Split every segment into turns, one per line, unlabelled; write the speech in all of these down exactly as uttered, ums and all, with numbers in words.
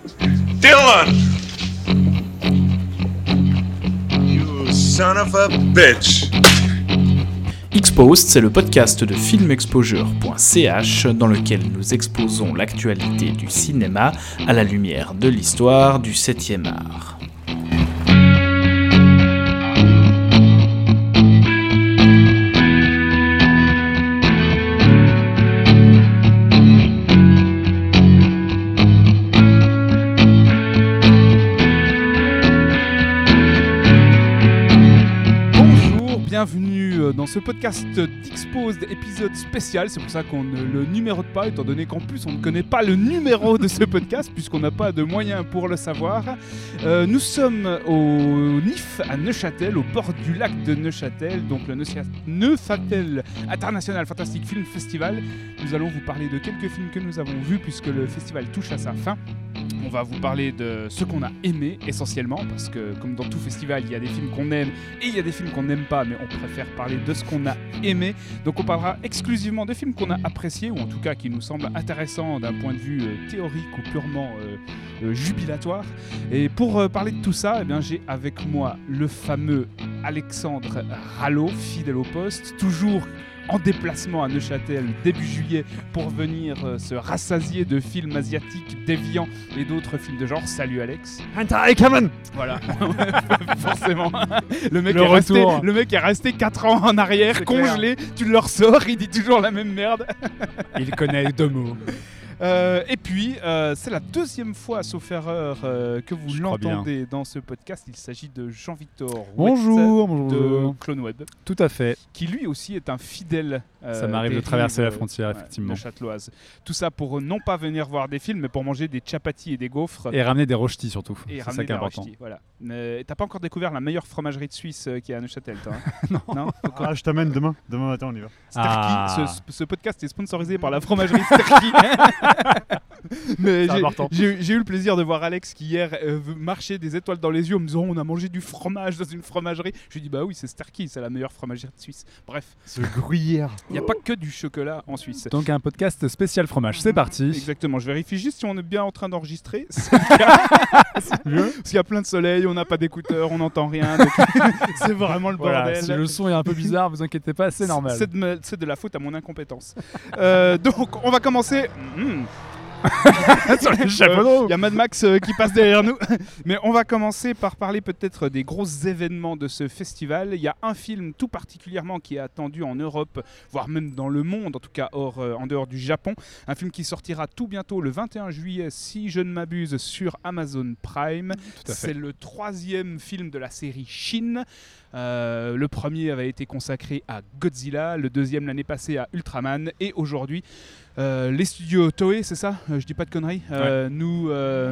Dylan! You son of a bitch!
Exposed, c'est le podcast de filmexposure point c h dans lequel nous exposons l'actualité du cinéma à la lumière de l'histoire du septième art.
Bienvenue dans ce podcast d'Exposed, épisode spécial. C'est pour ça qu'on ne le numérote pas, étant donné qu'en plus on ne connaît pas le numéro de ce podcast, puisqu'on n'a pas de moyens pour le savoir. Euh, nous sommes au N I F à Neuchâtel, au bord du lac de Neuchâtel, donc le Neuchâtel International Fantastic Film Festival. Nous allons vous parler de quelques films que nous avons vus, puisque le festival touche à sa fin. On va vous parler de ce qu'on a aimé essentiellement, parce que comme dans tout festival, il y a des films qu'on aime et il y a des films qu'on n'aime pas, mais on préfère parler de ce qu'on a aimé. Donc on parlera exclusivement de films qu'on a appréciés, ou en tout cas qui nous semblent intéressants d'un point de vue euh, théorique ou purement euh, euh, jubilatoire. Et pour euh, parler de tout ça, eh bien, j'ai avec moi le fameux Alexandre Rallo, fidèle au poste, toujours en déplacement à Neuchâtel début juillet pour venir euh, se rassasier de films asiatiques déviants et d'autres films de genre. Salut Alex.
Hentai Kamen.
Voilà, forcément. Le mec,
le,
est resté,
retour.
le mec est resté quatre ans en arrière,
C'est
congelé, clair. Tu le ressors, il dit toujours la même merde.
Il connaît deux mots.
Euh, et puis, euh, c'est la deuxième fois, sauf erreur, euh, que vous
Je
l'entendez dans ce podcast. Il s'agit de Jean-Victor
bonjour,
Wett
bonjour.
de CloneWeb.
Tout à fait.
Qui lui aussi est un fidèle. Euh,
Ça m'arrive de traverser la frontière, effectivement.
De Châteloise. Tout ça pour non pas venir voir des films, mais pour manger des chapatis et des gaufres.
Et ramener des rochtis surtout.
Et
c'est ça qui est important.
Rochtis, voilà. Mais t'as pas encore découvert la meilleure fromagerie de Suisse euh, qui est à Neuchâtel, toi hein
Non.
non
Ah, je t'amène demain. Demain matin, on y va.
Sterky.
Ah.
Ce, ce podcast est sponsorisé par la fromagerie Sterky. Mais j'ai, j'ai, j'ai eu le plaisir de voir Alex qui hier euh, marchait des étoiles dans les yeux en me disant on a mangé du fromage dans une fromagerie. Je lui ai dit bah oui, c'est Sterky, c'est la meilleure fromagerie de Suisse. Bref,
ce gruyère.
Il n'y a pas que du chocolat en Suisse.
Donc un podcast spécial fromage, c'est parti.
Exactement, je vérifie juste si on est bien en train d'enregistrer. C'est le cas. C'est mieux. Parce qu'il y a plein de soleil, on n'a pas d'écouteurs, on n'entend rien. Donc c'est vraiment le
voilà,
bordel.
Si le son est un peu bizarre, vous inquiétez pas, c'est normal.
C'est de, me, c'est de la faute à mon incompétence. euh, donc on va commencer. Mmh. Il euh, y a Mad Max euh, qui passe derrière nous. Mais on va commencer par parler peut-être des gros événements de ce festival. Il y a un film tout particulièrement qui est attendu en Europe, voire même dans le monde, en tout cas hors, euh, en dehors du Japon. Un film qui sortira tout bientôt le vingt et un juillet, si je ne m'abuse, sur Amazon Prime. C'est le troisième film de la série Shin. Euh, le premier avait été consacré à Godzilla, le deuxième l'année passée à Ultraman, et aujourd'hui euh, les studios Toei, c'est ça euh, Je dis pas de conneries. Euh, ouais. Nous, euh,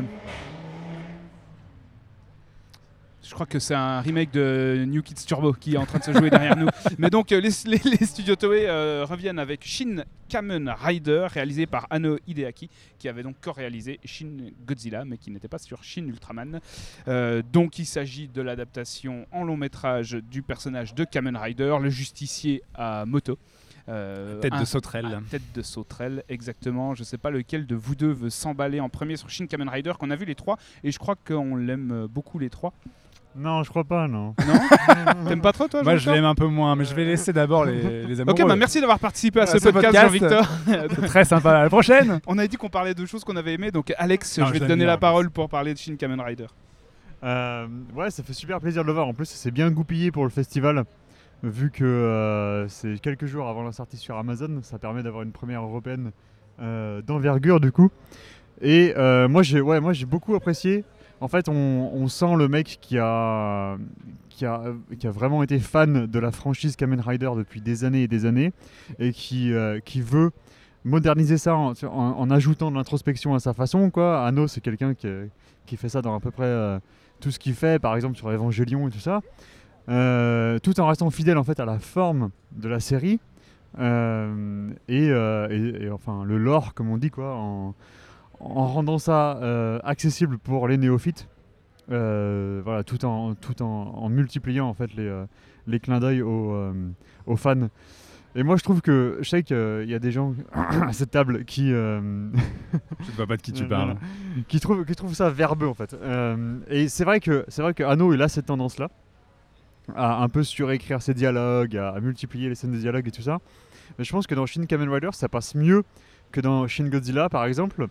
je crois que c'est un remake de New Kids Turbo qui est en train de se jouer derrière nous. Mais donc les, les, les studios Toei euh, reviennent avec Shin Kamen Rider, réalisé par Ano Hideaki, qui avait donc co-réalisé Shin Godzilla, mais qui n'était pas sur Shin Ultraman. Euh, donc il s'agit de l'adaptation en long métrage du personnage de Kamen Rider, le justicier à moto.
Euh, tête un, de sauterelle.
Tête de sauterelle, exactement. Je ne sais pas lequel de vous deux veut s'emballer en premier sur Shin Kamen Rider, qu'on a vu les trois, et je crois qu'on l'aime beaucoup les trois.
Non, je crois pas, non.
Non. T'aimes pas trop, toi?
Moi, je l'aime un peu moins, mais je vais laisser d'abord les, les amoureux.
Ok, bah merci d'avoir participé à ce, ce podcast, podcast Jean-Victor.
C'est très sympa. À la prochaine.
On a dit qu'on parlait de choses qu'on avait aimées, donc Alex, non, je vais je te donner
bien,
la parole pour parler de Shin Kamen Rider.
Euh, ouais, ça fait super plaisir de le voir. En plus, c'est bien goupillé pour le festival, vu que euh, c'est quelques jours avant la sortie sur Amazon. Ça permet d'avoir une première européenne euh, d'envergure, du coup. Et euh, moi, j'ai, ouais, moi, j'ai beaucoup apprécié. En fait, on, on sent le mec qui a, qui, a, qui a vraiment été fan de la franchise Kamen Rider depuis des années et des années et qui, euh, qui veut moderniser ça en, en, en ajoutant de l'introspection à sa façon, quoi. Ano, c'est quelqu'un qui, qui fait ça dans à peu près euh, tout ce qu'il fait, par exemple sur Evangelion et tout ça, euh, tout en restant fidèle en fait à la forme de la série euh, et, euh, et, et enfin le lore, comme on dit, quoi, en, en rendant ça euh, accessible pour les néophytes, euh, voilà, tout en tout en, en multipliant en fait les euh, les clins d'œil aux, euh, aux fans. Et moi, je trouve que je sais qu'il euh, y a des gens à cette table qui euh...
je ne vois pas de qui tu parles,
qui trouvent qui trouvent ça verbeux en fait. Euh, et c'est vrai que c'est vrai que Anno il a cette tendance-là à un peu surécrire ses dialogues, à, à multiplier les scènes de dialogue et tout ça. Mais je pense que dans Shin Kamen Rider, ça passe mieux que dans Shin Godzilla, par exemple,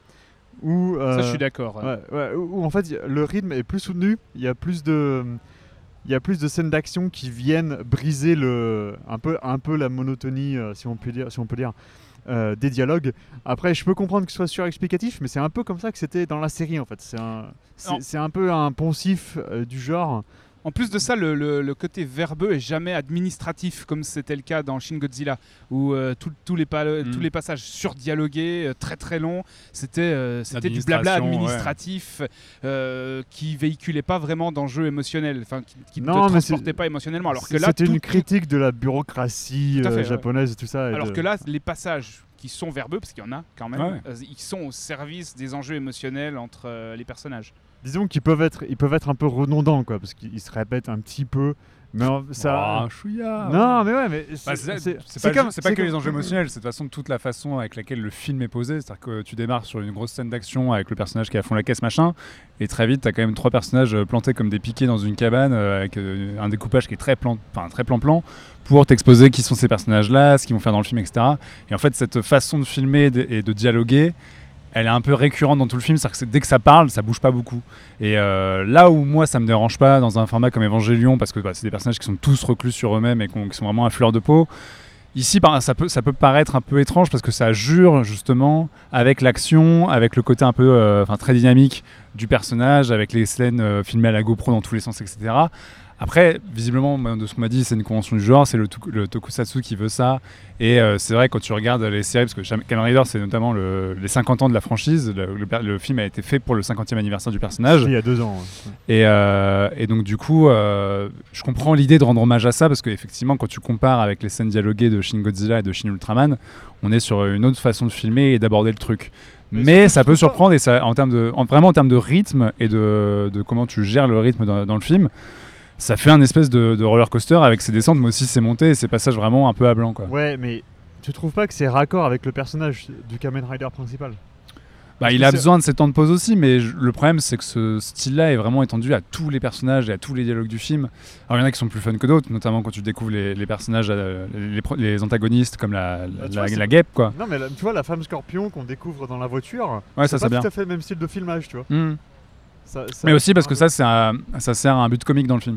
où euh,
ça, je suis d'accord.
Ouais, ouais, où, où en fait le rythme est plus soutenu. Il y a plus de, il y a plus de scènes d'action qui viennent briser le, un peu, un peu la monotonie, euh, si on peut dire, si on peut dire, euh, des dialogues. Après, je peux comprendre que ce soit surexplicatif, mais c'est un peu comme ça que c'était dans la série en fait. C'est un, c'est, c'est un peu un poncif euh, du genre.
En plus de ça, le, le, le côté verbeux est jamais administratif, comme c'était le cas dans Shin Godzilla, où euh, tous les, pa- mm. tous les passages surdialogués, euh, très très longs, c'était, euh, c'était du blabla administratif ouais. euh, qui véhiculait pas vraiment d'enjeux émotionnels, enfin qui, qui
non,
ne te transportait pas émotionnellement. Alors que là,
c'était
tout,
une critique de la bureaucratie
fait,
euh, japonaise
ouais.
et tout ça. Et
Alors
de...
que là, les passages qui sont verbeux, parce qu'il y en a quand même,
ouais.
euh, ils sont au service des enjeux émotionnels entre euh, les personnages.
Disons qu'ils peuvent être, ils peuvent être un peu redondants, quoi, parce qu'ils se répètent un petit peu. Mais ça.
Oh, chouïa.
Non, mais ouais, mais
bah, c'est, c'est, c'est, c'est pas, comme, c'est pas c'est que comme... les enjeux émotionnels, c'est de toute façon toute la façon avec laquelle le film est posé. C'est-à-dire que tu démarres sur une grosse scène d'action avec le personnage qui est à fond la caisse, machin, et très vite, t'as quand même trois personnages plantés comme des piquets dans une cabane euh, avec euh, un découpage qui est très plan, enfin très plan-plan, pour t'exposer qui sont ces personnages-là, ce qu'ils vont faire dans le film, et cetera. Et en fait, cette façon de filmer et de dialoguer, elle est un peu récurrente dans tout le film, c'est-à-dire que dès que ça parle, ça bouge pas beaucoup. Et euh, là où moi ça me dérange pas dans un format comme Evangelion, parce que bah, c'est des personnages qui sont tous reclus sur eux-mêmes et qui sont vraiment à fleur de peau, ici ça peut, ça peut paraître un peu étrange parce que ça jure justement avec l'action, avec le côté un peu euh, très dynamique du personnage, avec les scènes euh, filmées à la GoPro dans tous les sens, et cetera. Après, visiblement, de ce qu'on m'a dit, c'est une convention du genre, c'est le, le tokusatsu qui veut ça. Et euh, c'est vrai, quand tu regardes les séries, parce que Kamen Rider, c'est notamment le, les cinquante ans de la franchise, le, le, le film a été fait pour le cinquantième anniversaire du personnage.
Il y a deux ans. Ouais.
Et, euh, et donc, du coup, euh, je comprends l'idée de rendre hommage à ça, parce qu'effectivement, quand tu compares avec les scènes dialoguées de Shin Godzilla et de Shin Ultraman, on est sur une autre façon de filmer et d'aborder le truc. Mais, Mais ça peut surprendre, et ça, en termes de, en, vraiment en termes de rythme et de, de comment tu gères le rythme dans, dans le film, ça fait un espèce de, de roller coaster avec ses descentes, mais aussi ses montées et ses passages vraiment un peu à blanc, quoi.
Ouais, mais tu trouves pas que c'est raccord avec le personnage du Kamen Rider principal ?
Bah, il a c'est... besoin de ses temps de pause aussi, mais je, le problème c'est que ce style-là est vraiment étendu à tous les personnages et à tous les dialogues du film. Alors il y en a qui sont plus fun que d'autres, notamment quand tu découvres les, les personnages, euh, les, les antagonistes comme la,
bah,
la,
vois,
la guêpe, quoi.
Non mais la, tu vois la femme scorpion qu'on découvre dans la voiture,
ouais,
c'est
ça,
pas
ça
tout
bien.
à fait le même style de filmage, tu vois.
Mmh.
Ça, ça
mais aussi parce que ça, c'est un, ça sert à un but comique dans le film.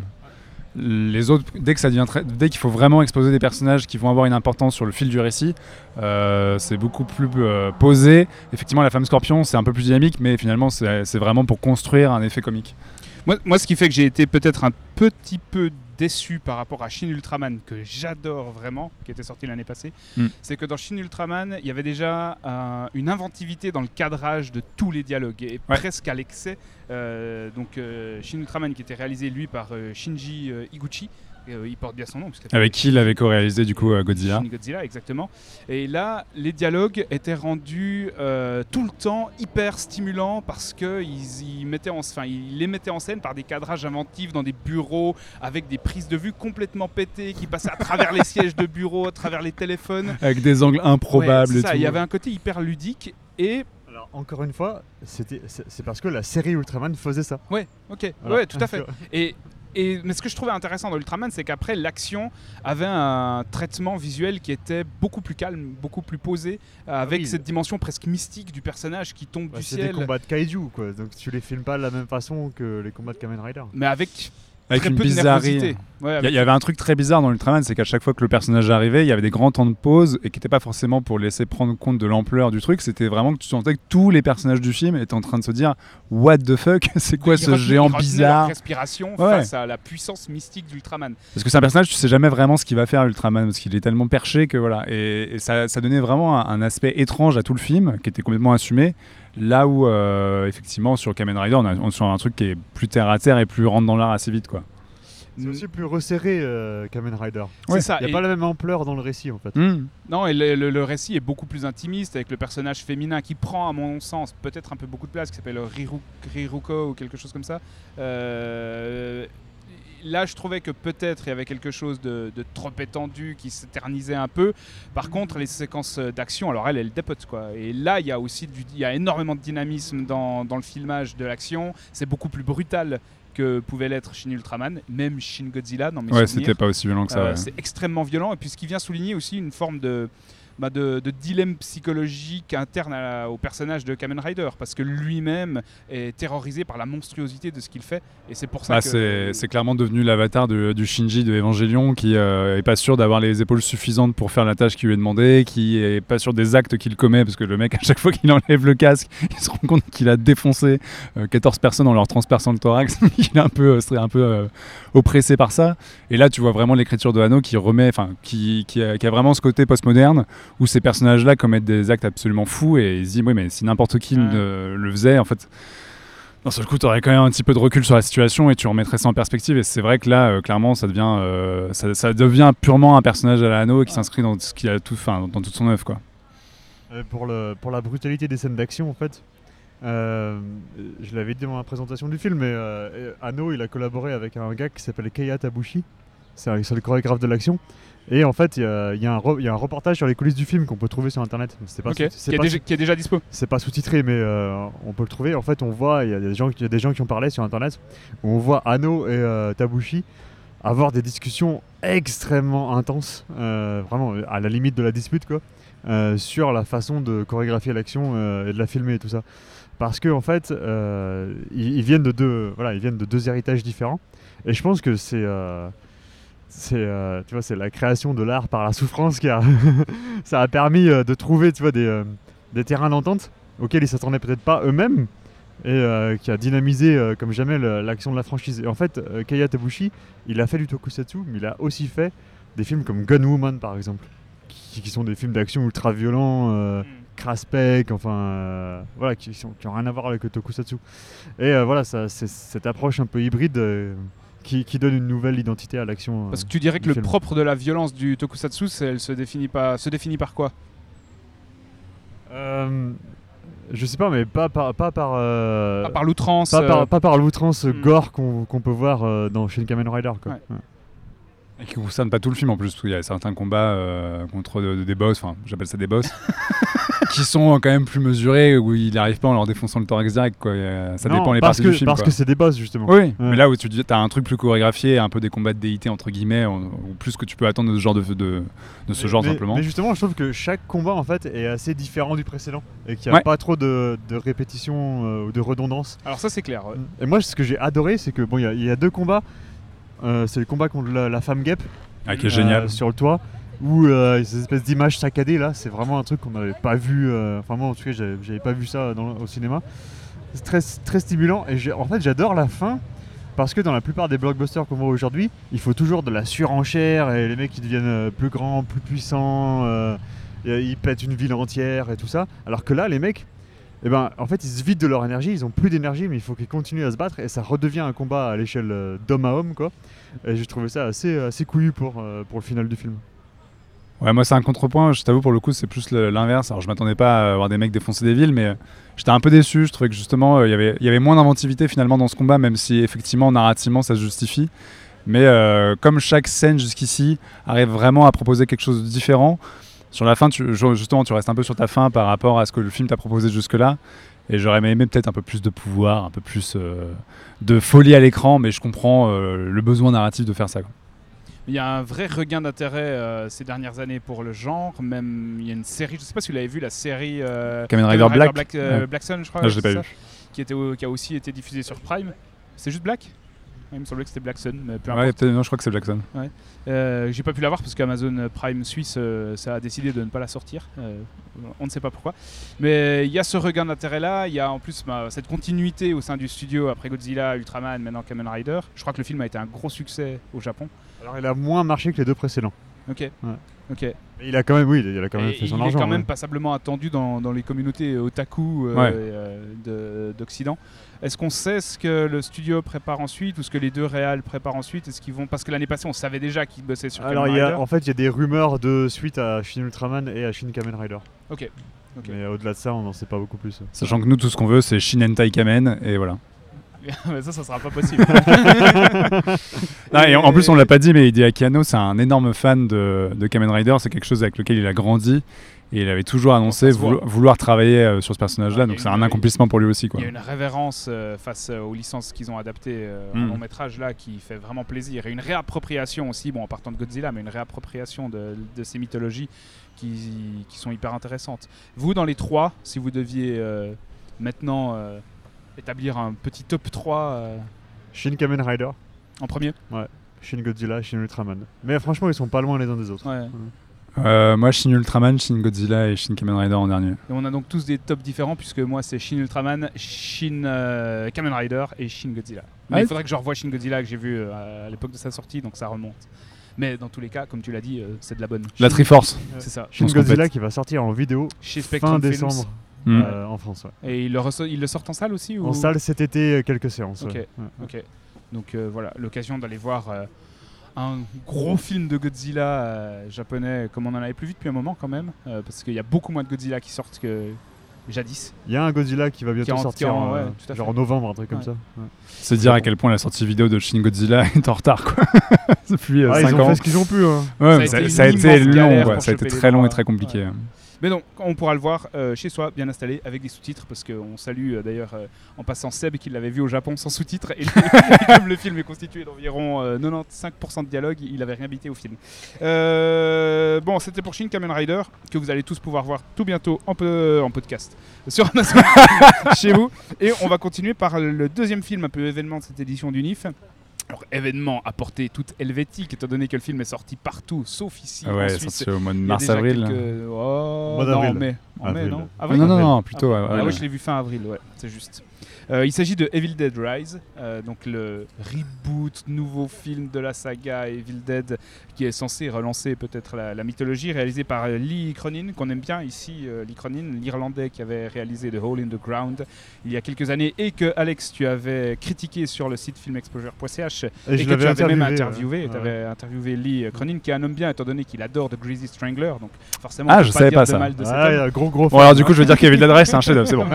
Les autres, dès que ça devient très, dès qu'il faut vraiment exposer des personnages qui vont avoir une importance sur le fil du récit, euh, c'est beaucoup plus euh, posé. Effectivement, la femme scorpion, c'est un peu plus dynamique, mais finalement, c'est, c'est vraiment pour construire un effet comique.
Moi, moi, ce qui fait que j'ai été peut-être un petit peu déçu par rapport à Shin Ultraman, que j'adore vraiment, qui était sorti l'année passée, mm. c'est que dans Shin Ultraman, il y avait déjà euh, une inventivité dans le cadrage de tous les dialogues, et ouais. presque à l'excès. Euh, donc euh, Shin Ultraman qui était réalisé lui par euh, Shinji euh, Higuchi, euh, il porte bien son nom.
Avec qui il avait co-réalisé du coup euh, Godzilla.
Shin Godzilla, exactement. Et là, les dialogues étaient rendus euh, tout le temps hyper stimulants parce qu'ils ils mettaient en, enfin, ils les mettaient en scène par des cadrages inventifs dans des bureaux avec des prises de vue complètement pétées qui passaient à travers les sièges de bureau, à travers les téléphones.
Avec des angles improbables
ouais,
et
ça,
tout.
Il y avait un côté hyper ludique et...
Alors, encore une fois, c'était, c'est, c'est parce que la série Ultraman faisait ça.
Ouais, ok, voilà. Ouais, tout à fait. Et, et, mais ce que je trouvais intéressant dans Ultraman, c'est qu'après, l'action avait un traitement visuel qui était beaucoup plus calme, beaucoup plus posé, avec oui. cette dimension presque mystique du personnage qui tombe
bah,
du
c'est
ciel.
C'est des combats de kaiju, quoi. Donc tu les filmes pas de la même façon que les combats de Kamen Rider.
Mais avec...
Avec
très
une
peu
bizarrerie.
De ouais,
il y, y avait un truc très bizarre dans Ultraman, c'est qu'à chaque fois que le personnage arrivait, il y avait des grands temps de pause et qui n'étaient pas forcément pour laisser prendre compte de l'ampleur du truc. C'était vraiment que tu sentais que tous les personnages du film étaient en train de se dire what the fuck, c'est quoi
ils
ce
retenaient,
géant
ils
bizarre
leur respiration ouais. face à la puissance mystique d'Ultraman.
Parce que c'est un personnage, tu sais jamais vraiment ce qu'il va faire Ultraman parce qu'il est tellement perché que voilà. Et, et ça, ça donnait vraiment un, un aspect étrange à tout le film qui était complètement assumé. Là où euh, effectivement sur Kamen Rider, on, a, on est sur un truc qui est plus terre à terre et plus rentre dans l'art assez vite, quoi.
C'est aussi plus resserré, euh, Kamen Rider.
Ouais, c'est ça.
Il n'y a et... pas la même ampleur dans le récit, en fait.
Mmh. Non, et le, le, le récit est beaucoup plus intimiste, avec le personnage féminin qui prend, à mon sens, peut-être un peu beaucoup de place, qui s'appelle Riru, Riruko ou quelque chose comme ça. Euh, là, je trouvais que peut-être il y avait quelque chose de, de trop étendu qui s'éternisait un peu. Par contre, les séquences d'action, alors elle, elle dépote quoi. Et là, il y a aussi du, il y a énormément de dynamisme dans, dans le filmage de l'action. C'est beaucoup plus brutal que pouvait l'être Shin Ultraman, même Shin Godzilla dans mes
Ouais,
souvenirs.
c'était pas aussi violent que ça.
Euh,
ouais.
C'est extrêmement violent. Et puis ce qui vient souligner aussi une forme de Bah de, de dilemme psychologique interne à la, au personnage de Kamen Rider, parce que lui-même est terrorisé par la monstruosité de ce qu'il fait, et c'est pour ça
ah,
que...
C'est, c'est clairement devenu l'avatar de, du Shinji de Evangelion, qui euh, est pas sûr d'avoir les épaules suffisantes pour faire la tâche qui lui est demandée, qui est pas sûr des actes qu'il commet, parce que le mec, à chaque fois qu'il enlève le casque, il se rend compte qu'il a défoncé euh, quatorze personnes en leur transperçant le thorax. Il est un peu, serait un peu euh, oppressé par ça. Et là, tu vois vraiment l'écriture de Hano qui remet, enfin, qui, qui, a, qui a vraiment ce côté postmoderne, où ces personnages-là commettent des actes absolument fous, et ils se disent oui, mais si n'importe qui ouais. ne, le faisait, en fait, d'un seul coup, tu aurais quand même un petit peu de recul sur la situation et tu remettrais ça en perspective. Et c'est vrai que là, euh, clairement, ça devient, euh, ça, ça devient purement un personnage à la Hano qui ouais. s'inscrit dans ce qu'il a tout, enfin, dans toute son œuvre, quoi.
Euh, pour le, pour la brutalité des scènes d'action, en fait. Euh, je l'avais dit dans la présentation du film, mais euh, Hano, il a collaboré avec un gars qui s'appelle Keiya Tabushi. C'est, un, c'est le chorégraphe de l'action. Et en fait, il y, y, y a un reportage sur les coulisses du film qu'on peut trouver sur internet. C'est pas
okay.
sous, c'est
qui,
pas
est déjà, qui est déjà dispo.
C'est pas sous-titré, mais euh, on peut le trouver. En fait, on voit, il y, y, y a des gens qui ont parlé sur internet, où on voit Hano et euh, Tabushi avoir des discussions extrêmement intenses, euh, vraiment à la limite de la dispute, quoi, euh, sur la façon de chorégraphier l'action euh, et de la filmer et tout ça. Parce que en fait, euh, ils, ils viennent de deux, voilà, ils viennent de deux héritages différents. Et je pense que c'est euh, C'est, euh, tu vois, c'est la création de l'art par la souffrance qui a ça a permis euh, de trouver, tu vois, des, euh, des terrains d'entente auxquels ils s'attendaient peut-être pas eux-mêmes, et euh, qui a dynamisé euh, comme jamais le, l'action de la franchise. Et en fait, euh, Keiya Tabushi, il a fait du tokusatsu, mais il a aussi fait des films comme Gunwoman par exemple, qui, qui sont des films d'action ultra violents, euh, mm. Craspec, enfin euh, voilà, qui, sont, qui ont rien à voir avec le tokusatsu. Et euh, voilà, ça, c'est cette approche un peu hybride. Euh, Qui, qui donne une nouvelle identité à l'action.
Parce que tu dirais que le film. propre de la violence du tokusatsu, c'est, elle se définit, pas, se définit par quoi
euh, Je sais pas, mais pas par, pas par, euh,
pas par l'outrance.
Pas par,
euh...
pas par l'outrance
hmm.
gore qu'on, qu'on peut voir euh, dans Shin Kamen Rider. Quoi.
Ouais.
Ouais.
Et qui ne concerne pas tout le film en plus, parce qu'il y a certains combats euh, contre de, de, des boss, enfin j'appelle ça des boss, qui sont quand même plus mesurés, où il n'arrive pas en leur défonçant le thorax direct, quoi. Ça
non,
dépend les
parce
parties
que,
du film.
Parce
quoi.
que c'est des boss justement.
Oui,
ouais.
Mais là où tu dis, as un truc plus chorégraphié, un peu des combats de déité entre guillemets, ou plus que tu peux attendre de ce genre, de, de, de ce
mais,
genre
mais,
simplement.
Mais justement, je trouve que chaque combat en fait est assez différent du précédent et qu'il n'y a
ouais.
pas trop de, de répétition euh, ou de redondance.
Alors ça c'est clair. Ouais.
Et moi, ce que j'ai adoré, c'est que bon, il y, y a deux combats. Euh, c'est le combat contre la, la femme guêpe.
Ah, qui est génial.
Euh, sur le toit, où euh, ces espèces d'images saccadées là, c'est vraiment un truc qu'on n'avait pas vu. Euh, enfin moi en tout cas, j'avais, j'avais pas vu ça dans, au cinéma. C'est très très stimulant et j'ai, en fait j'adore la fin parce que dans la plupart des blockbusters qu'on voit aujourd'hui, il faut toujours de la surenchère et les mecs ils deviennent plus grands, plus puissants, euh, et ils pètent une ville entière et tout ça. Alors que là, les mecs, eh ben, en fait, ils se vident de leur énergie, ils ont plus d'énergie, mais il faut qu'ils continuent à se battre et ça redevient un combat à l'échelle euh, d'homme à homme, quoi. Et j'ai trouvé ça assez, assez couillu pour, euh, pour le final du film.
Ouais, moi c'est un contrepoint, je t'avoue pour le coup c'est plus le, l'inverse. Alors je m'attendais pas à voir des mecs défoncer des villes, mais j'étais un peu déçu. Je trouvais que justement il euh, y, y avait moins d'inventivité finalement dans ce combat, même si effectivement narrativement ça se justifie. Mais euh, comme chaque scène jusqu'ici arrive vraiment à proposer quelque chose de différent, sur la fin tu, justement tu restes un peu sur ta fin par rapport à ce que le film t'a proposé jusque-là. Et j'aurais aimé peut-être un peu plus de pouvoir, un peu plus euh, de folie à l'écran, mais je comprends euh, le besoin narratif de faire ça, quoi.
Il y a un vrai regain d'intérêt euh, ces dernières années pour le genre. Même il y a une série, je ne sais pas si vous l'avez vu, la série euh,
Kamen Rider Black,
Black, euh,
ouais.
Black Sun, je crois.
Ah, je l'ai pas
ça,
vu.
Qui, était au, qui a aussi été diffusée sur Prime. C'est juste Black ? Il me semblait que c'était Black Sun, mais peu
ouais,
importe.
non, je crois que c'est Black Sun.
Ouais. Euh, j'ai pas pu la voir parce qu'Amazon Prime Suisse, euh, ça a décidé de ne pas la sortir. Euh, on ne sait pas pourquoi. Mais il y a ce regain d'intérêt là. Il y a en plus bah, cette continuité au sein du studio après Godzilla, Ultraman, maintenant Kamen Rider. Je crois que le film a été un gros succès au Japon.
Alors il a moins marché que les deux précédents.
Ok.
Ouais.
Ok.
Mais il a quand même, oui, il a quand même
et
fait son
il
argent.
Il est quand
ouais.
même passablement attendu dans, dans les communautés otaku euh,
ouais.
euh, de, d'Occident. Est-ce qu'on sait ce que le studio prépare ensuite ou ce que les deux réals préparent ensuite? Est-ce qu'ils vont parce que l'année passée on savait déjà qu'ils bossaient sur
Alors
Kamen
il y
Rider.
a, en fait il y a des rumeurs de suite à Shin Ultraman et à Shin Kamen Rider.
Ok. Okay.
Mais au-delà de ça on n'en sait pas beaucoup plus.
Sachant que nous tout ce qu'on veut c'est Shin Hentai Kamen et voilà.
Mais ça, ça sera pas possible.
Non, et en, en plus, on l'a pas dit, mais Hideaki Anno, c'est un énorme fan de, de Kamen Rider. C'est quelque chose avec lequel il a grandi. Et il avait toujours annoncé vouloir, vouloir travailler euh, sur ce personnage-là. Ouais, donc c'est un accomplissement pour lui aussi, quoi.
Il y a une révérence euh, face euh, aux licences qu'ils ont adaptées euh, mm. en long métrage là qui fait vraiment plaisir. Et une réappropriation aussi, bon, en partant de Godzilla, mais une réappropriation de, de ces mythologies qui, qui sont hyper intéressantes. Vous, dans les trois, si vous deviez euh, maintenant euh, établir un petit top trois... Euh...
Shin Kamen Rider.
En premier.
Ouais. Shin Godzilla, Shin Ultraman. Mais franchement, ils sont pas loin les uns des autres.
Ouais.
Ouais.
Euh, moi, Shin Ultraman, Shin Godzilla et Shin Kamen Rider en dernier.
Et on a donc tous des tops différents, puisque moi c'est Shin Ultraman, Shin euh, Kamen Rider et Shin Godzilla. Mais ah, il faudrait que je revoie Shin Godzilla que j'ai vu euh, à l'époque de sa sortie, donc ça remonte. Mais dans tous les cas, comme tu l'as dit, euh, c'est de la bonne.
La
Shin...
Triforce.
Euh, c'est ça.
Shin Godzilla qui va sortir en vidéo
chez Spectrum
fin décembre
Films.
Euh, en France. Ouais.
Et ils le, reço- ils le sortent en salle aussi ou...
En salle cet été, quelques séances.
Ok.
Ouais.
Ok. Donc euh, voilà, l'occasion d'aller voir. Euh, un gros film de Godzilla euh, japonais comme on en avait plus vu depuis un moment quand même euh, parce qu'il y a beaucoup moins de Godzilla qui sortent que jadis.
Il y a un Godzilla qui va bientôt
qui en,
sortir
qui en,
en,
ouais,
euh, genre en novembre, un truc ouais. comme ça. Ouais.
C'est dire à quel point la sortie vidéo de Shin Godzilla est en retard, quoi. Depuis euh,
ah,
cinq
ils ont
ans.
fait ce qu'ils ont pu. Hein.
Ouais, ça, ça a été, ça a été long, ouais. Ça a été très long et très compliqué.
Ouais. Mais donc, on pourra le voir euh, chez soi, bien installé, avec des sous-titres, parce qu'on salue euh, d'ailleurs euh, en passant Seb qui l'avait vu au Japon sans sous-titres, et, et comme le film est constitué d'environ euh, quatre-vingt-quinze pour cent de dialogue, il avait rien bité au film. Euh, bon, c'était pour Shin Kamen Rider, que vous allez tous pouvoir voir tout bientôt en, peu, en podcast sur Amazon chez vous. Et on va continuer par le deuxième film un peu événement de cette édition du N I F. Alors, événement à portée toute helvétique, étant donné que le film est sorti partout, sauf ici
ah ouais,
en
Suisse.
Suisse.
Sorti au mois de mars-avril.
Quelques... Oh,
mois
non,
d'avril.
mais en
avril.
mai, non
avril. Non, non, non, plutôt.
Ah,
ouais,
ah
ouais.
oui, je l'ai vu fin avril, ouais, c'est juste. Euh, il s'agit de Evil Dead Rise, euh, donc le reboot, nouveau film de la saga Evil Dead qui est censé relancer peut-être la, la mythologie, réalisé par Lee Cronin, qu'on aime bien ici, euh, Lee Cronin, l'Irlandais qui avait réalisé The Hole in the Ground il y a quelques années et que Alex, tu avais critiqué sur le site film exposure point c h et, et que tu avais même interviewé, ouais. tu avais interviewé Lee Cronin qui est un homme bien étant donné qu'il adore The Greasy Strangler, donc forcément
ah,
on
je
peut pas
savais
dire
pas
de
ça.
mal de cet
ah,
homme.
Gros gros.
Bon alors du coup je veux dire qu'Evil Dead Rise c'est un chef-d'œuvre, c'est bon.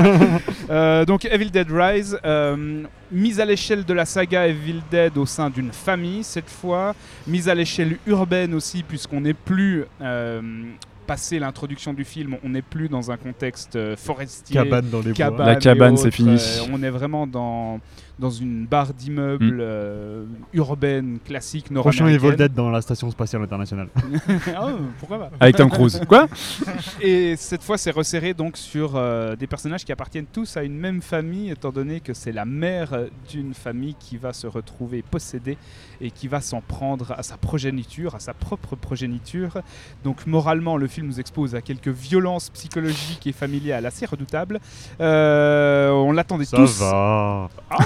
euh, donc Evil Dead Rise, euh, mise à l'échelle de la saga Evil Dead au sein d'une famille cette fois, mise à l'échelle urbaine aussi puisqu'on n'est plus euh, passé l'introduction du film, on n'est plus dans un contexte euh, forestier,
cabane dans les
cabane
bois.
La cabane
autres,
c'est fini.
Euh, on est vraiment dans dans une barre d'immeubles mm. euh, urbaine classique nord-américaine.
Prochain Evil Dead dans la station spatiale internationale.
Ah, pourquoi pas.
Avec Tom Cruise. Quoi?
Et cette fois, c'est resserré donc sur euh, des personnages qui appartiennent tous à une même famille, étant donné que c'est la mère d'une famille qui va se retrouver possédée et qui va s'en prendre à sa progéniture, à sa propre progéniture. Donc moralement, le film nous expose à quelques violences psychologiques et familiales assez redoutables. Euh, on l'attendait
Ça
tous.
Ça va.
Ah,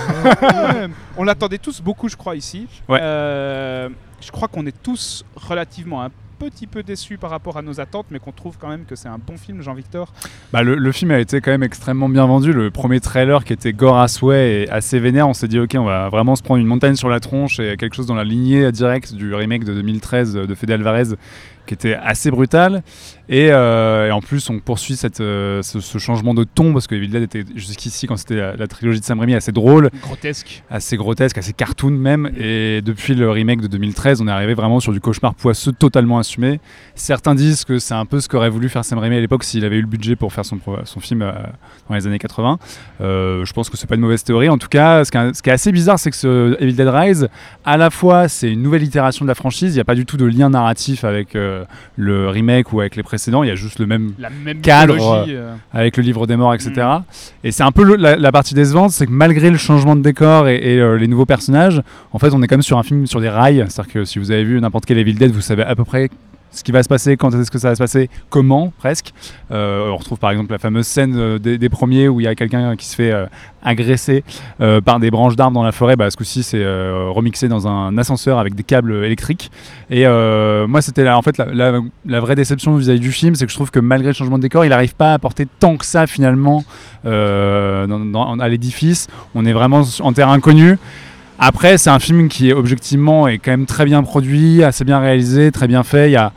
on l'attendait tous beaucoup, je crois, ici.
Ouais.
Euh, je crois qu'on est tous relativement un petit peu déçus par rapport à nos attentes, mais qu'on trouve quand même que c'est un bon film, Jean-Victor.
Bah, le, le film a été quand même extrêmement bien vendu. Le premier trailer qui était gore à souhait et assez vénère, on s'est dit ok, on va vraiment se prendre une montagne sur la tronche et quelque chose dans la lignée directe du remake de deux mille treize de Fede Alvarez qui était assez brutal. Et, euh, et en plus, on poursuit cette, euh, ce, ce changement de ton parce que Evil Dead était jusqu'ici, quand c'était la, la trilogie de Sam Raimi, assez drôle,
grotesque,
assez grotesque, assez cartoon même. Et depuis le remake de deux mille treize, on est arrivé vraiment sur du cauchemar poisseux totalement assumé. Certains disent que c'est un peu ce qu'aurait voulu faire Sam Raimi à l'époque s'il avait eu le budget pour faire son, son film euh, dans les années quatre-vingts. Euh, je pense que c'est pas une mauvaise théorie. En tout cas, ce qui est, ce qui est assez bizarre, c'est que ce Evil Dead Rise, à la fois, c'est une nouvelle itération de la franchise. Il n'y a pas du tout de lien narratif avec euh, le remake ou avec les précédents. Il y a juste le même
la même
cadre
euh...
avec le livre des morts, et cetera.
Mmh.
Et c'est un peu le, la, la partie décevante, c'est que malgré le changement de décor et, et euh, les nouveaux personnages, en fait, on est quand même sur un film sur des rails. C'est-à-dire que si vous avez vu n'importe quel Evil Dead, vous savez à peu près ce qui va se passer, quand est-ce que ça va se passer, comment, presque. Euh, on retrouve par exemple la fameuse scène euh, des, des premiers où il y a quelqu'un qui se fait euh, agresser euh, par des branches d'arbres dans la forêt. Bah, ce coup-ci, c'est euh, remixé dans un ascenseur avec des câbles électriques. Et euh, moi, c'était là, en fait, la, la, la vraie déception vis-à-vis du film, c'est que je trouve que malgré le changement de décor, il n'arrive pas à apporter tant que ça, finalement, euh, dans, dans, à l'édifice. On est vraiment en terrain inconnu. Après, c'est un film qui est objectivement est quand même très bien produit, assez bien réalisé, très bien fait. Il y a,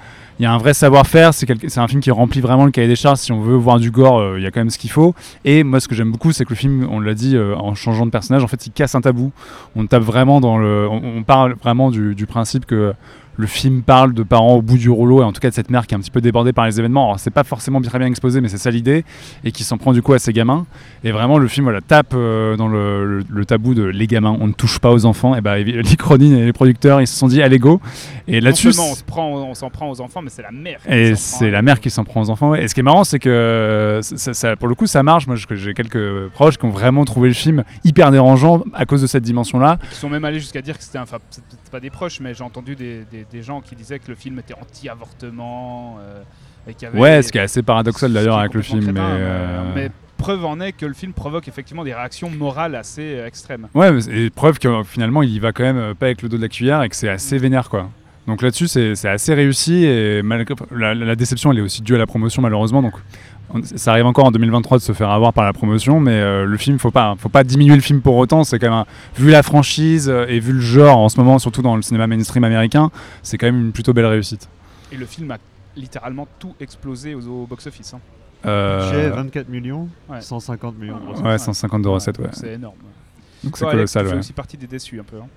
il y a un vrai savoir-faire, c'est, quelque, c'est un film qui remplit vraiment le cahier des charges. Si on veut voir du gore, il euh, y a quand même ce qu'il faut. Et moi, ce que j'aime beaucoup, c'est que le film, on l'a dit, euh, en changeant de personnage, en fait, il casse un tabou. On tape vraiment dans le, on, on parle vraiment du, du principe que le film parle de parents au bout du rouleau et en tout cas de cette mère qui est un petit peu débordée par les événements. Alors c'est pas forcément très bien exposé, mais c'est ça l'idée, et qui s'en prend du coup à ses gamins. Et vraiment le film voilà, tape euh, dans le, le, le tabou de les gamins, on ne touche pas aux enfants. Et bah Lee Cronin et les producteurs ils se sont dit allez go. Et là-dessus,
non seulement on, se prend, on s'en prend aux enfants, mais c'est la mère.
Et c'est la mère qui s'en prend aux enfants. Ouais. Et ce qui est marrant, c'est que ça, ça, pour le coup ça marche. Moi j'ai quelques proches qui ont vraiment trouvé le film hyper dérangeant à cause de cette dimension-là.
Ils sont même allés jusqu'à dire que c'était un, enfin, c'est pas des proches, mais j'ai entendu des, des, des gens qui disaient que le film était anti-avortement. Euh, et qu'il y avait
ouais,
des,
ce qui est assez paradoxal d'ailleurs avec le film.
Crétin,
mais,
euh... mais preuve en est que le film provoque effectivement des réactions morales assez euh, extrêmes.
Ouais, et preuve que finalement il y va quand même pas avec le dos de la cuillère et que c'est assez vénère quoi. Donc là-dessus c'est, c'est assez réussi et malgré, la, la déception elle est aussi due à la promotion malheureusement. Donc on, ça arrive encore en deux mille vingt-trois de se faire avoir par la promotion, mais euh, le film faut pas, faut pas diminuer le film pour autant. C'est quand même un, vu la franchise et vu le genre en ce moment, surtout dans le cinéma mainstream américain, c'est quand même une plutôt belle réussite.
Et le film a littéralement tout explosé au, au box-office. Hein.
Euh... Budget vingt-quatre millions,
ouais.
cent cinquante millions de recettes.
Ouais, cent cinquante de recettes, ouais.
C'est énorme.
Donc c'est colossal.
Tu
ouais.
fais aussi partie des déçus un peu. Hein.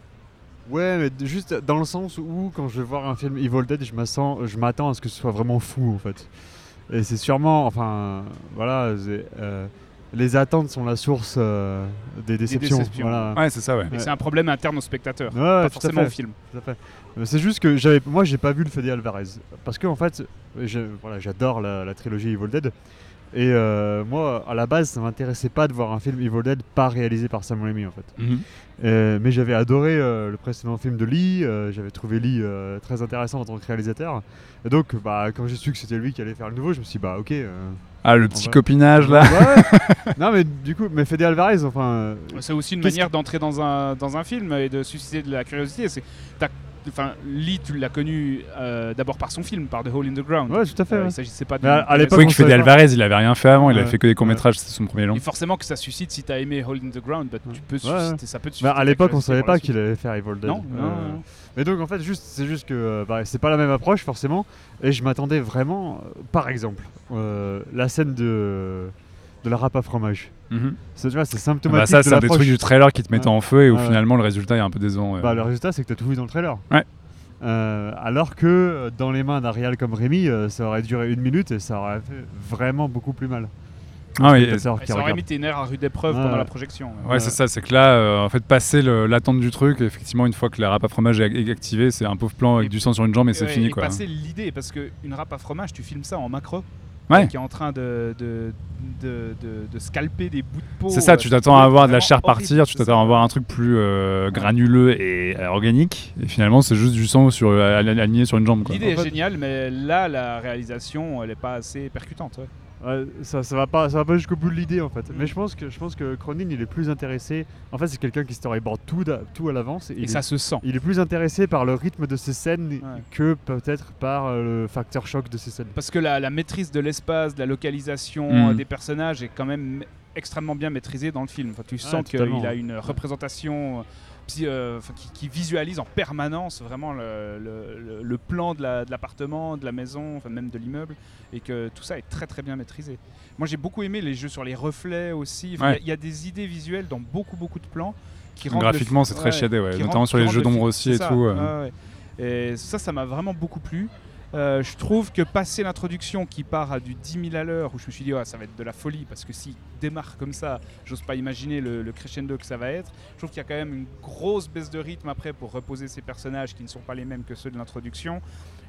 Ouais, mais juste dans le sens où quand je vais voir un film Evil Dead, je, m'attends, je m'attends à ce que ce soit vraiment fou en fait. Et c'est sûrement, enfin, voilà, euh, les attentes sont la source euh, des déceptions.
Des déceptions.
Voilà.
Ouais, c'est ça, ouais.
Et ouais. c'est un problème interne au spectateur,
ouais,
pas
ouais,
forcément au film.
Tout à fait. Mais c'est juste que j'avais, moi, j'ai pas vu le Fede Alvarez parce que en fait, voilà, j'adore la, la trilogie Evil Dead. Et euh, moi, à la base, ça m'intéressait pas de voir un film Evil Dead pas réalisé par Sam Raimi en fait. Mm-hmm. Euh, mais j'avais adoré euh, le précédent film de Lee, euh, j'avais trouvé Lee euh, très intéressant en tant que réalisateur. Et donc, bah, quand j'ai su que c'était lui qui allait faire le nouveau, je me suis dit, bah ok. Euh,
ah, le petit va... copinage là.
Ouais. Non, mais du coup, mais Fede Alvarez, enfin. Euh,
c'est aussi une manière que... d'entrer dans un, dans un film et de susciter de la curiosité. C'est, t'as Enfin, Lee, tu l'as connu euh, d'abord par son film, par The Hole in the Ground.
Ouais, tout à fait.
Euh,
ouais.
Il s'agissait pas de.
À, à l'époque,
oui, que Fede Alvarez, il avait rien fait avant. Il
ouais.
avait fait que des courts métrages. Ouais. C'était son premier long.
Et forcément que ça suscite. Si t'as aimé Hole in the Ground, bah, tu peux susciter. Ouais. Ça peut te susciter.
Bah, à l'époque, on savait pas qu'il allait faire Evil Dead.
Non. Euh, non.
Mais donc, en fait, juste, c'est juste que bah, c'est pas la même approche forcément. Et je m'attendais vraiment, euh, par exemple, euh, la scène de. de la râpe à fromage.
Mm-hmm.
Ça, tu vois, c'est symptomatique.
Bah ça,
de
c'est un des trucs du trailer qui te mettent ouais. en feu et où
ouais.
finalement le résultat est un peu décevant. Ouais.
Bah, le résultat, c'est que t'as tout vu dans le trailer.
Ouais.
Euh, alors que dans les mains d'un réal comme Rémi, euh, ça aurait duré une minute et ça aurait fait vraiment beaucoup plus mal.
Ah oui,
et ça aurait mis tes nerfs à rude épreuve ouais. pendant la projection.
Ouais, ouais, ouais. c'est ça, c'est que là, euh, en fait, passer le, l'attente du truc, effectivement, une fois que la râpe à fromage est, est activée, c'est un pauvre plan avec et du sang sur une jambe et, et c'est
ouais,
fini.
Et
quoi.
passer l'idée, parce qu'une râpe à fromage, tu filmes ça en macro.
Ouais.
Qui est en train de, de, de, de, de scalper des bouts de peau.
C'est ça, tu t'attends à avoir de la chair
horrible,
partir, tu t'attends à avoir un truc plus euh, granuleux et euh, organique, et finalement c'est juste du sang sur, euh, aligné sur une jambe. Quoi.
L'idée
en fait,
est géniale, mais là la réalisation elle est pas assez percutante. Ouais.
Ouais, ça, ça va pas, ça va pas jusqu'au bout de l'idée en fait. Mm. Mais je pense que je pense que Cronin il est plus intéressé. En fait, c'est quelqu'un qui storyboard tout, tout à l'avance. Et,
et ça
est,
se sent.
Il est plus intéressé par le rythme de ces scènes ouais. que peut-être par euh, le facteur choc de ces scènes.
Parce que la, la maîtrise de l'espace, de la localisation
mm.
des personnages est quand même extrêmement bien maîtrisée dans le film. Enfin, tu sens
ah,
qu'il a une représentation. Euh, qui, qui visualise en permanence vraiment le, le, le plan de, la, de l'appartement, de la maison, enfin même de l'immeuble, et que tout ça est très très bien maîtrisé. Moi j'ai beaucoup aimé les jeux sur les reflets aussi. Il ouais. y, y a des idées visuelles dans beaucoup beaucoup de plans qui rendent
graphiquement
le,
c'est très
ouais,
shadé, ouais, notamment
rendent,
sur les jeux d'ombre aussi et
ça,
tout.
Ouais, ouais. Et ça, ça m'a vraiment beaucoup plu. Euh, je trouve que passer l'introduction qui part à du dix mille à l'heure, où je me suis dit oh, ça va être de la folie parce que s'il démarre comme ça, j'ose pas imaginer le, le crescendo que ça va être. Je trouve qu'il y a quand même une grosse baisse de rythme après pour reposer ces personnages qui ne sont pas les mêmes que ceux de l'introduction.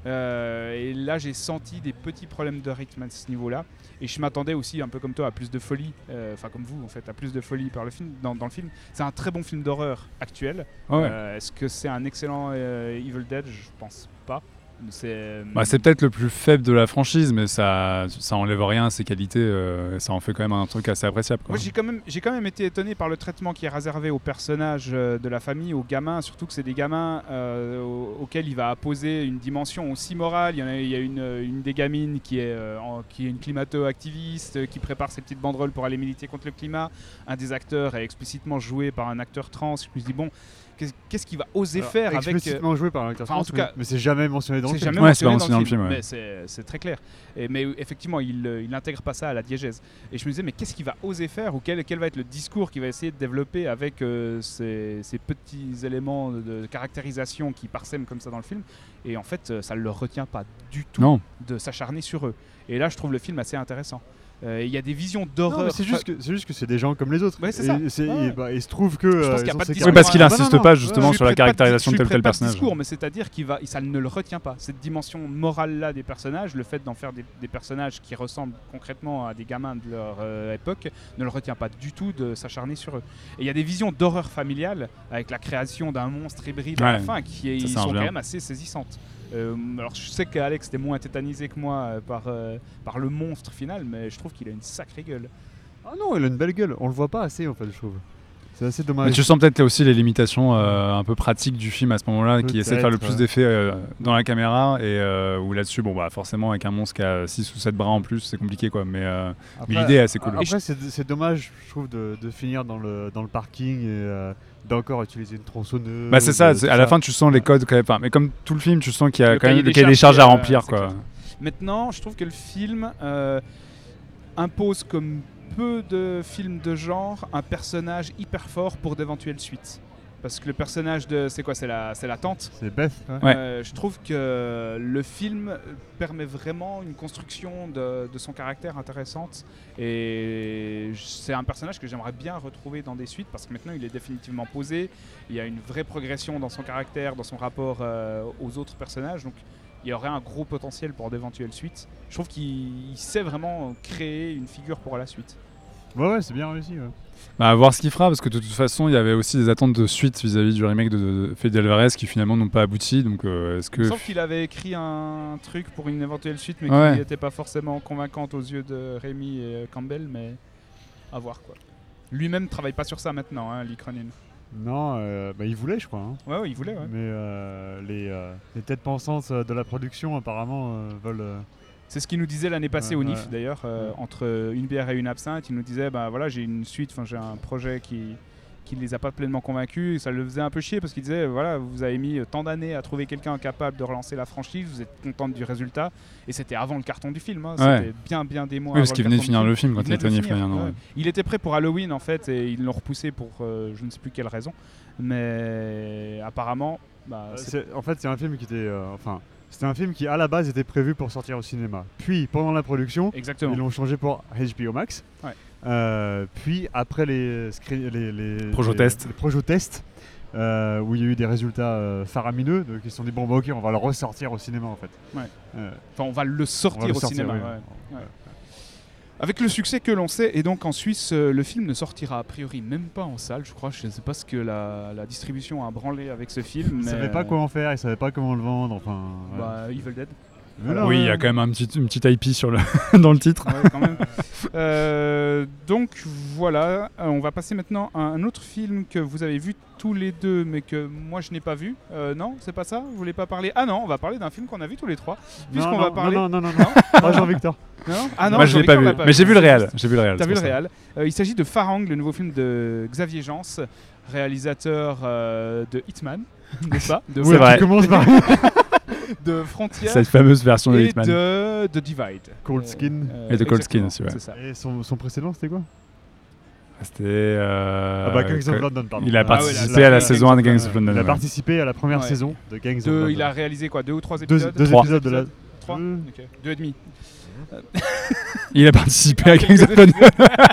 Euh, et là j'ai senti des petits problèmes de rythme à ce niveau-là. Et je m'attendais aussi un peu comme toi à plus de folie, enfin euh, comme vous en fait, à plus de folie par le film, dans, dans le film. C'est un très bon film d'horreur actuel.
Ouais.
Euh, est-ce que c'est un excellent euh, Evil Dead ? Je pense pas. C'est...
Bah, c'est peut-être le plus faible de la franchise, mais ça, ça enlève rien à ses qualités. Euh, ça en fait quand même un truc assez appréciable. Quoi.
Moi, j'ai quand même, j'ai quand même été étonné par le traitement qui est réservé aux personnages euh, de la famille, aux gamins, surtout que c'est des gamins euh, auxquels il va apposer une dimension aussi morale. Il y en a, il y a une, une des gamines qui est, euh, en, qui est une climato-activiste, qui prépare ses petites banderoles pour aller militer contre le climat. Un des acteurs est explicitement joué par un acteur trans. Je me dis bon. Qu'est-ce qu'il va oser
Alors,
faire
explicitement
avec
explicitement joué par un acteur
enfin,
trans,
en tout cas,
mais c'est jamais mentionné dans
c'est jamais
Ouais, c'est
mentionné
pas
dans,
mentionné
le film,
dans le film, ouais.
mais c'est, c'est très clair. Et, mais effectivement, il, il n'intègre pas ça à la diégèse. Et je me disais, mais qu'est-ce qu'il va oser faire ou quel, quel va être le discours qu'il va essayer de développer avec euh, ces, ces petits éléments de, de caractérisation qui parsèment comme ça dans le film. Et en fait, ça ne le retient pas du tout
Non.
de s'acharner sur eux. Et là, je trouve le film assez intéressant. Il euh, y a des visions
Non,
d'horreur.
mais c'est juste que c'est juste que c'est des gens comme les autres.
Ouais, c'est
et,
ça.
et, c'est,
Ouais.
et, bah, il se trouve que.
Je pense
euh,
qu'il y a
ils
pas
ont
de
ces
discours.
Oui, parce qu'il
Ah,
insiste
non, non,
pas
non.
justement
Je
sur la
lui prête pas de-
caractérisation de
je lui
tel ou tel
prête pas de
personnage.
discours, mais c'est-à-dire qu'il va, ça ne le retient pas. Cette dimension morale là des personnages, le fait d'en faire des, des personnages qui ressemblent concrètement à des gamins de leur euh, époque, ne le retient pas du tout de s'acharner sur eux. Et il y a des visions d'horreur familiale avec la création d'un monstre hybride à la
Ouais.
fin qui est,
Ça,
ils
ça marche
sont quand
bien.
même assez saisissantes. Euh, alors je sais qu'Alex était moins tétanisé que moi euh, par, euh, par le monstre final, mais je trouve qu'il a une sacrée gueule.
Ah non, il a une belle gueule. On le voit pas assez en fait, je trouve. C'est assez
Mais
dommage.
tu sens peut-être là aussi les limitations euh, un peu pratiques du film à ce moment-là, qui essaie de faire le
Peut-être,
plus
ouais.
d'effets euh, dans la caméra, et euh, où là-dessus, bon bah forcément avec un monstre qui a six ou sept bras en plus, c'est compliqué quoi. Mais, euh, mais l'idée est assez cool.
Après, c'est, c'est dommage, je trouve, de, de finir dans le, dans le parking et euh, d'encore utiliser une tronçonneuse.
Bah c'est ça,
euh,
c'est-
tout
à la
ça.
fin tu sens les codes quand même. Enfin, mais comme tout le film, tu sens qu'il y a
Le
quand même
cahier
le
des
cahier des
charges
charges à
qui, euh,
remplir
c'est
quoi.
clair. Maintenant, je trouve que le film euh, impose comme peu de films de genre un personnage hyper fort pour d'éventuelles suites. Parce que le personnage de... C'est quoi? C'est la, c'est la tante.
C'est Beth. Ouais.
Ouais.
Euh, je trouve que le film permet vraiment une construction de, de son caractère intéressante. Et c'est un personnage que j'aimerais bien retrouver dans des suites parce que maintenant il est définitivement posé. Il y a une vraie progression dans son caractère, dans son rapport euh, aux autres personnages. Donc il y aurait un gros potentiel pour d'éventuelles suites. Je trouve qu'il il sait vraiment créer une figure pour la suite.
Ouais, ouais, c'est bien réussi. Ouais.
Bah, à voir ce qu'il fera, parce que de toute façon, il y avait aussi des attentes de suite vis-à-vis du remake de, de Fede Alvarez qui finalement n'ont pas abouti. Donc euh, est-ce que
Sauf qu'il avait écrit un truc pour une éventuelle suite, mais
Ouais.
qui n'était pas forcément convaincante aux yeux de Rémi et euh, Campbell, mais à voir quoi. Lui-même travaille pas sur ça maintenant, hein, Lee Cronin.
Non, euh, bah, il voulait, je crois. Hein.
Ouais, ouais, il voulait, ouais.
Mais euh, les, euh, les têtes pensantes euh, de la production, apparemment, euh, veulent. euh,
C'est ce qu'il nous disait l'année passée
Ouais,
au N I F
ouais.
d'ailleurs, euh,
Ouais.
entre une bière et une absinthe. Il nous disait, bah voilà, j'ai une suite, enfin j'ai un projet qui qui ne les a pas pleinement convaincus. Et ça le faisait un peu chier parce qu'il disait, voilà, vous avez mis tant d'années à trouver quelqu'un capable de relancer la franchise, vous êtes contente du résultat. Et c'était avant le carton du film, hein.
Ouais.
C'était bien bien des mois
Oui, parce
avant
qu'il
le
venait de
carton
finir
du
le film quand
Il
il
venait
était
de
au
le
N I F.
finir,
il y a un an,
ouais.
ouais.
Il était prêt pour Halloween en fait et ils l'ont repoussé pour euh, je ne sais plus quelle raison. Mais apparemment, bah,
Euh,
c'est-
c'est- en fait, c'est un film qui était. euh, enfin, c'était un film qui, à la base, était prévu pour sortir au cinéma. Puis, pendant la production,
exactement.
ils l'ont changé pour H B O Max.
Ouais.
Euh, puis, après les, screen- les, les,
Projo-tests.
les, les projo-tests, euh, où il y a eu des résultats euh, faramineux, donc ils se sont dit bon, bah ok, on va le ressortir au cinéma en fait.
Ouais.
Euh,
Enfin, on va le sortir
on va le
au
sortir,
cinéma.
oui.
ouais. Ouais. Avec le succès que l'on sait, et donc en Suisse, euh, le film ne sortira a priori même pas en salle, je crois. Je ne sais pas ce que la, la distribution a branlé avec ce film.
Ils
mais
savaient pas quoi en faire, ils savaient pas comment le vendre, enfin. ouais.
Bah, Evil Dead.
Mais non,
Oui, il y a
ouais.
quand même un petit, une petite I P sur le dans le titre.
Ouais, quand même. Euh, donc voilà, euh, on va passer maintenant à un autre film que vous avez vu tous les deux, mais que moi je n'ai pas vu. Euh, non, c'est pas ça? Vous voulez pas parler? Ah non, on va parler d'un film qu'on a vu tous les trois. Puisqu'on
non,
va
non,
parler.
non, non, non, non. Moi, Jean-Victor.
Non ah non,
Moi je l'ai pas
Jean-Victor
vu,
l'a
mais j'ai vu le réel.
Juste.
J'ai vu le réel.
T'as
c'est
vu le
pour ça.
réel. Euh, il s'agit de Farang, le nouveau film de Xavier Jans, réalisateur euh, de Hitman, n'est-ce pas? De,
C'est
Ouais,
vrai.
Tu commences par
de Frontier
Cette fameuse version de
et
Hitman.
de, de Divide.
Cold Skin.
Et de Cold Skin
exactement,
aussi, ouais.
c'est ça.
Et son, son précédent, c'était quoi
C'était. euh,
Ah bah Gangs of
que-
London, pardon.
Il a
Ah ouais,
participé
la-
à la
la-
saison un de
Gangs
Gangs of London.
Il a
ouais.
participé à la première
Ouais.
saison de Gangs of
Deux,
London.
il a réalisé quoi? Deux ou trois
deux,
épisodes?
deux
Trois.
épisodes de la.
Trois
Deux.
Ok. Deux et demi.
Il a participé à
Ah,
Gangs of
quelques
London.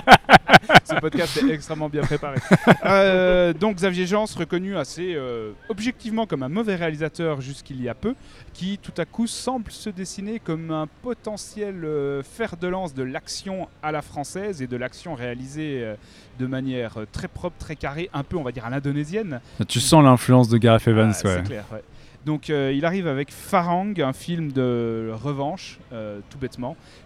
Ce podcast est extrêmement bien préparé. Euh, donc Xavier Jans, reconnu assez euh, objectivement comme un mauvais réalisateur jusqu'il y a peu, qui tout à coup semble se dessiner comme un potentiel euh, fer de lance de l'action à la française et de l'action réalisée euh, de manière euh, très propre, très carrée, un peu on va dire à l'indonésienne.
Tu sens l'influence de Gareth Evans,
Ah,
ouais.
C'est clair, ouais. Donc euh, il arrive avec Farang, un film de revanche, euh, tout bêtement,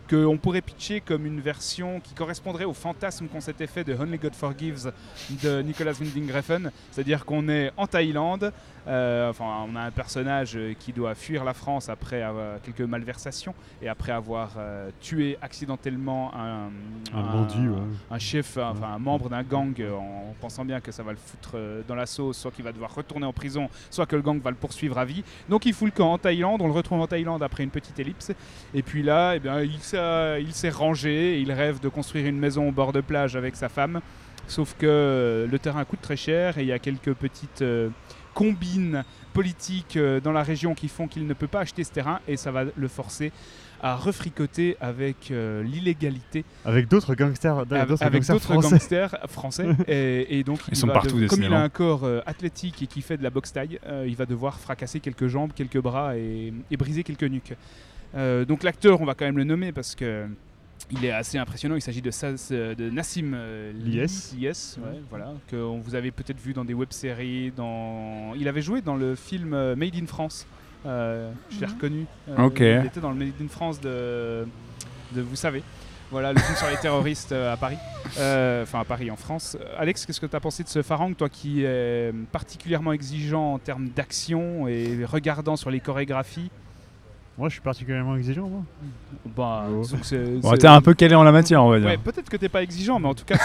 qu'on pourrait pitcher comme une version qui correspondrait au fantasme qu'on s'était fait de Only God Forgives de Nicolas Winding Refn, c'est-à-dire qu'on est en Thaïlande, euh, enfin on a un personnage qui doit fuir la France après avoir quelques malversations et après avoir euh, tué accidentellement un,
Un bandit, ouais.
un chef, enfin un membre d'un gang euh, en pensant bien que ça va le foutre euh, dans la sauce, soit qu'il va devoir retourner en prison, soit que le gang va le poursuivre à vie. Donc il fout le camp en Thaïlande, on le retrouve en Thaïlande après une petite ellipse, et puis là eh bien, il, s'est, il s'est rangé, il rêve de construire une maison au bord de plage avec sa femme, sauf que euh, le terrain coûte très cher et il y a quelques petites euh, combines politiques euh, dans la région qui font qu'il ne peut pas acheter ce terrain et ça va le forcer à refricoter avec euh, l'illégalité.
Avec d'autres gangsters,
Avec
d'autres
avec
gangsters
d'autres
français.
gangsters français. et, et donc,
Ils
il
sont
va
partout,
de- comme il a
décidément.
un corps euh, athlétique et qui fait de la boxe taille, euh, il va devoir fracasser quelques jambes, quelques bras et, et briser quelques nuques. Euh, donc l'acteur, on va quand même le nommer parce que il est assez impressionnant. Il s'agit de, Saz- de Nassim euh,
Lies.
Lies, ouais, voilà, que on vous avez peut-être vu dans des web-séries. Dans... Il avait joué dans le film euh, Made in France. Euh, je l'ai reconnu. Euh,
Ok.
Il était dans le Made in France de, de vous savez. Voilà, le film sur les terroristes euh, à Paris. Euh, Enfin, à Paris, en France. Euh, Alex, qu'est-ce que tu as pensé de ce Farang, toi qui es particulièrement exigeant en termes d'action et regardant sur les chorégraphies?
Moi, je suis particulièrement exigeant, moi.
Bah,
Oh.
disons que c'est-
Bon,
c'est-
t'es un peu calé en la matière, on va dire.
Ouais, peut-être que t'es pas exigeant, mais en tout cas,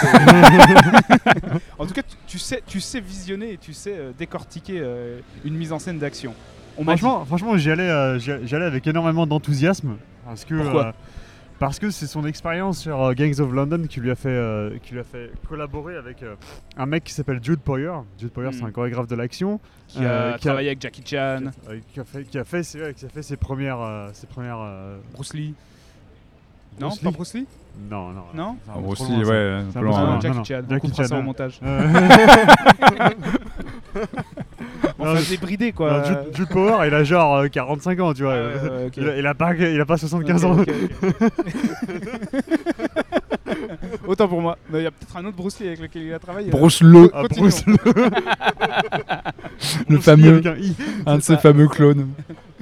t'es- en tout cas, tu, tu sais, tu sais visionner et tu sais euh, décortiquer euh, une mise en scène d'action. On m'a dit-
Franchement, franchement j'y allais, euh, j'y j'y allais avec énormément d'enthousiasme. Parce que,
Pourquoi
euh, parce que c'est son expérience sur euh, Gangs of London qui lui a fait, euh, qui lui a fait collaborer avec euh, un mec qui s'appelle Jude Poyer. Jude Poyer,
Mm.
c'est un chorégraphe de l'action.
qui a
euh, qui a-
travaillé avec Jackie Chan,
euh, qui a fait, qui a fait, ses, ouais, qui a fait ses premières, euh, ses premières. euh,
Bruce Lee. Non,
Bruce
pas
Lee
Bruce Lee.
Non, non.
Non
c'est un
Ah,
peu
bon,
trop
aussi,
loin, ça.
ouais, un
C'est
peu
un peu
loin,
trop
Ah,
loin.
ouais.
Jackie
non,
Chan.
Jackie
On coupera
Chan,
ça au
hein.
montage.
Euh,
Enfin,
Non,
c'est bridé quoi.
non, Jude, Jude Power, il a genre euh, quarante-cinq ans, tu vois.
Ah, ouais, ouais, ok.
il, a, il a pas, il a pas soixante-quinze
Ok,
ans.
ok, ok. Autant pour moi. Mais il y a peut-être un autre Bruce Lee avec lequel il a travaillé.
Bruce le,
Ah,
Continuons.
Bruce Lee.
le
Bruce
fameux,
Lee avec un I.
un de
c'est
ses
ça.
fameux clones.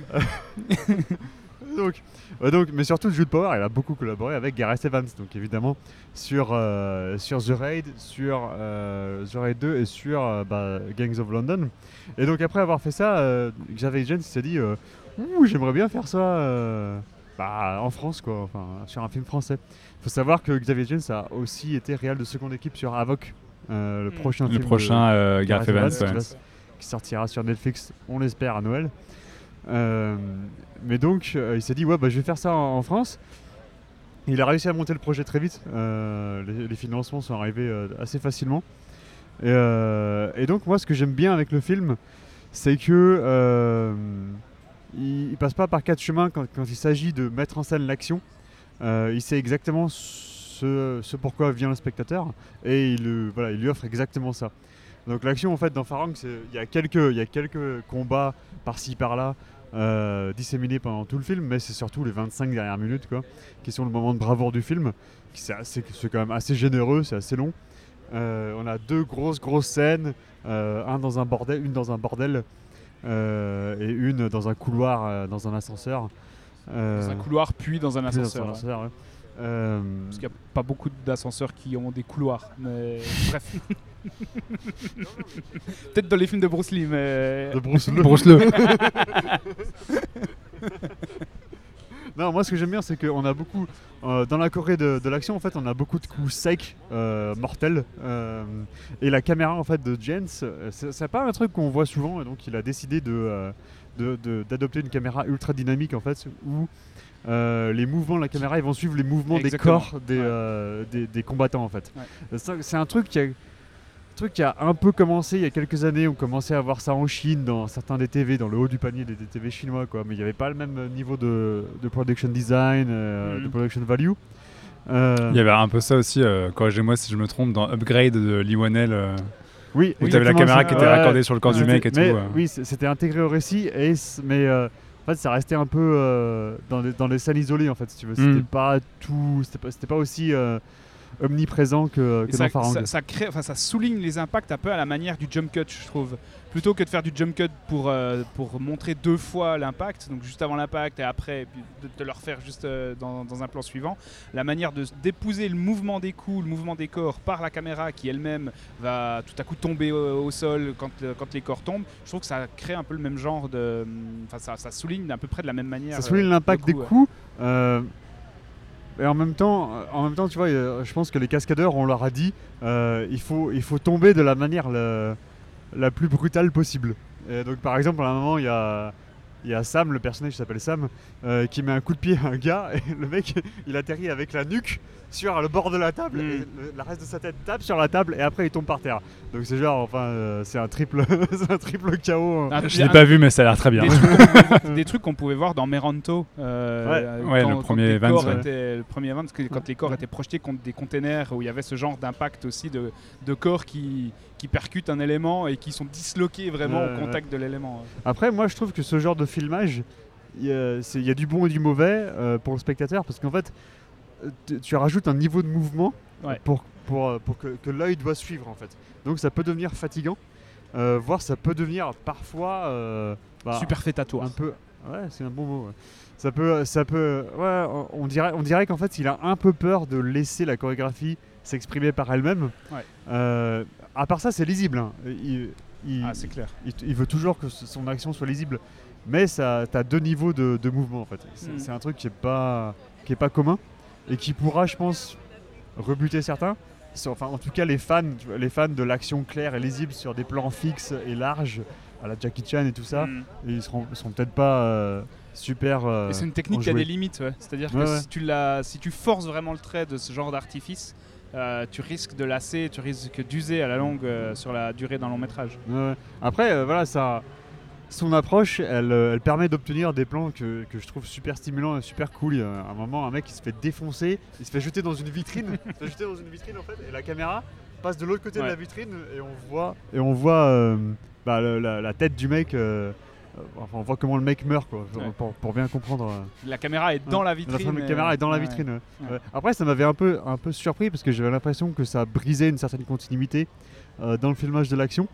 donc, ouais, donc, mais surtout Jude Power, il a beaucoup collaboré avec Gareth Evans, donc évidemment sur, euh, sur The Raid, sur euh, The Raid deux et sur euh, bah, Gangs of London. Et donc après avoir fait ça, euh, Xavier James s'est dit euh, ouh, j'aimerais bien faire ça euh, bah, en France, quoi, enfin sur un film français. Il faut savoir que Xavier James a aussi été réal de seconde équipe sur Avoc, euh, le
Mm.
prochain
Le
film de
prochain, euh, Gareth
Gareth
Evans.
Evans,
ouais.
qui va- qui sortira sur Netflix, on l'espère, à Noël. Euh, mais donc, euh, il s'est dit, ouais, bah, je vais faire ça en, en France. Il a réussi à monter le projet très vite. Euh, les, les financements sont arrivés euh, assez facilement. Et, euh, et donc, moi, ce que j'aime bien avec le film, c'est que euh, il, il passe pas par quatre chemins quand, quand il s'agit de mettre en scène l'action. Euh, il sait exactement ce, ce pourquoi vient le spectateur et il, euh, voilà, il lui offre exactement ça. Donc l'action en fait dans Farang, c'est- il y a quelques, il y a quelques combats par-ci par-là euh, disséminés pendant tout le film, mais c'est surtout les vingt-cinq dernières minutes quoi, qui sont le moment de bravoure du film. qui C'est assez- c'est quand même assez généreux, c'est assez long. Euh, on a deux grosses grosses scènes, euh, un dans un bordel, une dans un bordel euh, et une dans un couloir, euh, dans un ascenseur. Euh,
Dans un couloir puis dans un
puis dans
ascenseur.
un
ouais.
ascenseur, ouais. Euh,
Parce qu'il n'y a pas beaucoup d'ascenseurs qui ont des couloirs. Mais bref. Peut-être dans les films de Bruce Lee, mais.
de Bruce Lee.
Bruce le.
Non, moi ce que j'aime bien, c'est qu'on a beaucoup, euh, dans la Corée de, de l'action, en fait, on a beaucoup de coups secs, euh, mortels. euh, et la caméra, en fait, de Jens, euh, c'est c'est pas un truc qu'on voit souvent, et donc il a décidé de, euh, de- de- d'adopter une caméra ultra dynamique, en fait, où euh, les mouvements de la caméra, ils vont suivre les mouvements
Exactement.
des corps des,
Ouais.
euh, des, des combattants, en fait.
Ouais.
C'est c'est un truc qui a, truc qui a un peu commencé il y a quelques années. On commençait à voir ça en Chine, dans certains D T V, dans le haut du panier des D T V chinois, quoi. Mais il n'y avait pas le même niveau de, de production design, euh,
Mhm.
de production value. Euh,
Il y avait un peu ça aussi, euh, corrigez-moi si je me trompe, dans Upgrade de Lee Whannell, euh,
oui,
où tu avais la
exactement,
caméra
c'est-
qui était
ouais,
raccordée sur le corps du
c'était-
mec et tout.
mais
euh.
Oui, c- c'était intégré au récit, et c- mais euh, en fait, ça restait un peu euh, dans, des, dans des scènes isolées, en fait, si tu veux. C'était
Mhm.
pas tout, c'était pas, c'était pas aussi, euh, omniprésent que, que
ça,
dans Farang.
Ça, ça, crée, enfin, ça souligne les impacts un peu à la manière du jump cut, je trouve. Plutôt que de faire du jump cut pour, euh, pour montrer deux fois l'impact, donc juste avant l'impact et après, et puis de te le refaire juste euh, dans, dans un plan suivant, la manière de d'épouser le mouvement des coups, le mouvement des corps par la caméra qui elle-même va tout à coup tomber au, au sol quand, quand les corps tombent, je trouve que ça crée un peu le même genre de... Enfin, ça, ça souligne à peu près de la même manière.
Ça souligne
euh,
l'impact
le
des
coup,
coups. Euh, et en même temps, en même temps, tu vois, je pense que les cascadeurs, on leur a dit, euh, il faut, il faut tomber de la manière la, la plus brutale possible. Et donc, par exemple, à un moment, il y a, il y a Sam, le personnage qui s'appelle Sam, euh, qui met un coup de pied à un gars et le mec, il atterrit avec la nuque sur le bord de la table,
Mm.
et le, la reste de sa tête tape sur la table et après il tombe par terre. Donc c'est genre, enfin, euh, c'est un triple, c'est un triple K O. hein.
Un-
Je l'ai
un-
pas vu, mais ça a l'air très bien.
Des trucs, qu'on pouvait voir, des trucs qu'on pouvait voir dans Meranto. euh,
Ouais. Ouais,
quand-
le
quand
premier
les
Evans,
corps
ouais.
étaient- le premier Evans, que- quand les corps étaient projetés contre des containers où il y avait ce genre d'impact aussi de, de corps qui, qui percutent un élément et qui sont disloqués vraiment
Ouais,
au contact de l'élément.
Après, moi je trouve que ce genre de filmage, il y, a- c'est- il y a du bon et du mauvais euh, pour le spectateur parce qu'en fait, euh, tu, tu rajoutes un niveau de mouvement
Ouais.
pour, pour, euh, pour que, que l'œil doit suivre en fait. Donc ça peut devenir fatigant, euh, voire ça peut devenir parfois euh, bah,
Superfétatoire.
un peu. Ouais, c'est un bon mot. ouais. Ça peut, ça peut. Ouais, on- on dirait, on dirait qu'en fait, il a un peu peur de laisser la chorégraphie s'exprimer par elle-même.
Ouais.
Euh, à part ça, c'est lisible. hein. Il, il-
Ah, c'est clair.
il, il veut toujours que ce- son action soit lisible, mais ça, t'as deux niveaux de, de mouvement en fait. C'est,
Mm.
c'est un truc qui est pas, qui est pas commun et qui pourra, je pense, rebuter certains. Sur- Enfin, en tout cas, les fans, tu vois, les fans de l'action claire et lisible sur des plans fixes et larges, à la Jackie Chan et tout ça,
Mm.
et ils seront, seront peut-être pas euh, super. euh,
Et c'est une technique qui a
enjoués.
des limites, ouais. C'est-à-dire
Ouais,
que
ouais.
Si, tu la, si tu forces vraiment le trait de ce genre d'artifice, euh, tu risques de lasser, tu risques d'user à la longue euh, sur la durée d'un long métrage.
Ouais. Après, euh, voilà, ça, son approche, elle, euh, elle permet d'obtenir des plans que, que je trouve super stimulants et super cool. Il y a un moment, un mec il se fait défoncer, il se fait jeter dans une vitrine, il se fait jeter dans une vitrine en fait, et la caméra passe de l'autre côté
Ouais.
de la vitrine et on voit, et on voit euh, bah, le- la, la tête du mec. euh, euh, enfin, on voit comment le mec meurt, quoi, pour,
Ouais.
pour- pour bien comprendre. euh.
La caméra est dans
Ouais.
la vitrine.
La
et-
caméra est dans la
ouais.
vitrine. ouais.
Ouais.
Ouais. Après, ça m'avait un peu, un peu surpris parce que j'avais l'impression que ça brisait une certaine continuité euh, dans le filmage de l'action.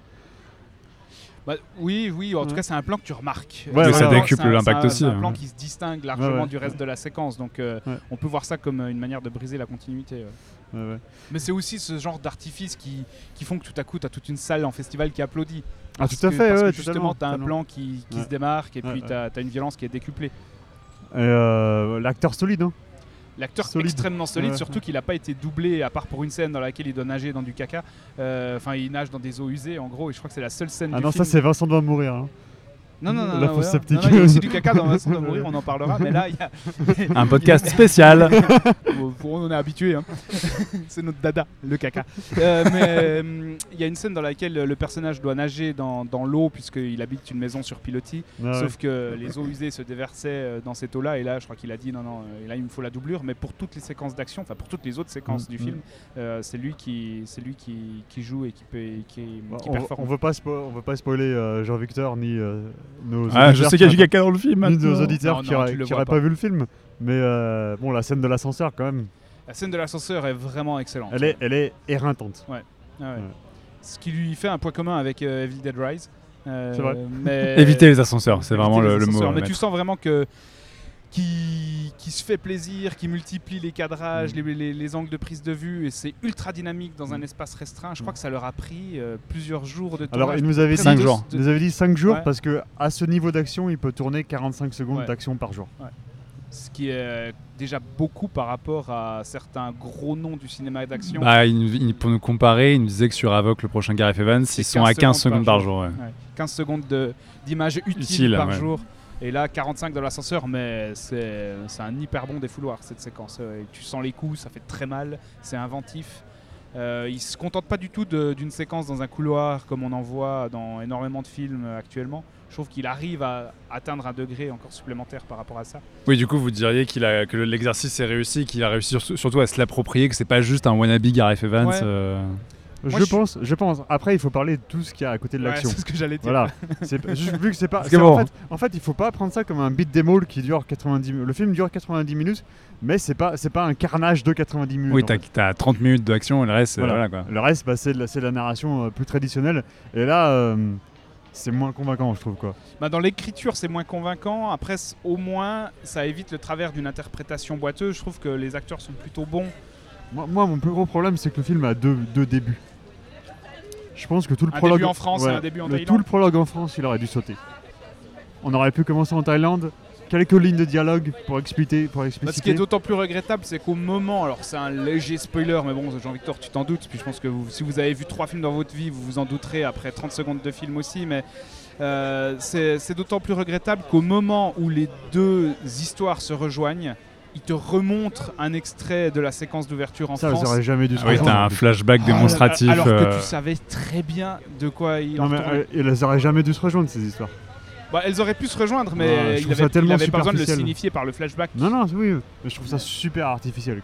Bah, oui, oui, en tout
Ouais.
cas, c'est un plan que tu remarques.
Ouais,
Euh,
ça
c'est un-
décuple
c'est un-
l'impact
c'est un-
aussi,
C'est un
hein.
plan qui se distingue largement
ouais.
du reste de la séquence, donc euh,
Ouais.
on peut voir ça comme euh, une manière de briser la continuité. ouais.
Ouais, ouais.
Mais c'est aussi ce genre d'artifices qui, qui font que tout à coup, tu as toute une salle en festival qui applaudit.
Ah,
Parce
tout à
que-
fait,
Parce
ouais,
que justement,
totalement,
tu as un
totalement.
plan qui, qui
Ouais.
se démarque et
Ouais,
puis
ouais.
tu as une violence qui est décuplée.
Et euh, l'acteur solide, hein.
L'acteur
Solide.
extrêmement solide,
Ouais.
surtout qu'il n'a pas été doublé, à part pour une scène dans laquelle il doit nager dans du caca. Euh, Enfin, il nage dans des eaux usées, en gros, et je crois que c'est la seule scène
Ah
du
non,
film.
ça c'est Vincent doit mourir. hein.
Non, non, non,
la
non,
fausse
ouais,
sceptique.
non, non, il y a aussi du caca dans Vincent de mourir, on en parlera, mais là, il y a...
Un podcast spécial.
Bon, on est habitué, hein. C'est notre dada, le caca. Euh, mais hum, il y a une scène dans laquelle le personnage doit nager dans, dans l'eau, puisqu'il habite une maison sur pilotis,
Ah ouais.
sauf que les eaux usées se déversaient euh, dans cette eau-là, et là, je crois qu'il a dit non, non, euh, et là, il me faut la doublure, mais pour toutes les séquences d'action, enfin pour toutes les autres séquences
Mm,
du
mm.
film, euh, c'est lui, qui, c'est lui qui, qui joue et qui, peut, qui,
Bah,
qui
on,
performe.
on veut pas spo- on veut pas spoiler euh, Jean-Victor ni euh, nos
Ah, je
auditeurs
sais qu'il y a
qui
du caca dans le film.
auraient- ni nos
maintenant.
auditeurs
Non,
qui
non,
auraient,
tu le
qui
vois
auraient
pas.
pas vu le film. Mais euh, bon, la scène de l'ascenseur quand même,
La scène de l'ascenseur est vraiment excellente.
elle est, elle est éreintante.
Ah ouais.
Ouais.
Ce qui lui fait un point commun avec euh, Evil Dead Rise. Euh,
C'est vrai.
mais-
Éviter les ascenseurs, c'est vraiment
Éviter
le,
les
le mot.
ascenseurs.
à
Mais
mettre.
tu sens vraiment que qui, qui se fait plaisir, qui multiplie les cadrages,
Mm.
les, les- les angles de prise de vue, et c'est ultra dynamique dans un espace restreint. Je crois que ça leur a pris euh, plusieurs jours de tournage.
Alors il nous avait dit
Cinq
de-
jours.
Il nous avait dit cinq jours
Ouais.
parce que à ce niveau d'action, il peut tourner quarante-cinq secondes
Ouais.
d'action par jour.
Ce qui est déjà beaucoup par rapport à certains gros noms du cinéma d'action.
Bah, il, nous- il- pour nous comparer, il nous disait que sur Avoc, le prochain Gareth Evans,
C'est
ils sont à quinze secondes par jour. ouais.
Ouais. quinze secondes de- d'image utile,
Utile,
par
ouais.
jour. Et là, quarante-cinq dans l'ascenseur, mais c'est c'est un hyper bon défouloir cette séquence. Euh, et tu sens les coups, ça fait très mal, c'est inventif. Euh, il se contente pas du tout de- d'une séquence dans un couloir comme on en voit dans énormément de films euh, actuellement. Je trouve qu'il arrive à atteindre un degré encore supplémentaire par rapport à ça.
Oui, du coup, vous diriez qu'il a, que l'exercice est réussi, qu'il a réussi surtout, surtout à se l'approprier, que c'est pas juste un wannabe Gareth Evans.
Ouais.
euh,
Je
je-
pense, je pense. Après, il faut parler de tout ce qu'il y a à côté de
Ouais,
l'action.
c'est ce que j'allais dire.
Voilà. C'est pas- je- vu que c'est pas.
Parce
c'est
que
en,
bon.
fait, en fait, il faut pas prendre ça comme un beat them all qui dure quatre-vingt-dix minutes. Le film dure quatre-vingt-dix minutes, mais c'est pas, c'est pas un carnage de quatre-vingt-dix minutes.
Oui,
en
t'as,
fait.
t'as trente minutes d'action et le reste,
Voilà.
voilà, voilà quoi.
Le reste, bah, c'est, de la, c'est de la narration euh, plus traditionnelle. Et là, euh, c'est moins convaincant, je trouve quoi.
Bah, dans l'écriture, c'est moins convaincant. Après, c- au moins, ça évite le travers d'une interprétation boiteuse. Je trouve que les acteurs sont plutôt bons.
Moi, moi, mon plus gros problème, c'est que le film a deux, deux débuts. Je pense que tout le
Un
prologue.
début en France et un début en
le-
Thaïlande.
Tout le prologue en France, il aurait dû sauter. On aurait pu commencer en Thaïlande, quelques lignes de dialogue pour expliquer, pour
Bah, ce qui est
expliciter.
d'autant plus regrettable, c'est qu'au moment, alors c'est un léger spoiler, mais bon, Jean-Victor, tu t'en doutes, puis je pense que vous- si vous avez vu trois films dans votre vie, vous vous en douterez après trente secondes de film aussi, mais euh, c'est c'est d'autant plus regrettable qu'au moment où les deux histoires se rejoignent, il te remontre un extrait de la séquence d'ouverture en
Ça,
France.
ils auraient jamais dû se
Ah oui,
rejoindre.
t'as un flashback démonstratif.
Alors que
euh,
tu savais très bien de quoi il en
Non, mais
retournait.
euh, ils auraient jamais dû se rejoindre ces histoires.
Bah, elles auraient pu se rejoindre, mais
Ouais, je
il
trouve ça
avait, il
tellement
avait pas besoin de le
superficiel.
signifier par le flashback.
Non, non, oui, mais je trouve ça super artificiel.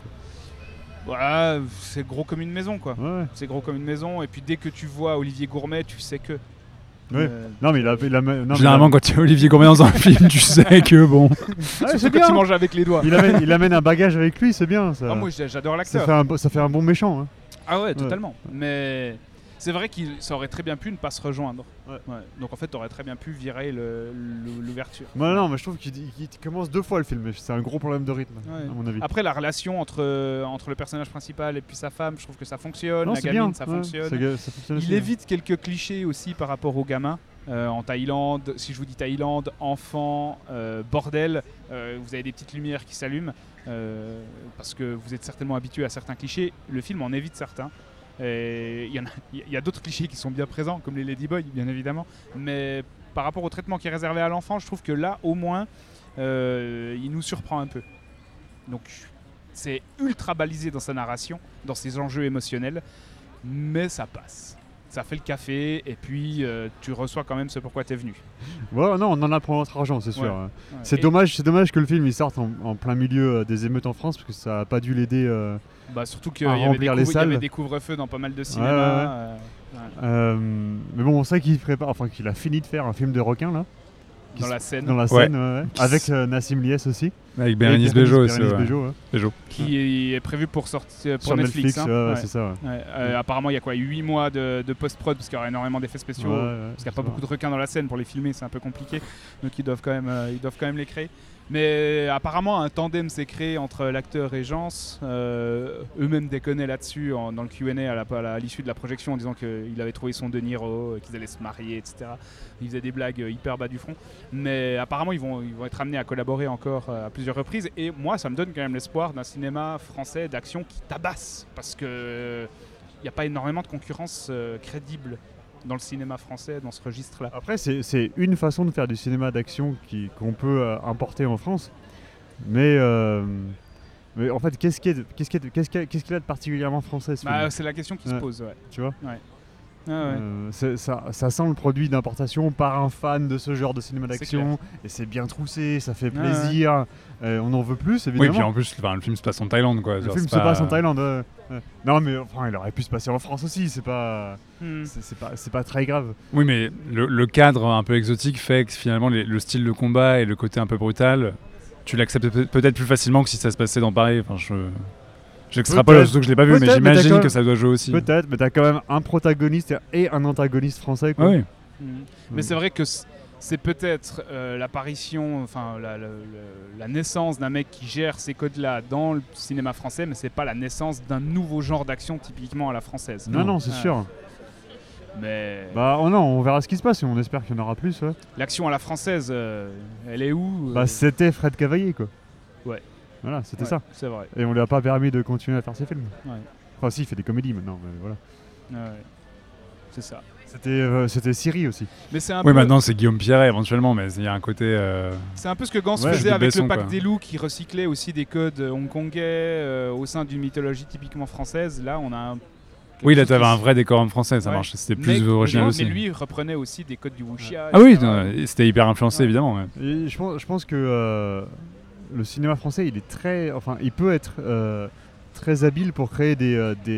Quoi.
Voilà, c'est gros comme une maison, quoi.
Ouais.
C'est gros comme une maison, et puis dès que tu vois Olivier Gourmet, tu sais que.
Ouais.
Euh,
Non, mais il a. Il a non, mais
Généralement,
il a-
quand il y a Olivier Gourmet dans un film, tu sais que bon.
Ouais,
surtout
c'est
quand
bien.
il mange avec les doigts.
Il amène, il amène un bagage avec lui, c'est bien. Ça,
Ah, moi j'ai- j'adore
ça,
l'acteur.
fait un, bo- ça fait un bon méchant. Hein.
Ah ouais, totalement. Mais c'est vrai qu'il ça aurait très bien pu ne pas se rejoindre.
Ouais.
Donc en fait, t'aurais très bien pu virer le- le- l'ouverture.
Moi, non, mais je trouve qu'il il commence deux fois le film. C'est un gros problème de rythme,
Ouais.
à mon avis.
Après, la relation entre, entre le personnage principal et puis sa femme, je trouve que ça fonctionne.
Non,
la
c'est
gamine,
bien.
ça
ouais,
fonctionne.
ça ga- ça fonctionne
Il
aussi, hein.
évite quelques clichés aussi par rapport aux gamins. Euh, en Thaïlande, si je vous dis Thaïlande, enfant, euh, bordel, euh, vous avez des petites lumières qui s'allument euh, parce que vous êtes certainement habitué à certains clichés. Le film en évite certains. Et Il y, en a- il y a d'autres clichés qui sont bien présents, comme les Ladyboys, bien évidemment. Mais par rapport au traitement qui est réservé à l'enfant, je trouve que là, au moins, euh, il nous surprend un peu. Donc, c'est ultra balisé dans sa narration, dans ses enjeux émotionnels, mais ça passe. Ça fait le café et puis euh, tu reçois quand même ce pourquoi t'es venu.
Ouais, non, on en a pour notre argent, c'est sûr.
Ouais.
hein.
Ouais.
C'est
Et-
dommage, c'est dommage que le film il sorte en, en plein milieu euh, des émeutes en France parce que ça a pas dû l'aider. euh,
Bah, surtout qu'il y,
à
avait des
remplir les
couvre- il y avait
salles.
des couvre-feux dans pas mal de cinémas.
ouais, ouais.
euh, ouais.
euh, mais bon, on sait qu'il prépare, enfin qu'il a fini de faire un film de requin là,
Dans la scène.
dans la
Ouais.
scène, ouais, ouais.
Qui
avec
s-
euh, Nassim Liès aussi.
Avec Bérénice
Et
Bejo aussi.
Bérénice
ouais.
Bejo, ouais.
Bejo.
Qui est prévu pour sortir pour
Sur
Netflix.
Netflix,
hein.
ouais, ouais,
Ouais.
c'est ça. Ouais.
Ouais, euh, apparemment, il y a quoi huit mois de, de post-prod parce qu'il y aura énormément d'effets spéciaux.
Ouais, ouais,
Parce qu'il n'y a pas
c'est
beaucoup de requins dans la scène pour les filmer, c'est un peu compliqué. Donc ils doivent quand même, euh, ils doivent quand même les créer. Mais apparemment, un tandem s'est créé entre l'acteur et Jean. Euh, eux-mêmes déconnaient là-dessus en- dans le Q and A à, la- à la- à l'issue de la projection en disant qu'il avait trouvé son De Niro, qu'ils allaient se marier, et cetera. Ils faisaient des blagues euh, hyper bas du front. Mais apparemment, ils vont, ils vont être amenés à collaborer encore euh, à plusieurs reprises. Et moi, ça me donne quand même l'espoir d'un cinéma français d'action qui tabasse. Parce que il n'y a pas énormément de concurrence euh, crédible dans le cinéma français, dans ce registre-là.
Après, c'est c'est une façon de faire du cinéma d'action qui- qu'on peut euh, importer en France. Mais, euh, mais en fait, qu'est-ce qu'il y a de- qu'est-ce qu'il y a de- qu'est-ce qu'il y a- qu'est-ce qu'il y a de particulièrement français ce film
Bah, c'est la question qui se
Ouais.
pose, ouais.
Tu vois
Ah ouais.
Euh, c'est- ça, ça sent le produit d'importation par un fan de ce genre de cinéma
C'est
d'action. Et c'est bien troussé, ça fait
Ouais,
plaisir. Euh, on en veut plus,
Oui,
évidemment.
puis en plus, enfin, le film se passe en Thaïlande, quoi.
le
Genre,
film
c'est
se
pas-
passe en Thaïlande. ouais. Ouais. Non, mais enfin, il aurait pu se passer en France aussi. C'est pas,
Hmm.
c'est c'est pas, c'est pas très grave.
Oui, mais le, le cadre un peu exotique fait que finalement les- le style de combat et le côté un peu brutal, tu l'acceptes peut- peut-être plus facilement que si ça se passait dans Paris. Enfin, je j'extrapole
Peut-être.
surtout que je l'ai pas vu, mais
Peut-être, mais t'as
j'imagine
quand
que
même-
ça doit jouer aussi.
Peut-être, mais t'as quand même un protagoniste et un antagoniste français. Quoi.
Ouais, oui.
Hmm. Mais c'est vrai que c- c'est peut-être euh, l'apparition, enfin la, la- la- la naissance d'un mec qui gère ces codes-là dans le cinéma français, mais c'est pas la naissance d'un nouveau genre d'action typiquement à la française.
Non, non, c'est
Ah.
sûr.
Mais
Bah, oh non, on verra ce qui se passe et on espère qu'il y en aura plus. Ouais.
l'action à la française, euh, elle est où euh
Bah, c'était Fred Cavaillé, quoi.
Ouais.
Voilà, c'était
Ouais,
ça.
C'est vrai.
Et on lui a pas permis de continuer à faire ses films.
Ouais.
Enfin, si, il fait des comédies maintenant, mais voilà.
Ouais, ouais. C'est ça.
C'était euh, c'était Siri aussi.
Mais c'est un
Oui,
peu.
maintenant c'est Guillaume Pierret éventuellement, mais il y a un côté. euh,
C'est un peu ce que Gans
Ouais,
faisait
de
avec
Besson,
le Pacte
quoi.
des loups qui recyclait aussi des codes hongkongais euh, au sein d'une mythologie typiquement française. Là, on a un.
Oui, là
quelque chose
t'avais
qui
un
s-
vrai décor français, ça
Ouais.
marche. C'était
Mais-
plus original
mais
aussi.
lui il reprenait aussi des codes du wuxia.
Ah oui,
et cetera.
non, c'était hyper influencé
Ouais.
évidemment. ouais.
Et je pense, je pense que euh, le cinéma français, il est très, enfin, il peut être euh, très habile pour créer des, euh, des,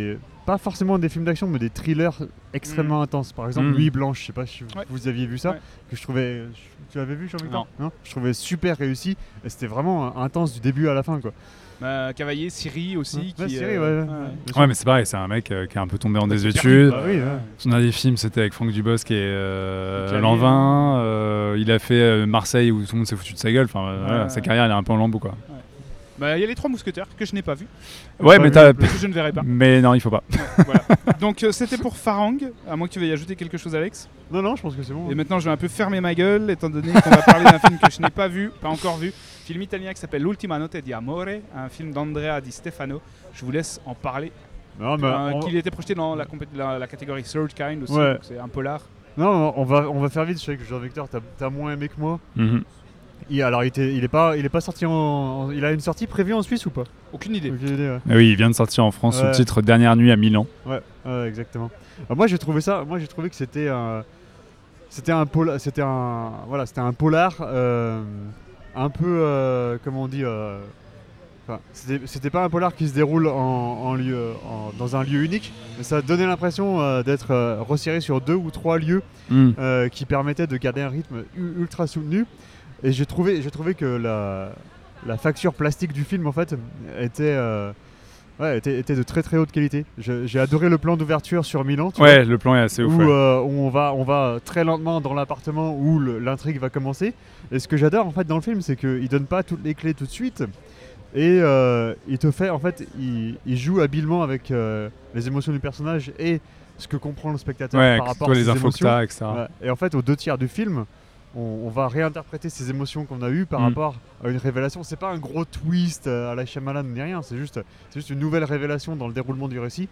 pas forcément des films d'action, mais des thrillers extrêmement mmh. intenses. Par exemple, mmh. Nuit Blanche, je sais pas si ouais. vous aviez vu ça, ouais. que je trouvais. Tu l'avais vu, Jean-Victor ? Non. non. Je trouvais super réussi. Et c'était vraiment intense du début à la fin, quoi.
Bah, Cavalier, Siri aussi.
Ouais,
qui,
Siri,
euh,
ouais.
Ouais, ouais, mais c'est pareil, c'est un mec euh, qui est un peu tombé en désuétude.
Bah, oui, ouais.
Son dernier film, c'était avec Franck Dubosc et euh, Lanvin. Euh, il a fait euh, Marseille où tout le monde s'est foutu de sa gueule. Enfin, ouais, voilà, ouais. Sa carrière, elle est un peu en lambeaux, quoi.
Ouais. Bah, il y a les Trois Mousquetaires que je n'ai pas vu.
Ouais,
pas
mais
vu,
t'as.
Que je ne verrai pas.
Mais non, il faut pas.
Ouais, voilà. Donc, euh, c'était pour Farang. À moins que tu veuilles ajouter quelque chose, Alex.
Non, non, je pense que c'est bon.
Et maintenant, je vais un peu fermer ma gueule, étant donné qu'on va parler d'un film que je n'ai pas vu, pas encore vu. Film italien qui s'appelle L'ultima notte di amore, un film d'Andrea Di Stefano. Je vous laisse en parler.
Non, mais
euh,
on...
Qu'il était projeté dans la, compé- la, la catégorie Third Kind aussi,
ouais.
donc c'est un polar.
Non, on va, on va faire vite. Je sais que Jean-Victor, t'as, t'as moins aimé que moi.
Mm-hmm.
Il, alors, il, était, il, est pas, il est pas sorti en, en. Il a une sortie prévue en Suisse ou pas ?
Aucune idée.
Aucune idée, ouais.
Ah oui, il vient de sortir en France
ouais.
sous titre Dernière nuit à Milan.
Ouais, ouais exactement. Alors, moi, j'ai trouvé ça. Moi, j'ai trouvé que c'était un. C'était un polar. C'était un. Voilà, c'était un polar. Euh, un peu. Euh, comment on dit euh, Enfin, c'était, c'était pas un polar qui se déroule en, en lieu, en, dans un lieu unique, mais ça donnait l'impression euh, d'être euh, resserré sur deux ou trois lieux mm. euh, qui permettaient de garder un rythme u- ultra soutenu. Et j'ai trouvé, j'ai trouvé que la, la facture plastique du film en fait était, euh, ouais, était, était de très très haute qualité. Je, j'ai adoré le plan d'ouverture sur Milan. Tu
ouais,
vois,
le plan est assez ouf.
Où,
ouais.
euh, où on va, on va très lentement dans l'appartement où le, l'intrigue va commencer. Et ce que j'adore en fait dans le film, c'est qu'il donne pas toutes les clés tout de suite. Et euh, il te fait, en fait, il, il joue habilement avec euh, les émotions du personnage et ce que comprend le spectateur
ouais,
par rapport
toi,
à
les
ses
infos
émotions.
Que t'as, et cetera.
Ouais. Et en fait, aux deux tiers du film, on, on va réinterpréter ces émotions qu'on a eues par
mm.
rapport à une révélation. C'est pas un gros twist à la Shyamalan ni rien, c'est juste, c'est juste une nouvelle révélation dans le déroulement du récit.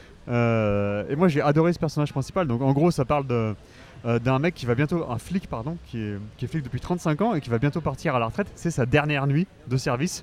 Euh, et moi, j'ai adoré ce personnage principal. Donc, en gros, ça parle de, euh, d'un mec qui va bientôt, un flic, pardon, qui est, qui est flic depuis trente-cinq ans et qui va bientôt partir à la retraite. C'est sa dernière nuit de service.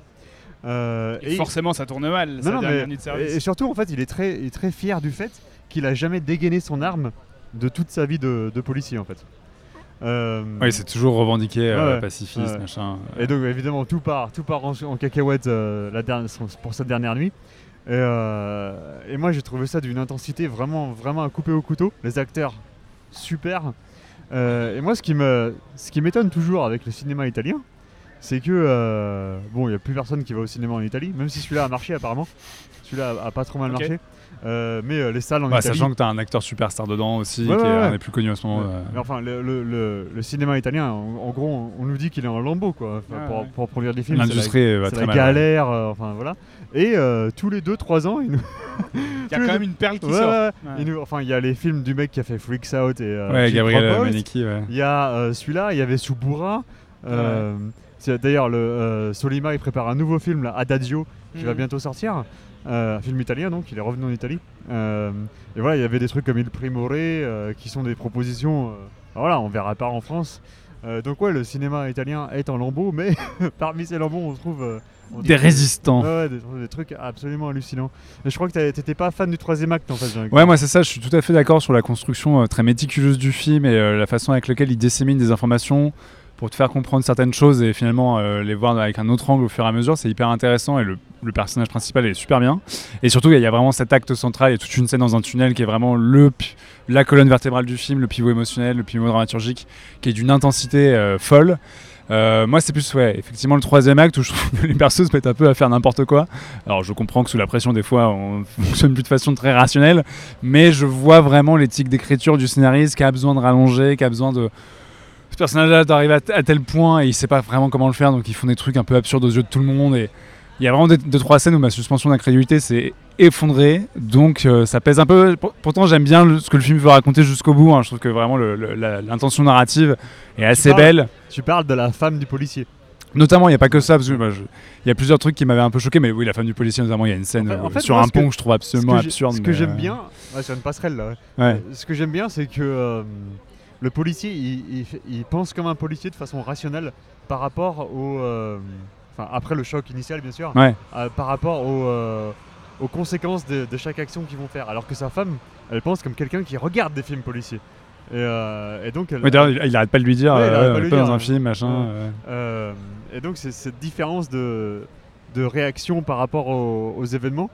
Euh, et, et forcément, il... ça tourne mal.
Non,
sa
non,
dernière
mais,
nuit de service.
Et, et surtout, en fait, il est très, il est très fier du fait qu'il a jamais dégainé son arme de toute sa vie de, de policier, en fait.
Euh... Oui, c'est toujours revendiqué euh,
ouais,
pacifiste,
ouais.
machin.
Et donc, évidemment, tout part, tout part en, en cacahuète euh, la dernière, pour cette dernière nuit. Et, euh, et moi, j'ai trouvé ça d'une intensité vraiment, vraiment à couper au couteau. Les acteurs, super. Euh, et moi, ce qui me, ce qui m'étonne toujours avec le cinéma italien, c'est que euh, bon, il n'y a plus personne qui va au cinéma en Italie, même si celui-là a marché apparemment. Celui-là a, a pas trop mal okay. marché. Euh, mais euh, les salles en
bah,
Italie.
Sachant que tu as un acteur superstar dedans aussi,
ouais,
qui
ouais,
est
ouais.
un des plus connus à ce moment.
Ouais.
Euh...
Mais enfin, le, le, le, le cinéma italien, en, en gros, on, on nous dit qu'il est en lambeau, quoi. Enfin,
ouais,
pour,
ouais.
pour produire des films.
L'industrie
c'est la,
va
c'est
très
la
mal.
galère, euh, enfin voilà. Et euh, tous les deux trois ans, il nous.
Il y a quand même une perle qui
ouais,
sort.
Ouais,
ouais.
Il nous... Enfin, il y a les films du mec qui a fait Freaks Out et. Euh,
ouais, Gabriel Manicki, ouais.
Il y a euh, celui-là, il y avait Subura. Euh, ouais. C'est, d'ailleurs, le, euh, Solima, il prépare un nouveau film, là, Adagio, qui mmh. va bientôt sortir. Euh, un film italien, donc, il est revenu en Italie. Euh, et voilà, il y avait des trucs comme Il Primore, euh, qui sont des propositions. Euh, voilà, on verra pas en France. Euh, donc, ouais, le cinéma italien est en lambeaux, mais parmi ces lambeaux, on trouve. Euh, on
des
trouve,
résistants.
Ouais, ouais, des, des trucs absolument hallucinants. Et je crois que t'étais pas fan du troisième acte, en fait. Jean-Luc.
Ouais, moi, c'est ça, je suis tout à fait d'accord sur la construction euh, très méticuleuse du film et euh, la façon avec laquelle il dissémine des informations pour te faire comprendre certaines choses et finalement euh, les voir avec un autre angle au fur et à mesure. C'est hyper intéressant et le, le personnage principal est super bien. Et surtout, il y a vraiment cet acte central, il y a toute une scène dans un tunnel qui est vraiment le, la colonne vertébrale du film, le pivot émotionnel, le pivot dramaturgique, qui est d'une intensité euh, folle. Euh, moi, c'est plus, ouais, effectivement, le troisième acte où je trouve que les persos se mettent un peu à faire n'importe quoi. Alors, je comprends que sous la pression, des fois, on fonctionne plus de façon très rationnelle, mais je vois vraiment l'éthique d'écriture du scénariste qui a besoin de rallonger, qui a besoin de... Ce personnage-là d'arriver à, t- à tel point et il sait pas vraiment comment le faire, donc ils font des trucs un peu absurdes aux yeux de tout le monde. Et il y a vraiment deux, deux trois scènes où ma suspension d'incrédulité s'est effondrée, donc euh, ça pèse un peu. Pourtant, j'aime bien le, ce que le film veut raconter jusqu'au bout. Hein. Je trouve que vraiment le, le, la, l'intention narrative est assez
tu parles,
belle.
Tu parles de la femme du policier.
Notamment, il n'y a pas que ça, parce que bah, je, il y a plusieurs trucs qui m'avaient un peu choqué, mais oui, la femme du policier, notamment, il y a une scène en fait, en fait, sur moi, un pont que, que je trouve absolument
ce
absurde.
Ce
mais
que j'aime
euh... bien,
ouais, sur une passerelle là.
Ouais. Ouais.
Ce que j'aime bien, c'est que euh, le policier, il, il, il pense comme un policier de façon rationnelle par rapport au, euh, enfin après le choc initial bien sûr,
ouais.
euh, par rapport au, euh, aux conséquences de, de chaque action qu'ils vont faire. Alors que sa femme, elle pense comme quelqu'un qui regarde des films policiers. Et, euh, et donc, elle,
oui, d'ailleurs, il, il arrête pas de lui dire,
ouais,
euh,
pas
pas
lui
dans
dire,
un film, machin.
Ouais.
Euh.
Euh, et donc, c'est cette différence de, de réaction par rapport aux, aux événements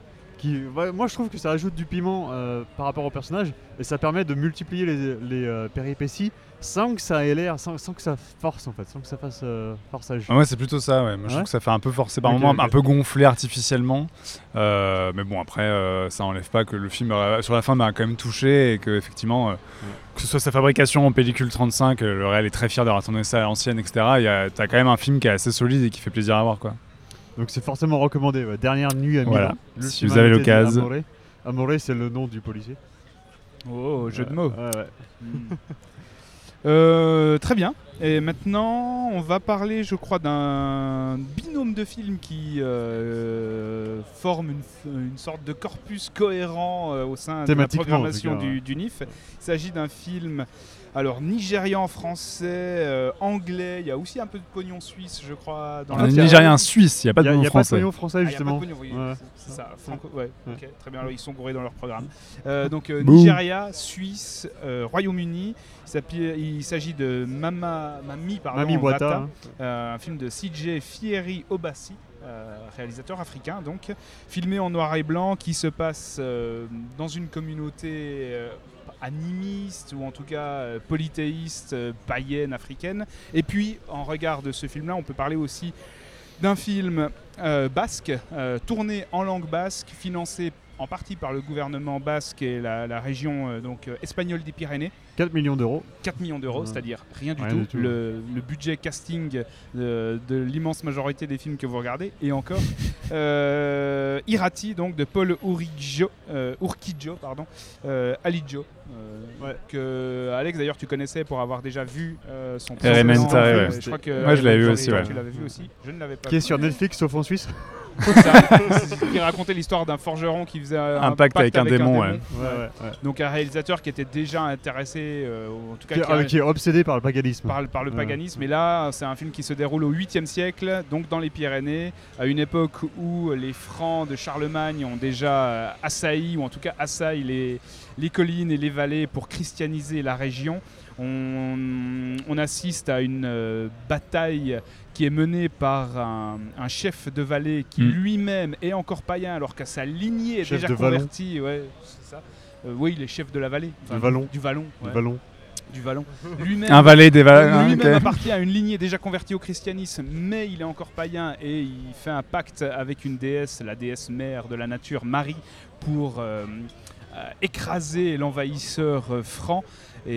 qui, ouais, moi je trouve que ça ajoute du piment euh, par rapport au personnage et ça permet de multiplier les, les euh, péripéties sans que ça ait l'air, sans, sans que ça force en fait, sans que ça fasse euh, forçage.
Ah ouais, c'est plutôt ça, ouais. Moi, je
Ouais.
trouve que ça fait un peu forcé par
Ok,
moments,
ok.
un peu gonflé artificiellement. Euh, mais bon, après, euh, ça enlève pas que le film, euh, sur la fin, m'a quand même touché et que, effectivement, euh, que ce soit sa fabrication en pellicule trente-cinq, euh, le réel est très fier d'avoir tourné ça à l'ancienne, et cetera. Il y a, t'as quand même un film qui est assez solide et qui fait plaisir à voir, quoi.
Donc c'est forcément recommandé. Ouais. Dernière nuit à Milan.
Voilà.
L'ultima
Si vous avez
notte
l'occasion.
Amore. Amore, c'est le nom du policier.
Oh, jeu de
Euh,
mots.
ouais, ouais.
Euh, très bien. Et maintenant, on va parler, je crois, d'un binôme de films qui euh, forme une, f- une sorte de corpus cohérent euh, au sein de la
Thématiquement,
programmation
en tout cas,
du,
ouais.
du N I F. Il s'agit d'un film, alors nigérian, français, euh, anglais. Il y a aussi un peu de pognon suisse, je crois. Dans
Un
la-
Nigérien suisse, il n'y a pas
Il
de
n'y a,
nom
y a pas de
français.
pognon français
Ah, y a
justement.
pas de pognon, oui,
Ouais.
c'est c'est ça. Franco, ouais, ok, très bien. Alors, ils sont gourés dans leur programme. Euh, donc euh,
Boum.
Nigeria, Suisse, euh, Royaume-Uni. Il s'appelle- Il s'agit de Mama, Mami, pardon,
Mami Wata.
Wata,
hein.
euh, un film de C J Fieri Obasi, euh, réalisateur africain, donc filmé en noir et blanc, qui se passe euh, dans une communauté euh, animiste ou en tout cas euh, polythéiste, euh, païenne, africaine. Et puis, en regard de ce film-là, on peut parler aussi d'un film euh, basque, euh, tourné en langue basque, financé en partie par le gouvernement basque et la, la région euh, donc, euh, espagnole des Pyrénées.
quatre millions d'euros.
quatre millions d'euros,
Ouais.
c'est-à-dire rien du
Rien
tout.
du tout.
Le, le budget casting de, de l'immense majorité des films que vous regardez, et encore. Euh, Irati, donc de Paul Urquijo, euh, Urquijo pardon, euh, Alijo, euh,
Ouais.
que Alex d'ailleurs tu connaissais pour avoir déjà vu euh, son
Elementary,
précédent film.
ouais.
Je crois que
Moi, je l'avais vu
Elementary,
aussi, ouais.
Tu l'avais vu aussi. Je ne l'avais pas
Qui est
vu.
sur Netflix sauf en Suisse.
Ça, qui racontait l'histoire d'un forgeron qui faisait un,
Un pacte avec un démon, ouais.
Ouais, ouais, ouais.
Donc un réalisateur qui était déjà intéressé, euh, ou en tout cas
Qui,
qui
ah,
a-
qui est obsédé par le paganisme.
par, par le
Ouais.
paganisme. Et là, c'est un film qui se déroule au huitième siècle, donc dans les Pyrénées, à une époque où les Francs de Charlemagne ont déjà euh, assailli, ou en tout cas assaillent les, les collines et les vallées pour christianiser la région. On, on assiste à une euh, bataille qui est menée par un, un chef de vallée qui
Mm.
lui-même est encore païen alors que sa lignée est
Chef
déjà
de Vallon.
convertie. Ouais, c'est ça. Euh, oui, il est chef de la vallée.
Du Vallon.
Du Vallon.
Le
ouais.
ballon.
Du Vallon. Lui-même
Un valet des
euh,
valets.
Lui-même appartient à une lignée déjà convertie au christianisme, mais il est encore païen et il fait un pacte avec une déesse, la déesse mère de la nature, Marie, pour euh, euh, écraser l'envahisseur euh, franc.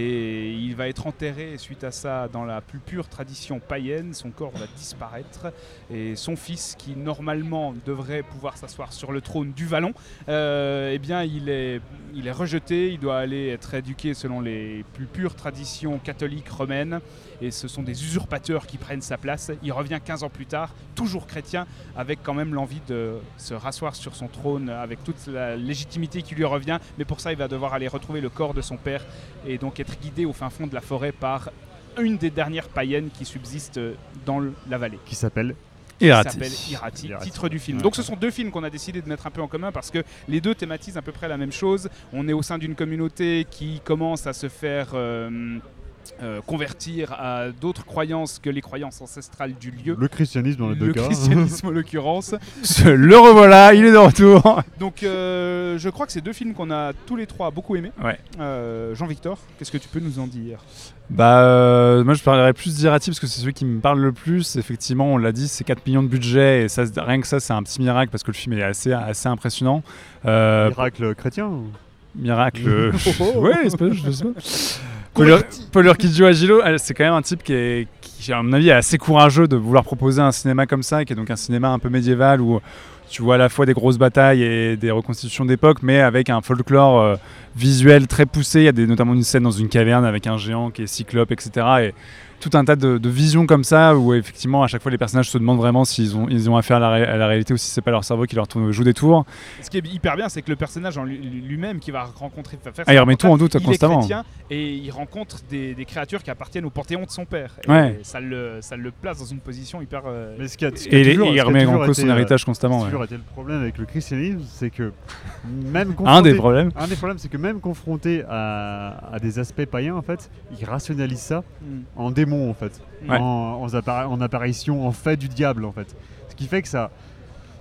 Et il va être enterré suite à ça dans la plus pure tradition païenne. Son corps va disparaître et son fils, qui normalement devrait pouvoir s'asseoir sur le trône du Vallon, euh, eh bien il est, il est rejeté. Il doit aller être éduqué selon les plus pures traditions catholiques romaines. Et ce sont des usurpateurs qui prennent sa place. Il revient quinze ans plus tard, toujours chrétien, avec quand même l'envie de se rasseoir sur son trône avec toute la légitimité qui lui revient. Mais pour ça, il va devoir aller retrouver le corps de son père et donc être guidé au fin fond de la forêt par une des dernières païennes qui subsistent dans le- la vallée.
Qui s'appelle
Qui
Irati.
s'appelle Irati,
Irati.
titre du film.
Ouais.
Donc ce sont deux films qu'on a décidé de mettre un peu en commun parce que les deux thématisent à peu près la même chose. On est au sein d'une communauté qui commence à se faire euh, euh, convertir à d'autres croyances que les croyances ancestrales du lieu.
le christianisme dans les deux
Le
cas.
christianisme en l'occurrence.
Le revoilà, il est de retour.
Donc euh, je crois que c'est deux films qu'on a tous les trois beaucoup aimés.
Ouais.
Euh, Jean-Victor, qu'est-ce que tu peux nous en dire?
Bah, euh, moi je parlerais plus d'Irati parce que c'est celui qui me parle le plus. Effectivement, on l'a dit, c'est quatre millions de budget et ça, rien que ça, c'est un petit miracle parce que le film est assez, assez impressionnant. Euh,
Miracle chrétien ou-
miracle. Ouais, c'est pas, je sais pas. Paul Ur- Paul Urquijo Agilo, elle, c'est quand même un type qui est, qui, à mon avis, est assez courageux de vouloir proposer un cinéma comme ça, qui est donc un cinéma un peu médiéval où tu vois à la fois des grosses batailles et des reconstitutions d'époque, mais avec un folklore euh, visuel très poussé. Il y a des, notamment une scène dans une caverne avec un géant qui est cyclope, et cetera. Et tout un tas de, de visions comme ça où effectivement à chaque fois les personnages se demandent vraiment s'ils ont, ils ont affaire à la, ré- à la réalité ou si c'est pas leur cerveau qui leur tourne, joue des tours.
Ce qui est hyper bien, c'est que le personnage en lui- lui-même qui va rencontrer, va faire
Ah, il
sa
remet tout en doute
il
constamment.
est chrétien et il rencontre des, des créatures qui appartiennent au panthéon de son père. Et
Ouais.
ça, le, ça le place dans une position hyper. euh,
Mais ce qui a, ce qui a
Et, les-
toujours-
et
ce
il
qui a
remet en
toujours
cause son
été, euh,
héritage
Ce
constamment.
qui a
ouais.
toujours été le problème avec le christianisme, c'est que même
Un
confronté,
des problèmes.
un des problèmes, c'est que même confronté à, à des aspects païens, en fait, ils rationalisent ça
hmm.
en démon, en fait,
Ouais.
en, en, appara- en apparition, en fait du diable, en fait. Ce qui fait que ça,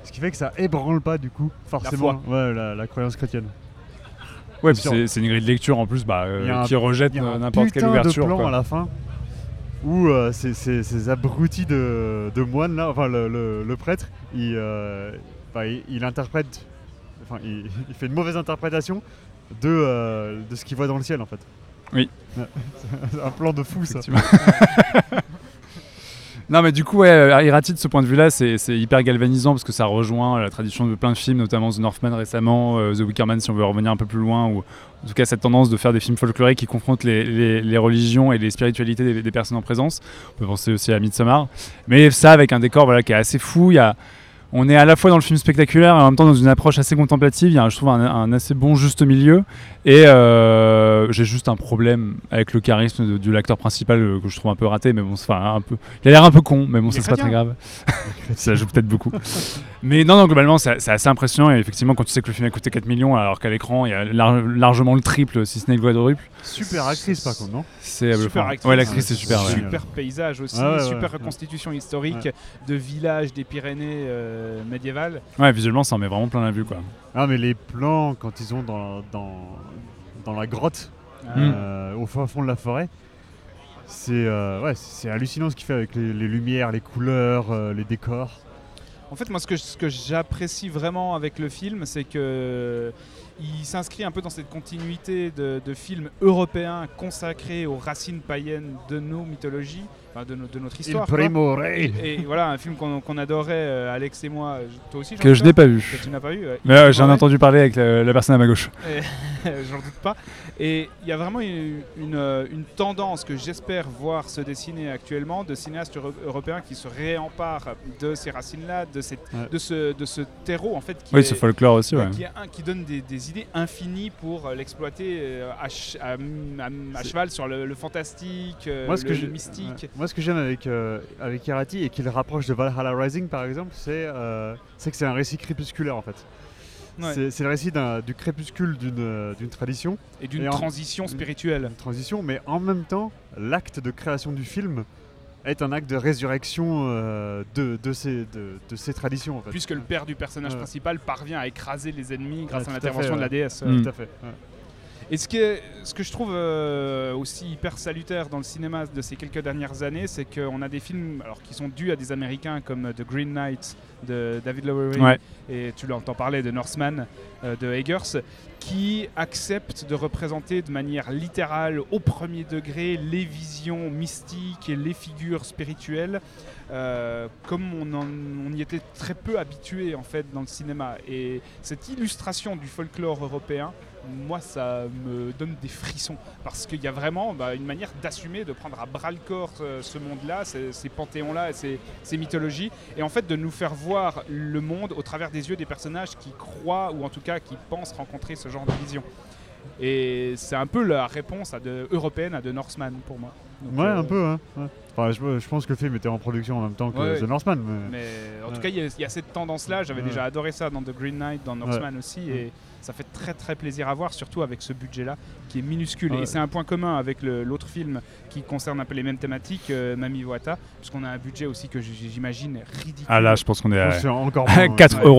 Ce qui fait que ça ébranle pas du coup forcément la, ouais, la, la croyance chrétienne.
Ouais, puis c'est, c'est une grille de lecture en plus bah, euh, qui
un,
rejette n'importe quelle ouverture.
Il y a un putain de plan
quoi.
à la fin où euh, ces, ces, ces abrutis de, de moines là, enfin le, le, le prêtre, il, euh, bah, il, il interprète, enfin il, il fait une mauvaise interprétation de, euh, de ce qu'il voit dans le ciel en fait.
Oui.
C'est un plan de fou ça.
Non mais du coup ouais, Irati de ce point de vue là c'est, c'est hyper galvanisant parce que ça rejoint la tradition de plein de films, notamment The Northman récemment, euh, The Wicker Man si on veut revenir un peu plus loin, ou en tout cas cette tendance de faire des films folkloriques qui confrontent les, les, les religions et les spiritualités des, des personnes en présence. On peut penser aussi à Midsommar, mais ça avec un décor voilà, qui est assez fou. Il y a On est à la fois dans le film spectaculaire et en même temps dans une approche assez contemplative. Il y a, je trouve, un, un assez bon juste milieu. Et euh, j'ai juste un problème avec le charisme de, de l'acteur principal euh, que je trouve un peu raté. Mais bon, c'est un peu. Il a l'air un peu con, mais bon, ça c'est pas très grave. Ça joue peut-être beaucoup. Mais non, non, globalement, c'est, c'est assez impressionnant. Et effectivement, quand tu sais que le film a coûté quatre millions, alors qu'à l'écran, il y a lar- largement le triple, si ce n'est le quadruple.
Super actrice, par contre, non ?
C'est
super actrice.
Ouais, l'actrice, c'est super.
Ouais.
Ouais.
Super paysage aussi,
ah ouais,
super
ouais,
reconstitution ouais. historique
ouais.
de village des Pyrénées euh, médiévales.
Ouais, visuellement, ça en met vraiment plein la vue, quoi.
Ah, mais les plans, quand ils sont dans, dans, dans la grotte, ah. euh, au fin fond de la forêt, c'est, euh, ouais, c'est hallucinant ce qu'il fait avec les, les lumières, les couleurs, euh, les décors.
En fait, moi, ce que, ce que j'apprécie vraiment avec le film, c'est que il s'inscrit un peu dans cette continuité de, de films européens consacrés aux racines païennes de nos mythologies, enfin de, no, de notre histoire.
Il primo re.
Et, et voilà, un film qu'on, qu'on adorait, euh, Alex et moi, toi aussi.
Que je n'ai pas vu.
Que tu n'as pas vu. Ouais.
Mais euh, j'en ai entendu parler avec la, la personne à ma gauche.
Et, j'en doute pas. Et il y a vraiment une, une, une tendance que j'espère voir se dessiner actuellement de cinéastes euro- européens qui se réemparent de ces racines-là, de, cette, ouais. de, ce, de ce terreau en fait. Qui
oui,
est,
ce folklore aussi, ouais.
Qui, est un, qui donne des, des idées infinies pour l'exploiter euh, à, ch- à, à, à cheval sur le, le fantastique, euh,
moi, ce
le,
que
le mystique.
Ouais. Moi, ce que j'aime avec, euh, avec Irati et qui le rapproche de Valhalla Rising par exemple, c'est, euh, c'est que c'est un récit crépusculaire en fait. Ouais. C'est, c'est le récit d'un, du crépuscule d'une, euh, d'une tradition.
Et d'une et transition en, spirituelle.
Une transition, mais en même temps, l'acte de création du film est un acte de résurrection euh, de, de, ces, de, de ces traditions. En fait.
Puisque le père du personnage ouais. principal parvient à écraser les ennemis grâce
ouais,
à l'intervention
fait,
de la
ouais.
déesse.
Mmh. Tout à fait. Ouais.
Et ce, qui est, ce que je trouve euh, aussi hyper salutaire dans le cinéma de ces quelques dernières années, c'est qu'on a des films alors, qui sont dus à des Américains comme The Green Knight de David Lowery
ouais.
et tu l'entends parler de Northman euh, de Eggers, qui acceptent de représenter de manière littérale, au premier degré, les visions mystiques et les figures spirituelles, euh, comme on, en, on y était très peu habitué en fait dans le cinéma. Et cette illustration du folklore européen, moi ça me donne des frissons parce qu'il y a vraiment bah, une manière d'assumer, de prendre à bras le corps euh, ce monde-là, ces, ces panthéons-là, ces, ces mythologies, et en fait de nous faire voir le monde au travers des yeux des personnages qui croient ou en tout cas qui pensent rencontrer ce genre de vision. Et c'est un peu la réponse à de, européenne à The Northman pour moi. Donc,
ouais,
euh,
un peu. Hein. Ouais. Enfin, je, je pense que le film était en production en même temps que
ouais,
The Northman. Mais,
mais en
ouais.
tout cas, il y, y a cette tendance-là. J'avais ouais. déjà adoré ça dans The Green Knight, dans Northman ouais. aussi. Et ça fait très très plaisir à voir, surtout avec ce budget-là qui est minuscule. Ouais. Et c'est un point commun avec le, l'autre film qui concerne un peu les mêmes thématiques, euh, Mami Wata, puisqu'on a un budget aussi que j'imagine ridicule.
Ah là, je pense qu'on est à
c'est encore moins,
quatre
ouais.
euros.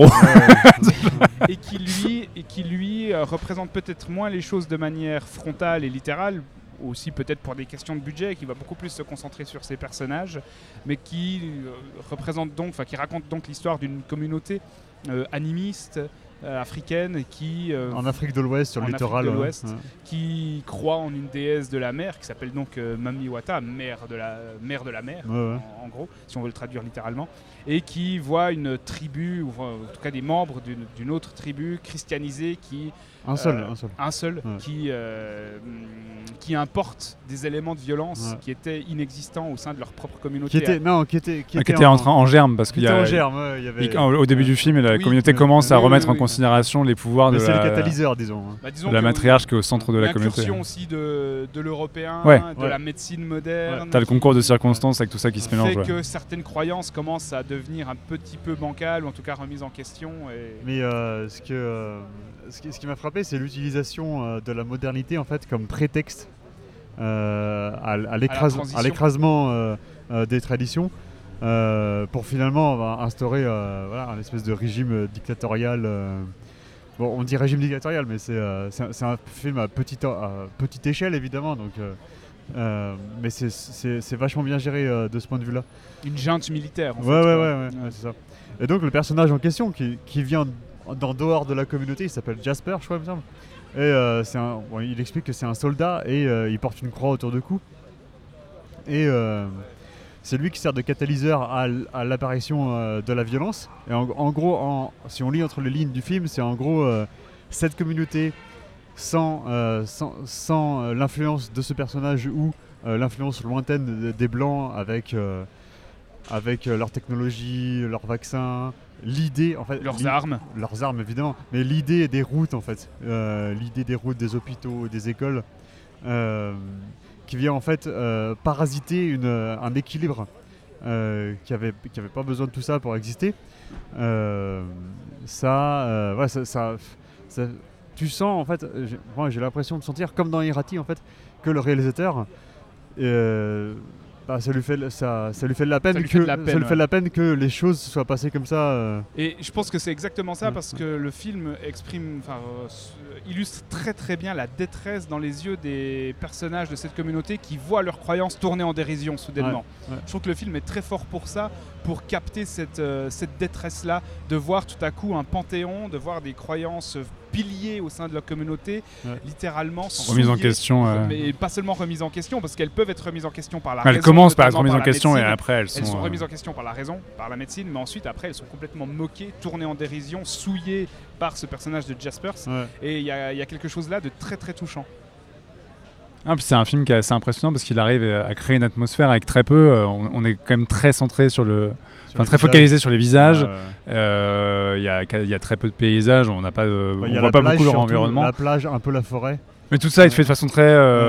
et qui lui, et qui lui euh, représente peut-être moins les choses de manière frontale et littérale, aussi peut-être pour des questions de budget, qui va beaucoup plus se concentrer sur ses personnages, mais qui euh, représente donc, enfin qui raconte donc l'histoire d'une communauté euh, animiste euh, africaine qui euh,
en Afrique de l'Ouest, sur le littoral
de l'Ouest,
ouais.
qui croit en une déesse de la mer qui s'appelle donc euh, Mami Wata, mère de la mère de la mer,
ouais, ouais.
En, en gros, si on veut le traduire littéralement, et qui voit une tribu, ou en tout cas des membres d'une, d'une autre tribu christianisée qui
un seul,
euh,
un seul,
un seul
ouais.
qui euh, qui importe des éléments de violence
ouais.
qui étaient inexistants au sein de leur propre communauté.
Qui était non, qui était qui
ah,
était,
qui était
en,
en, train, en germe parce qu'il y a
en germe, ouais, il y avait...
il, au début ouais. du film, la
oui,
communauté
oui,
commence
oui,
à remettre
oui, oui,
en considération les pouvoirs
mais
de
c'est
la,
le catalyseur, disons.
Bah, disons
de la matriarche qui est au centre de la communauté.
L'incursion aussi de, de l'européen,
ouais.
de
ouais.
la médecine moderne.
Ouais. T'as le concours de circonstances avec tout ça qui se mélange.
Fait
ouais.
que certaines croyances commencent à devenir un petit peu bancales ou en tout cas remises en question. Et...
Mais euh, ce que euh, ce qui, ce qui m'a frappé, c'est l'utilisation euh, de la modernité en fait comme prétexte euh, à, à, l'écras- à l'écrasement euh, euh, des traditions. euh, pour finalement bah, instaurer euh, voilà, un espèce de régime euh, dictatorial. Euh, bon, on dit régime dictatorial, mais c'est, euh, c'est, un, c'est un film à petite, à petite échelle évidemment, donc, euh, euh, mais c'est, c'est, c'est vachement bien géré euh, de ce point de vue-là.
Une junte militaire en
ouais,
fait.
Ouais,
quoi.
ouais, ouais, ouais, c'est ça. Et donc le personnage en question qui, qui vient d'en dehors de la communauté, il s'appelle Jasper, je crois, il me semble. Et euh, c'est un, bon, il explique que c'est un soldat et euh, il porte une croix autour du cou. Et euh, c'est lui qui sert de catalyseur à, à l'apparition euh, de la violence. Et en, en gros, en, si on lit entre les lignes du film, c'est en gros euh, cette communauté sans, euh, sans, sans euh, l'influence de ce personnage ou euh, l'influence lointaine des, des Blancs avec, euh, avec euh, leur technologie, leurs vaccins, l'idée en fait...
Leurs armes.
Leurs armes évidemment, mais l'idée des routes en fait. Euh, l'idée des routes, des hôpitaux, des écoles. Euh, qui vient en fait euh, parasiter une, un équilibre euh, qui avait, qui avait pas besoin de tout ça pour exister. Euh, ça, euh, ouais, ça, ça, ça, tu sens en fait, j'ai, moi j'ai l'impression de sentir comme dans Irati en fait que le réalisateur, euh, bah, ça lui fait, ça, ça lui fait de la peine,
ça lui
que,
fait de la peine,
ça lui
ouais.
fait de la peine que les choses soient passées comme ça. Euh.
Et je pense que c'est exactement ça
Ouais.
parce que le film exprime, enfin, euh, illustre très très bien la détresse dans les yeux des personnages de cette communauté qui voient leurs croyances tourner en dérision soudainement.
Ouais, ouais.
Je trouve que le film est très fort pour ça, pour capter cette, euh, cette détresse-là, de voir tout à coup un panthéon, de voir des croyances piliers au sein de la communauté,
Ouais.
littéralement
Remise en
souillées,
question. euh.
mais pas seulement remises en question, parce qu'elles peuvent être remises en question par la
Elles
raison,
commencent par être
notamment
remises en
la
question et
médecine.
après elles sont.
Elles sont
euh,
remises en question par la raison, par la médecine, mais ensuite après elles sont complètement moquées, tournées en dérision, souillées par ce personnage de Jaspers.
Ouais.
Et il y, a- il y a quelque chose là de très très touchant.
Ah, puis c'est un film qui est assez impressionnant parce qu'il arrive à créer une atmosphère avec très peu. euh, On, on est quand même très centré sur le.
Sur
Enfin,
les
très
visages.
focalisé sur les visages.
Ouais, ouais.
Euh, Il y, a, il y a très peu de paysages. On n'a pas, de-
Bah,
on
il y a
voit
la
pas
plage,
beaucoup leur
surtout,
environnement.
La plage, un peu la forêt.
Mais tout ça, il
Ouais.
fait de façon très,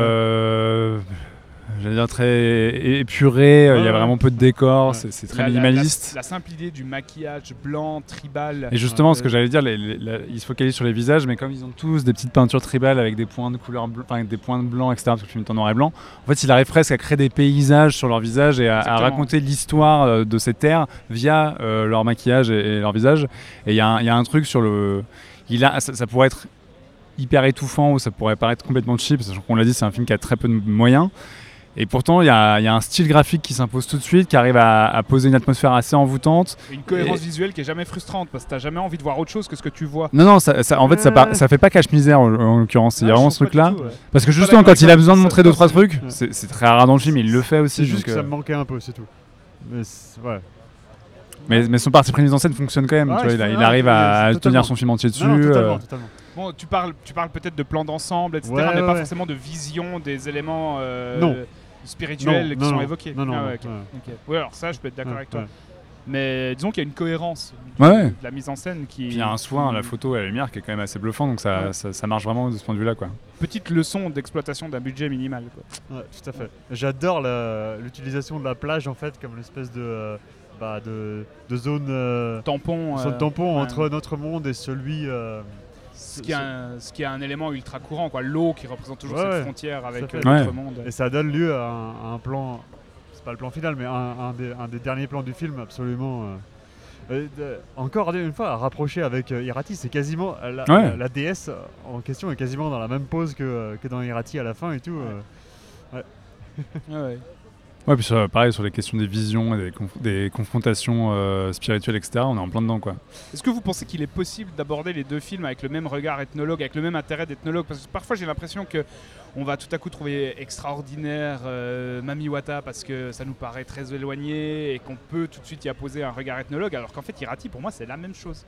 euh, j'allais dire très épurée. Il y
Ouais,
a
ouais.
vraiment peu de décors.
Ouais.
C'est, c'est très
La- la-
minimaliste.
La, la simple idée du maquillage blanc, tribal.
Et justement,
euh,
ce que j'allais dire, les- les- la- ils se focalisent sur les visages, mais comme ils ont tous des petites peintures tribales avec des points de couleur, bl- enfin, avec des points de blanc, et cetera, parce que le film est en noir et blanc, en fait, il arrive presque à créer des paysages sur leur visage et à, à
Exactement.
raconter l'histoire euh, de ces terres via euh, leur maquillage et, et leur visage. Et il y, a un- il y a un truc sur le... Il a, ça, ça pourrait être hyper étouffant ou ça pourrait paraître complètement cheap, sachant qu'on l'a dit, c'est un film qui a très peu de moyens. Et pourtant, il y a, il y a un style graphique qui s'impose tout de suite, qui arrive à, à poser une atmosphère assez envoûtante.
Une cohérence
Et-
visuelle qui est jamais frustrante parce que t'as jamais envie de voir autre chose que ce que tu vois.
Non, non, ça, ça- en fait, ça, par- ça fait pas cache-misère en, en l'occurrence. Il y a
Ah,
vraiment
je
ce
trouve pas
truc-là.
du tout, ouais.
Parce que
Je suis pas
justement,
d'accord
quand il
avec
a
toi.
besoin de
Ça-
montrer deux,
ça,
trois
c'est-
trucs,
ouais.
c'est c'est très rare dans le film, il le fait aussi.
C'est juste
donc,
que ça
euh,
me manquait un peu, c'est tout. Mais c'est- ouais.
mais, mais son parti pris mise en scène fonctionne quand même.
Ah,
tu vois,
je
il, a-
trouve-
il arrive
ah,
à,
mais
à
totalement.
tenir son film entier dessus.
Non, non, totalement,
euh,
totalement.
Bon, tu parles, tu parles peut-être de plans d'ensemble, et cetera,
Ouais,
mais
ouais,
pas
ouais.
forcément de vision des éléments euh,
Non.
spirituels
Non,
qui
non,
sont
non.
évoqués.
Non, non,
Ah
non,
ouais, ok.
ouais.
Ok. Ouais, alors ça, je peux être d'accord
Ouais,
avec toi.
ouais.
Mais disons qu'il y a une cohérence du-
Ouais.
de la mise en scène qui.
Puis il y a un soin, la photo et la lumière qui est quand même assez bluffant, donc ça,
Ouais.
ça, ça marche vraiment de ce point de vue-là, quoi.
Petite leçon d'exploitation d'un budget minimal. Quoi.
Ouais, tout à fait. J'adore la- l'utilisation de la plage en fait comme une espèce de, euh, bah, de, de zone, euh,
Tampon.
zone
euh,
tampon
ouais.
entre notre monde et celui. euh,
Ce qui, est un, ce qui est un élément ultra courant, quoi. L'eau qui représente toujours
Ouais,
cette
ouais.
frontière avec
Tout à
euh,
fait.
Ouais.
notre monde.
Et ça donne lieu à un, à un plan, c'est pas le plan final, mais un, un des, un des derniers plans du film absolument. euh, euh, de- encore une fois, à rapprocher avec euh, Irati, c'est quasiment. euh, La,
Ouais.
la- la déesse en question est quasiment dans la même pose que, euh, que dans Irati à la fin et tout. euh.
Ouais, ouais.
Ouais, puis sur- pareil, sur les questions des visions, et des, conf- des confrontations euh, spirituelles, et cetera, on est en plein dedans, quoi.
Est-ce que vous pensez qu'il est possible d'aborder les deux films avec le même regard ethnologue, avec le même intérêt d'ethnologue? Parce que parfois j'ai l'impression que on va tout à coup trouver extraordinaire euh, Mamiwata parce que ça nous paraît très éloigné et qu'on peut tout de suite y apposer un regard ethnologue, alors qu'en fait Irati pour moi c'est la même chose.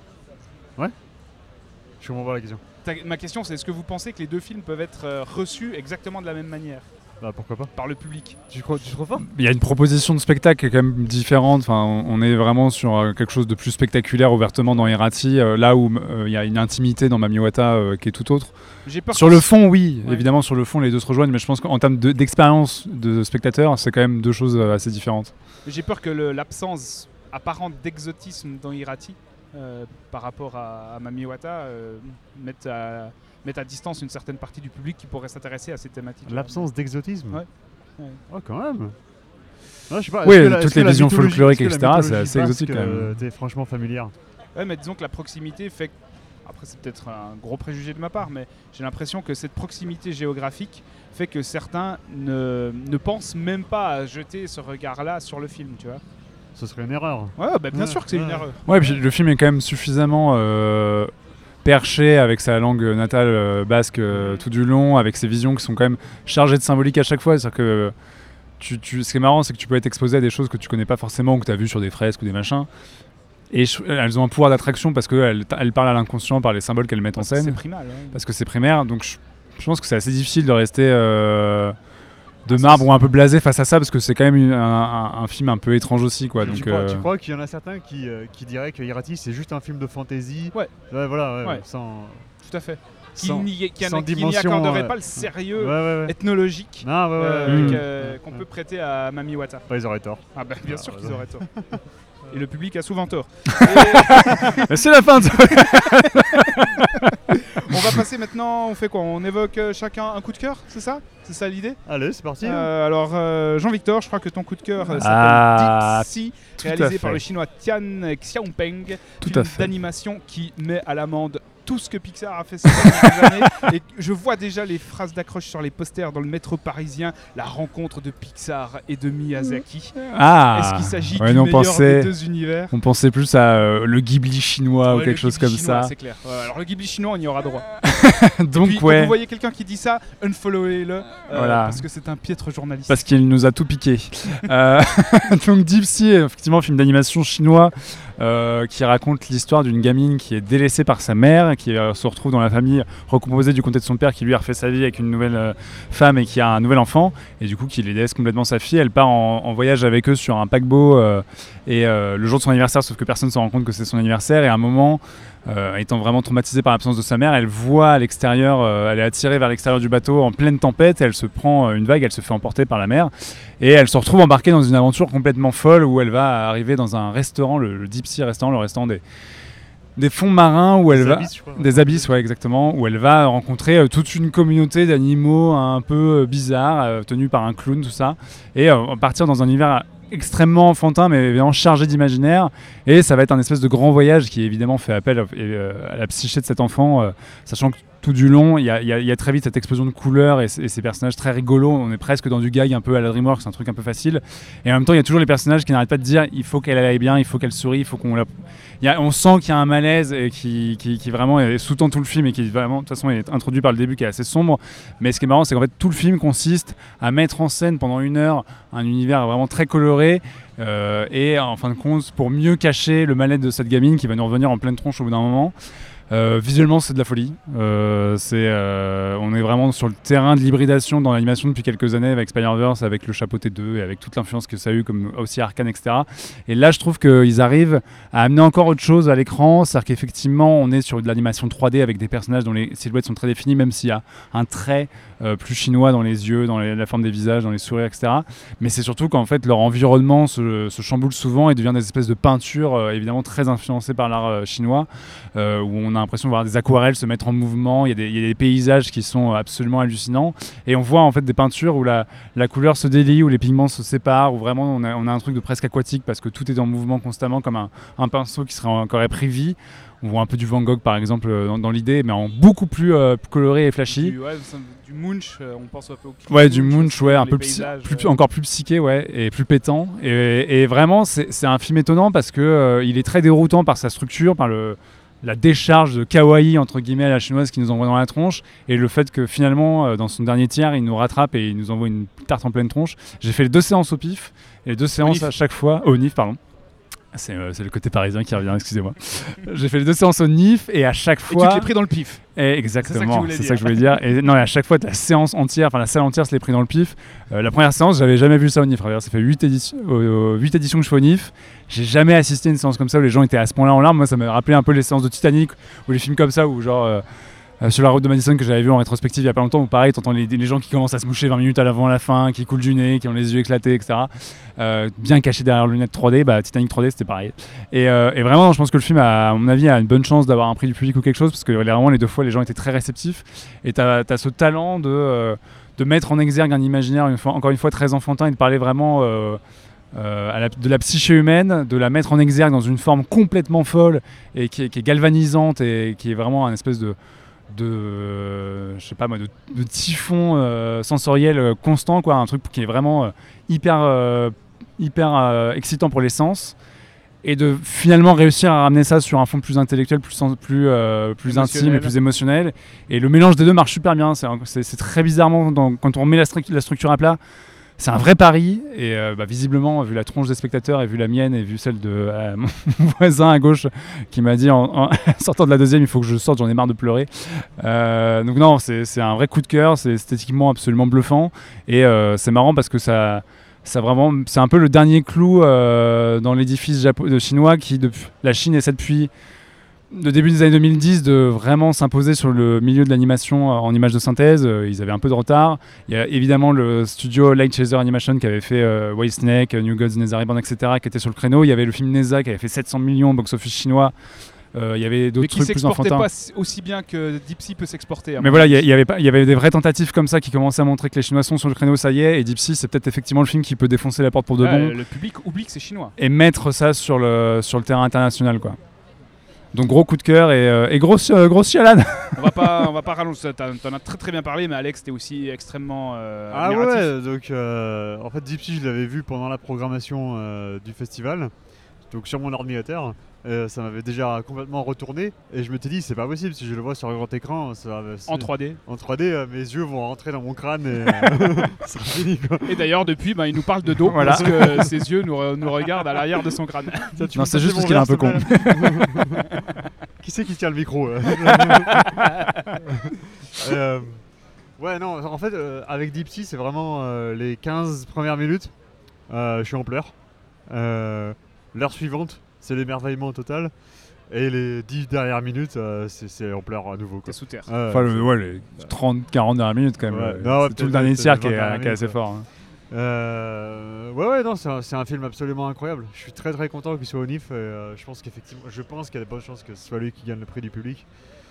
Je comprends pas la question.
Ta- Ma question c'est est-ce que vous pensez que les deux films peuvent être euh, reçus exactement de la même manière
Bah pourquoi pas.
par le public?
Tu crois, tu trouves pas?
Il y a une proposition de spectacle qui est quand même différente. Enfin, on on est vraiment sur euh, quelque chose de plus spectaculaire ouvertement dans Irati, euh, là où euh, il y a une intimité dans Mamiwata euh, qui est tout autre.
J'ai peur
Sur
que-
le fond, oui,
Ouais.
évidemment, sur le fond, les deux se rejoignent, mais je pense qu'en termes de- d'expérience de spectateur, c'est quand même deux choses euh, assez différentes.
J'ai peur que le- l'absence apparente d'exotisme dans Irati euh, par rapport à, à Mamiwata euh, mette, à, mette à distance une certaine partie du public qui pourrait s'intéresser à ces thématiques.
L'absence d'exotisme.
Ouais. Ouais.
Oh quand même. Non, je sais pas,
Oui,
est-ce que la-
toutes
est-ce que
les
la
visions
mythologie-
folkloriques,
est-ce que la
et cetera, c'est
mythologie
assez
passe
exotique,
que
quand même.
T'es franchement familière.
Ouais, mais disons que la proximité fait que... Après, c'est peut-être un gros préjugé de ma part, mais j'ai l'impression que cette proximité géographique fait que certains ne, ne pensent même pas à jeter ce regard-là sur le film, tu vois.
Ce serait une erreur.
Ouais, bah, bien
Ouais,
sûr que c'est
ouais.
une erreur.
Ouais, puis le film est quand même suffisamment euh, perché avec sa langue natale euh, basque euh, tout du long, avec ses visions qui sont quand même chargées de symbolique à chaque fois. C'est-à-dire que tu, tu, ce qui est marrant, c'est que tu peux être exposé à des choses que tu connais pas forcément ou que tu as vues sur des fresques ou des machins. Et je- elles ont un pouvoir d'attraction parce qu'elles elles parlent à l'inconscient par les symboles qu'elles mettent en
C'est
scène,
primal. Ouais.
parce que c'est primaire. Donc je, je pense que c'est assez difficile de rester euh, de marbre ou un peu blasé face à ça, parce que c'est quand même une- un, un- un film un peu étrange aussi, quoi.
tu,
Donc,
crois,
euh,
tu crois qu'il y en a certains qui, euh, qui diraient que Irati c'est juste un film de fantasy.
Ouais.
voilà, ouais,
Ouais.
sans,
Tout à fait. Qui
sans,
n'y qui
sans
qui n'y
dimension,
accorderait
euh,
pas le sérieux
ouais, ouais, ouais.
ethnologique
Non, ouais, ouais,
euh,
ouais,
que-
ouais.
qu'on peut prêter à Mami Wata.
Pas, ils auraient tort.
Ah bah bien
Ah,
sûr
ouais.
qu'ils auraient tort. Et le public a souvent tort.
Mais c'est la fin de...
On va passer maintenant, on fait quoi? On évoque euh, chacun un coup de cœur, c'est ça? C'est ça l'idée?
Allez, c'est parti.
Euh, alors euh, Jean-Victor, je crois que ton coup de cœur euh, s'appelle
Ah,
Deep Sea,
tout à
réalisé
fait.
par le chinois Tian Xiaopeng,
Tout
film
à fait.
d'animation qui met à l'amende tout ce que Pixar a fait ces dernières années. Et je vois déjà les phrases d'accroche sur les posters dans le métro parisien, la rencontre de Pixar et de Miyazaki.
Ah,
Est-ce qu'il s'agit
ouais,
du
nous, on
meilleur
pensait,
des deux univers?
on pensait plus à euh, le Ghibli chinois ou
Ouais,
quelque
le
chose
Ghibli
comme
chinois,
ça.
c'est clair. Ouais, alors le Ghibli chinois, on y aura droit.
Donc
Puis, quand
ouais,
vous voyez quelqu'un qui dit ça, unfollowez-le, euh,
Voilà.
parce que c'est un piètre journaliste.
parce qu'il nous a tout piqué. Euh, donc Deep Sea, effectivement, film d'animation chinois euh, qui raconte l'histoire d'une gamine qui est délaissée par sa mère, qui euh, se retrouve dans la famille recomposée du comté de son père, qui lui a refait sa vie avec une nouvelle euh, femme et qui a un nouvel enfant, et du coup qui les laisse complètement sa fille. Elle part en, en voyage avec eux sur un paquebot euh, et euh, le jour de son anniversaire, sauf que personne ne se rend compte que c'est son anniversaire, et à un moment, Euh, étant vraiment traumatisée par l'absence de sa mère, elle voit à l'extérieur, euh, elle est attirée vers l'extérieur du bateau en pleine tempête, et elle se prend euh, une vague, elle se fait emporter par la mer, et elle se retrouve embarquée dans une aventure complètement folle où elle va arriver dans un restaurant, le, le Deep Sea restaurant, le restaurant des, des fonds marins, où elle
Des
va...
abysses, je crois.
Des abysses, ouais, exactement, où elle va rencontrer euh, toute une communauté d'animaux un peu euh, bizarres, euh, tenus par un clown, tout ça, et euh, partir dans un univers extrêmement enfantin, mais évidemment chargé d'imaginaire, et ça va être un espèce de grand voyage qui évidemment fait appel euh, à la psyché de cet enfant, euh, sachant que tout du long, il y, a- il y a- il y a très vite cette explosion de couleurs et, c- et ces personnages très rigolos. On est presque dans du gag un peu à la DreamWorks, un truc un peu facile. Et en même temps, il y a toujours les personnages qui n'arrêtent pas de dire il faut qu'elle aille bien, il faut qu'elle sourie, il faut qu'on la... il y a- on sent qu'il y a un malaise et qui, qui, qui vraiment est sous-tend tout le film et qui vraiment, de toute façon, est introduit par le début, qui est assez sombre. Mais ce qui est marrant, c'est qu'en fait, tout le film consiste à mettre en scène pendant une heure un univers vraiment très coloré. euh, et en fin de compte, pour mieux cacher le mal-être de cette gamine qui va nous revenir en pleine tronche au bout d'un moment. Euh, visuellement, c'est de la folie. Euh, c'est, euh, on est vraiment sur le terrain de l'hybridation dans l'animation depuis quelques années avec Spider-Verse, avec le Chapeauté deux et avec toute l'influence que ça a eu, comme aussi Arcane, et cetera. Et là, je trouve qu'ils arrivent à amener encore autre chose à l'écran. C'est-à-dire qu'effectivement, on est sur de l'animation trois D avec des personnages dont les silhouettes sont très définies, même s'il y a un trait euh, plus chinois dans les yeux, dans les- la forme des visages, dans les sourires, et cetera. Mais c'est surtout qu'en fait, leur environnement se, se chamboule souvent et devient des espèces de peintures, euh, évidemment très influencées par l'art euh, chinois, euh, où on a l'impression de voir des aquarelles se mettre en mouvement. Il y a des, il y a des paysages qui sont absolument hallucinants, et on voit en fait des peintures où la, la couleur se délie, où les pigments se séparent, où vraiment on a, on a un truc de presque aquatique parce que tout est en mouvement constamment, comme un, un pinceau qui serait encore pris vie. On voit un peu du Van Gogh par exemple euh, dans, dans l'idée, mais en beaucoup plus euh, coloré et flashy.
Du, ouais, du Munch, euh, on pense un peu au clip
Ouais, du Munch,
aussi,
ouais,
dans
un
les
peu psy-
paysages,
plus,
euh.
encore plus psyché, ouais, et plus pétant. Et, et vraiment, c'est c'est un film étonnant parce que euh, il est très déroutant par sa structure, par le, la décharge de kawaii entre guillemets à la chinoise qui nous envoie dans la tronche, et le fait que finalement, euh, dans son dernier tiers, il nous rattrape et il nous envoie une tarte en pleine tronche. J'ai fait les deux séances au pif, et les deux séances
Nif.
à chaque fois au N I F, pardon. C'est euh, c'est le côté parisien qui revient, excusez-moi. J'ai fait les deux séances au N I F et à chaque
Et
fois.
tu te l'es pris dans le pif.
Et exactement,
voulais
c'est
dire.
ça que je voulais dire. Et non, et à chaque fois, la séance entière, enfin la salle entière se l'est pris dans le pif. Euh, la première séance, j'avais jamais vu ça au N I F. Regarde, ça fait huit éditions, euh, huit éditions que je fais au N I F. J'ai jamais assisté à une séance comme ça où les gens étaient à ce point-là en larmes. Moi, ça m'a rappelé un peu les séances de Titanic ou les films comme ça où genre. Euh, Euh, sur la route de Madison que j'avais vu en rétrospective il y a pas longtemps, où pareil t'entends les, les gens qui commencent à se moucher vingt minutes à l'avant à la fin, qui coulent du nez, qui ont les yeux éclatés, et cetera. Euh, bien cachés derrière leurs lunettes trois D, bah Titanic trois D c'était pareil. Et, euh, et vraiment je pense que le film a, à mon avis a une bonne chance d'avoir un prix du public ou quelque chose, parce que vraiment les deux fois les gens étaient très réceptifs, et t'as as ce talent de... Euh, de mettre en exergue un imaginaire, une fois, encore une fois très enfantin, et de parler vraiment euh, euh, à la, de la psyché humaine, de la mettre en exergue dans une forme complètement folle et qui est, qui est galvanisante et qui est vraiment un espèce de, de, euh, je sais pas moi, de, de typhon euh, sensoriel euh, constant, quoi, un truc qui est vraiment euh, hyper, euh, hyper euh, excitant pour les sens. Et de finalement réussir à ramener ça sur un fond plus intellectuel, plus, plus, euh, plus intime et plus émotionnel. Et le mélange des deux marche super bien. C'est, c'est, c'est très bizarrement, dans, quand on remet la, stru- la structure à plat, c'est un vrai pari. Et euh, bah, visiblement, vu la tronche des spectateurs et vu la mienne et vu celle de euh, mon voisin à gauche qui m'a dit en, en sortant de la deuxième, il faut que je sorte, j'en ai marre de pleurer. Euh, donc non, c'est, c'est un vrai coup de cœur. C'est esthétiquement absolument bluffant. Et euh, c'est marrant parce que ça... Ça vraiment, c'est un peu le dernier clou euh, dans l'édifice japo- de chinois qui, depuis, la Chine essaie depuis le début des années deux mille dix de vraiment s'imposer sur le milieu de l'animation en images de synthèse. Ils avaient un peu de retard. Il y a évidemment le studio Light Chaser Animation qui avait fait euh, Wild Snake, New Gods, Nether Reborn, et cetera qui était sur le créneau. Il y avait le film Neza qui avait fait sept cents millions au box-office chinois. Euh, il y avait d'autres trucs plus enfantins.
Mais qui s'exportait pas aussi bien que Deep Sea peut s'exporter.
Mais voilà, il y, y, avait pas, il y avait des vraies tentatives comme ça qui commençaient à montrer que les Chinois sont sur le créneau, ça y est, et Deep Sea, c'est peut-être effectivement le film qui peut défoncer la porte pour de
ouais,
bon.
Le public oublie que c'est chinois.
Et mettre ça sur le, sur le terrain international, quoi. Donc gros coup de cœur et, euh, et grosse, euh, grosse chialade.
On va pas, on va pas rallonger. T'en as très très bien parlé, mais Alex, t'es aussi extrêmement euh,
Ah
admiratif.
ouais, donc euh, en fait Deep Sea, je l'avais vu pendant la programmation euh, du festival, donc sur mon ordinateur. Euh, ça m'avait déjà complètement retourné et je m'étais dit c'est pas possible si je le vois sur un grand écran ça,
en trois D
en trois D euh, mes yeux vont rentrer dans mon crâne et euh, ça sera fini quoi.
Et d'ailleurs depuis bah, il nous parle de dos voilà. Parce que ses yeux nous, re- nous regardent à l'arrière de son crâne.
Ça,
non c'est juste parce qu'il est un peu con.
Qui c'est qui tient le micro euh euh, ouais non en fait euh, avec Deep Sea c'est vraiment euh, les quinze premières minutes euh, je suis en pleurs euh, l'heure suivante c'est l'émerveillement total. Et les dix dernières minutes, euh, c'est, c'est on pleure à nouveau.
T'es sous terre.
Euh, enfin, le, ouais, les trente quarante dernières minutes quand même.
Ouais.
Euh,
non,
c'est tout le dernier tiers qui est, minutes, qui est assez
ouais.
fort. Hein.
Euh, ouais, ouais, non, c'est un, c'est un film absolument incroyable. Je suis très très content qu'il soit au N I F. Et, euh, je pense qu'effectivement, je pense qu'il y a de bonnes chances que ce soit lui qui gagne le prix du public.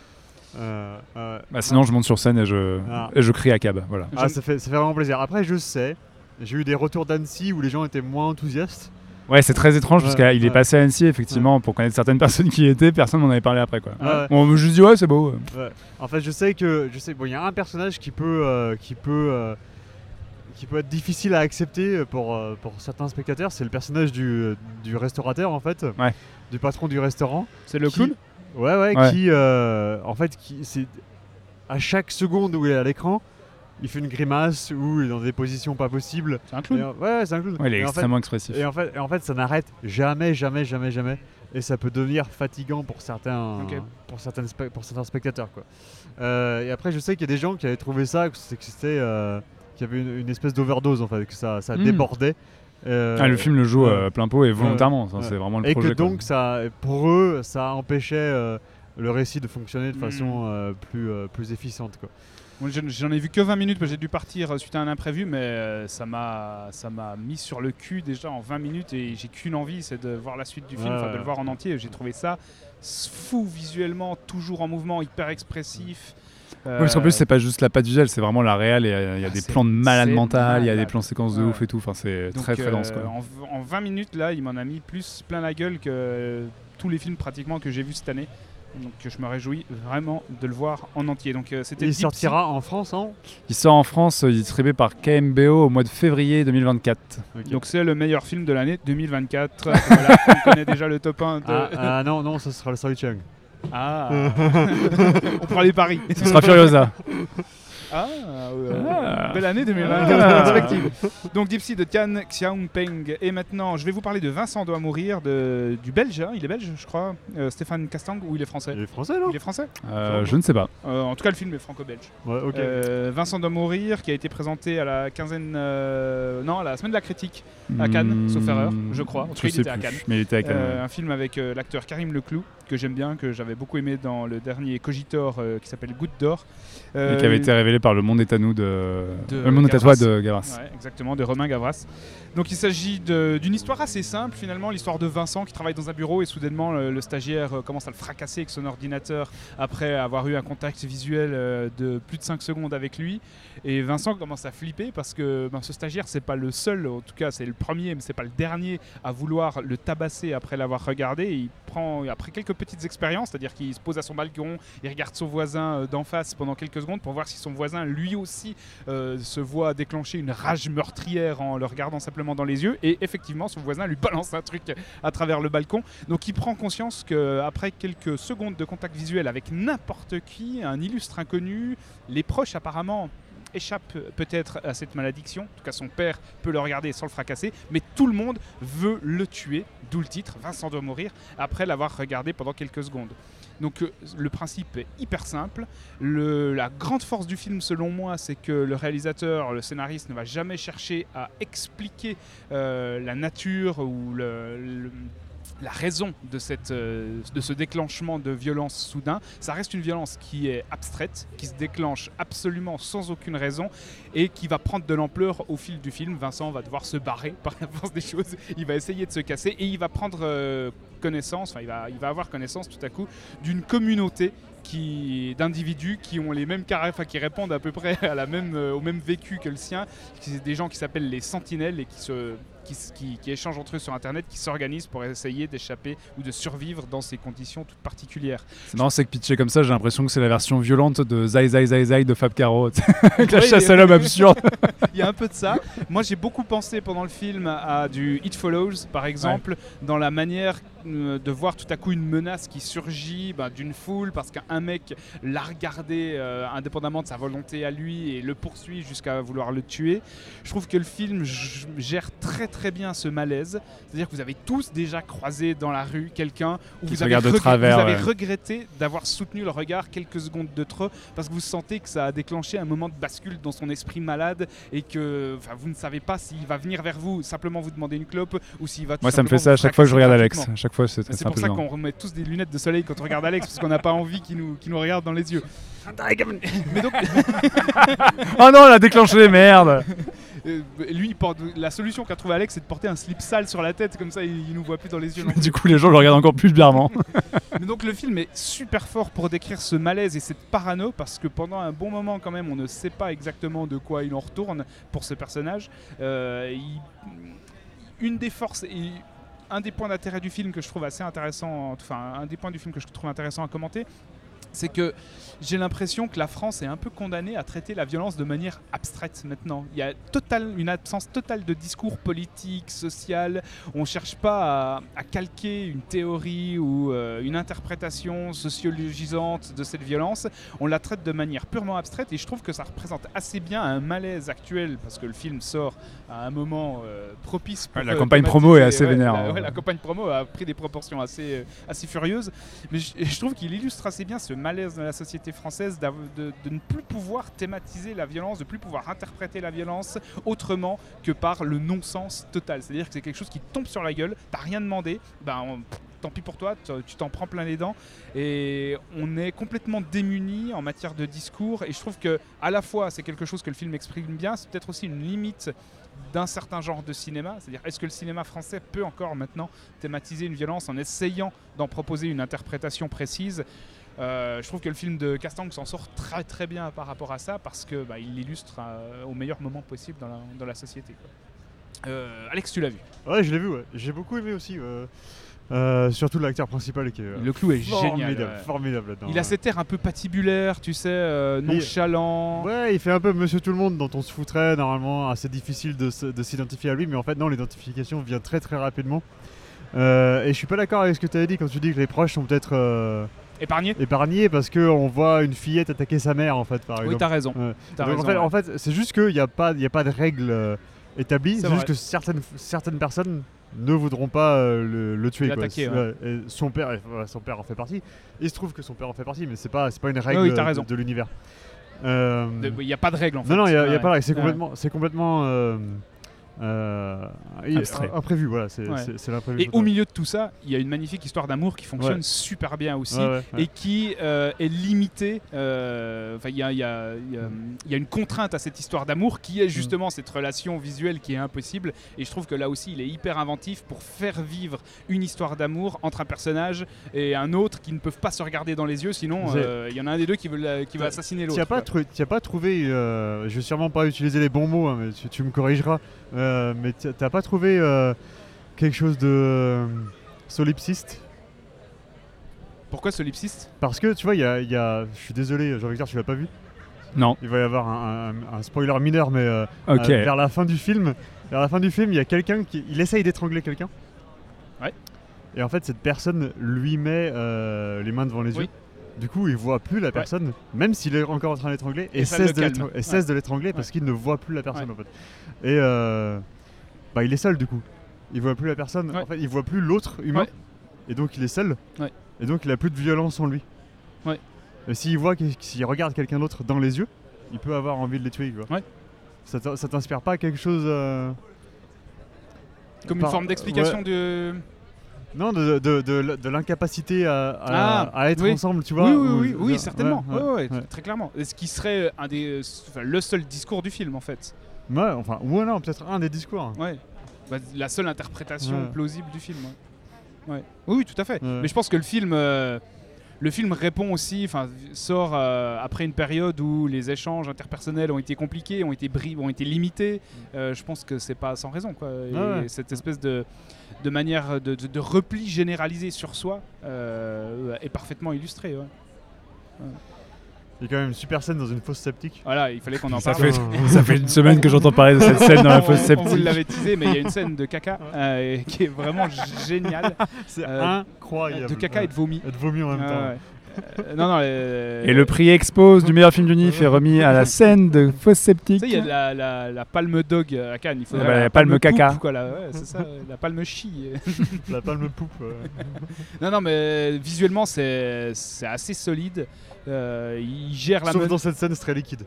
Euh, euh,
bah, sinon, ah. je monte sur scène et je, ah. et je crie à cab. Voilà.
Ah, ça fait, ça fait vraiment plaisir. Après, je sais, j'ai eu des retours d'Annecy où les gens étaient moins enthousiastes.
Ouais, c'est très étrange ouais, parce qu'il ouais. est passé à Annecy, effectivement, ouais. pour connaître certaines personnes qui y étaient, personne m'en avait parlé après. Quoi.
Ouais.
Bon, je me dis, ouais, c'est beau.
Ouais. En fait, je sais que, je sais, bon, il y a un personnage qui peut, euh, qui peut, euh, qui peut être difficile à accepter pour, euh, pour certains spectateurs. C'est le personnage du, du restaurateur, en fait,
ouais.
du patron du restaurant.
C'est le
qui,
clown.
Ouais, ouais, ouais. qui, euh, en fait, qui, c'est à chaque seconde où il est à l'écran. Il fait une grimace ou il est dans des positions pas possibles.
C'est un clown.
Et, ouais, c'est un clown.
Ouais, il est
et
extrêmement
en fait,
expressif.
Et en, fait, et en fait, ça n'arrête jamais, jamais, jamais, jamais. Et ça peut devenir fatigant pour certains,
okay.
pour certaines, pour certains spectateurs, quoi. Euh, et après, je sais qu'il y a des gens qui avaient trouvé ça, que c'était, euh, qu'il y avait une, une espèce d'overdose en fait, que ça, ça mmh. débordait.
Euh, ah, le film le joue euh, plein pot et volontairement. Euh, ça, c'est vraiment le
et
projet.
Et que donc,
quoi.
ça, pour eux, ça empêchait euh, le récit de fonctionner de
mmh.
façon euh, plus, euh, plus efficiente, quoi.
Moi, j'en ai vu que vingt minutes, parce que j'ai dû partir suite à un imprévu, mais euh, ça m'a, ça m'a mis sur le cul déjà en vingt minutes et j'ai qu'une envie, c'est de voir la suite du film, enfin de le voir en entier. J'ai trouvé ça fou visuellement, toujours en mouvement, hyper expressif.
Euh... Oui, parce qu'en plus, c'est pas juste la patte visuelle, c'est vraiment la réelle. Il y a, y a ah, des plans de malade mental, il y a des plans séquences de ouais. ouf et tout. Enfin, c'est Donc, très très dense. Quoi.
Euh, en, en vingt minutes, là, il m'en a mis plus plein la gueule que tous les films pratiquement que j'ai vus cette année. Donc je me réjouis vraiment de le voir en entier. Donc euh, c'était.
Il sortira en France, hein ?
Il sort en France, il est distribué par K M B O au mois de février deux mille vingt-quatre.
Okay. Donc c'est le meilleur film de l'année deux mille vingt-quatre. Voilà, on connaît déjà le top un. De...
Ah, ah non non, ce sera le Soi Chung.
Ah. On prend les paris.
Ce sera Furiosa.
Ah, euh, ah, belle année deux mille vingt-quatre ah. perspective. Donc Deep Sea de Tian Xiaopeng. Et maintenant, je vais vous parler de Vincent doit mourir, de, du Belge, hein, il est belge je crois, euh, Stéphane Castang, ou il est français ?
Il est français non ?
Il est français
euh, Je ne sais pas.
Euh, en tout cas le film est franco-belge.
Ouais, ok.
Euh, Vincent doit mourir, qui a été présenté à la quinzaine, euh, non, à la semaine de la critique à Cannes, mmh, sauf erreur, je crois. En tout cas, il était à Cannes.
Mais il était à Cannes.
Euh, un film avec euh, l'acteur Karim Leclou, que j'aime bien, que j'avais beaucoup aimé dans le dernier Cogitor euh, qui s'appelle Goutte d'or.
Euh, et qui avait été révélé inspiré par Le Monde est à nous de,
de
Le Monde est à toi de Gavras.
Ouais, exactement, de Romain Gavras. Donc il s'agit de, d'une histoire assez simple finalement, l'histoire de Vincent qui travaille dans un bureau et soudainement le, le stagiaire euh, commence à le fracasser avec son ordinateur après avoir eu un contact visuel euh, de plus de cinq secondes avec lui. Et Vincent commence à flipper parce que ben, ce stagiaire, c'est pas le seul, en tout cas c'est le premier, mais c'est pas le dernier à vouloir le tabasser après l'avoir regardé. Et il prend, après quelques petites expériences, c'est-à-dire qu'il se pose à son balcon, il regarde son voisin d'en face pendant quelques secondes pour voir si son voisin lui aussi euh, se voit déclencher une rage meurtrière en le regardant simplement dans les yeux. Et effectivement, son voisin lui balance un truc à travers le balcon. Donc il prend conscience qu'après quelques secondes de contact visuel avec n'importe qui, un illustre inconnu, les proches apparemment échappe peut-être à cette malédiction, en tout cas son père peut le regarder sans le fracasser, mais tout le monde veut le tuer, d'où le titre, Vincent doit mourir, après l'avoir regardé pendant quelques secondes. Donc euh, le principe est hyper simple, le, la grande force du film selon moi c'est que le réalisateur, le scénariste ne va jamais chercher à expliquer euh, la nature ou le, le la raison de, cette, euh, de ce déclenchement de violence soudain. Ça reste une violence qui est abstraite, qui se déclenche absolument sans aucune raison et qui va prendre de l'ampleur au fil du film. Vincent va devoir se barrer par la force des choses, il va essayer de se casser et il va prendre euh, connaissance, enfin il va, il va avoir connaissance tout à coup d'une communauté qui, d'individus qui ont les mêmes caractères, enfin, qui répondent à peu près à la même, euh, au même vécu que le sien. C'est des gens qui s'appellent les sentinelles et qui se Qui, qui, qui échangent entre eux sur internet, qui s'organisent pour essayer d'échapper ou de survivre dans ces conditions toutes particulières.
C'est marrant, c'est que pitché comme ça, j'ai l'impression que c'est la version violente de Zai Zai Zai Zai de Fab Caro, avec la chasse à l'homme absurde.
Il y a un peu de ça. Moi j'ai beaucoup pensé pendant le film à du It Follows par exemple, ouais. Dans la manière de voir tout à coup une menace qui surgit bah, d'une foule parce qu'un mec l'a regardé euh, indépendamment de sa volonté à lui et le poursuit jusqu'à vouloir le tuer. Je trouve que le film gère très très bien ce malaise, c'est-à-dire que vous avez tous déjà croisé dans la rue quelqu'un où
qui
vous avez,
regr- travers,
vous avez
ouais.
regretté d'avoir soutenu le regard quelques secondes de trop parce que vous sentez que ça a déclenché un moment de bascule dans son esprit malade et que vous ne savez pas s'il va venir vers vous simplement vous demander une clope ou s'il va tout
Moi ça me fait ça à chaque fois que je regarde Alex. À chaque fois c'est très
C'est pour ça qu'on remet tous des lunettes de soleil quand on regarde Alex parce qu'on n'a pas envie qu'il nous, qu'il nous regarde dans les yeux. Mais donc...
oh non, elle a déclenché, merde.
Euh, lui, il porte, la solution qu'a trouvé Alex, c'est de porter un slip sale sur la tête, comme ça il, il nous voit plus dans les yeux. Non
du coup, les gens le regardent encore plus bizarrement.
Mais donc le film est super fort pour décrire ce malaise et cette parano, parce que pendant un bon moment quand même, on ne sait pas exactement de quoi il en retourne pour ce personnage. Euh, il, une des forces et un des points d'intérêt du film que je trouve assez intéressant, enfin un des points du film que je trouve intéressant à commenter, c'est que j'ai l'impression que la France est un peu condamnée à traiter la violence de manière abstraite maintenant. Il y a total, une absence totale de discours politique, social. On ne cherche pas à, à calquer une théorie ou euh, une interprétation sociologisante de cette violence. On la traite de manière purement abstraite et je trouve que ça représente assez bien un malaise actuel parce que le film sort à un moment euh, propice pour...
Ouais, la campagne promo est assez
ouais,
vénère.
La,
hein.
ouais, la campagne promo a pris des proportions assez, assez furieuses. Mais je, je trouve qu'il illustre assez bien ce malaise de la société française de, de, de ne plus pouvoir thématiser la violence, de ne plus pouvoir interpréter la violence autrement que par le non-sens total. C'est-à-dire que c'est quelque chose qui tombe sur la gueule, t'as rien demandé, ben on, tant pis pour toi, tu t'en prends plein les dents et on est complètement démunis en matière de discours et je trouve que à la fois c'est quelque chose que le film exprime bien, c'est peut-être aussi une limite d'un certain genre de cinéma, c'est-à-dire est-ce que le cinéma français peut encore maintenant thématiser une violence en essayant d'en proposer une interprétation précise. Euh, je trouve que le film de Castangue s'en sort très très bien par rapport à ça parce qu'il bah, l'illustre euh, au meilleur moment possible dans la, dans la société. Quoi. Euh, Alex, tu l'as vu?
Ouais, je l'ai vu, ouais. J'ai beaucoup aimé aussi. Euh, euh, surtout l'acteur principal qui est
le clou est
formidable,
génial. Ouais.
Formidable là-dedans.
Il a cet air un peu patibulaire, tu sais, euh, nonchalant.
Ouais, il fait un peu Monsieur Tout le Monde dont on se foutrait normalement, assez difficile de, de s'identifier à lui, mais en fait non, l'identification vient très très rapidement. Euh, et je suis pas d'accord avec ce que tu avais dit quand tu dis que les proches sont peut-être euh,
épargnés.
Épargnés parce qu'on voit une fillette attaquer sa mère en fait par exemple.
Oui, t'as raison.
Euh,
t'as
donc,
raison
en fait,
ouais.
en fait c'est juste qu'il n'y a, a pas de règles euh, établies, c'est, c'est juste que certaines, certaines personnes ne voudront pas euh, le, le tuer. Quoi.
Ouais.
Ouais, et son, père, ouais, son père en fait partie. Il se trouve que son père en fait partie, mais c'est pas, c'est pas une règle
oui,
de, de l'univers. Il
euh, n'y a pas de règle en fait.
Non, non, il n'y a,
ouais.
a pas de règle. C'est
ouais.
complètement... C'est complètement euh, Euh,
Abstrait.
Imprévu, voilà, c'est,
Ouais.
c'est, c'est l'imprévu.
Et
total.
au milieu de tout ça, il y a une magnifique histoire d'amour qui fonctionne
Ouais.
super bien aussi
Ouais, ouais, ouais.
et qui euh, est limitée. euh, Enfin, il y a, il y a- il y a- il y a une contrainte à cette histoire d'amour qui est justement
Mm.
cette relation visuelle qui est impossible. Et je trouve que là aussi, il est hyper inventif pour faire vivre une histoire d'amour entre un personnage et un autre qui ne peuvent pas se regarder dans les yeux, sinon
C'est-
euh, il y en a un des deux qui veut, la- qui va assassiner l'autre.
Tu n'as pas,
quoi.
tru- t'y as pas trouvé, euh, je vais sûrement pas utiliser les bons mots, hein, mais tu, tu me corrigeras, euh, mais tu n'as pas trouvé euh, quelque chose de euh, solipsiste?
Pourquoi solipsiste?
Parce que tu vois, il y a, il y a- je suis désolé, Jean-Victor, tu l'as pas vu?
Non.
Il va y avoir un, un- un spoiler mineur, mais euh,
Ok.
euh, vers la fin du film, vers la fin du film, il y a quelqu'un qui, il essaye d'étrangler quelqu'un.
Ouais.
Et en fait, cette personne lui met euh, les mains devant les
Oui.
yeux. Du coup, il voit plus la personne, même s'il est encore en train d'étrangler, et,
Et ça
cesse
le
de,
calme.
l'étr- et
Ouais.
cesse de l'étrangler parce qu'il ne voit plus la personne en fait. Et euh, bah, il est seul du coup. Il voit plus la personne.
Ouais.
En fait, il voit plus l'autre humain.
Ouais.
Et donc il est seul.
Ouais.
Et donc il a plus de violence en lui.
Ouais.
Et s'il voit, que- s'il regarde quelqu'un d'autre dans les yeux, il peut avoir envie de les tuer. Quoi.
Ouais.
Ça, t'in- ça t'inspire pas quelque chose euh,
Comme
par-
une forme d'explication
ouais.
de.
Non, de, de, de, de l'incapacité à, à,
Ah,
à être
oui.
ensemble, tu vois.
Oui, oui,
ou-
oui, oui,
ouais,
certainement.
ouais,
Ouais, ouais,
ouais.
très clairement. Et ce qui serait un des, enfin, le seul discours du film en fait.
Ouais, enfin, ou non, peut-être un des discours.
Ouais. Bah, la seule interprétation
Ouais.
plausible du film. Ouais. Ouais. Oui, oui, tout à fait.
Ouais.
Mais je pense que le film, euh, le film répond aussi, enfin, sort euh, après une période où les échanges interpersonnels ont été compliqués, ont été bri- ont été limités. Euh, je pense que c'est pas sans raison, quoi. Et
Ouais.
cette espèce de de manière de, de- de repli généralisé sur soi euh, est parfaitement illustrée. Ouais.
Il y a quand même une super scène dans une fosse septique.
Voilà, il fallait qu'on en
Ça
parle.
fait, ça fait une semaine que j'entends parler de cette scène dans la fosse
On- On vous
septique.
l'avait teasé, mais il y a une scène de caca euh, qui est vraiment géniale.
C'est
Euh,
incroyable.
De caca et de vomi.
Et de vomi en même
Ah
temps.
ouais. Euh, non, non, euh,
Et le prix Expose du meilleur film du N I F est remis à la scène de fosse
Tu
septique.
sais, il y a la, la, la palme dog à Cannes. Il faut
Ah bah, la palme caca.
poupe, quoi, la, ouais, c'est ça, la palme chi.
La palme poupe. euh.
non, non, mais visuellement, c'est c'est assez solide. Euh, il gère la
Sauf
menace.
dans cette scène, c'est très liquide.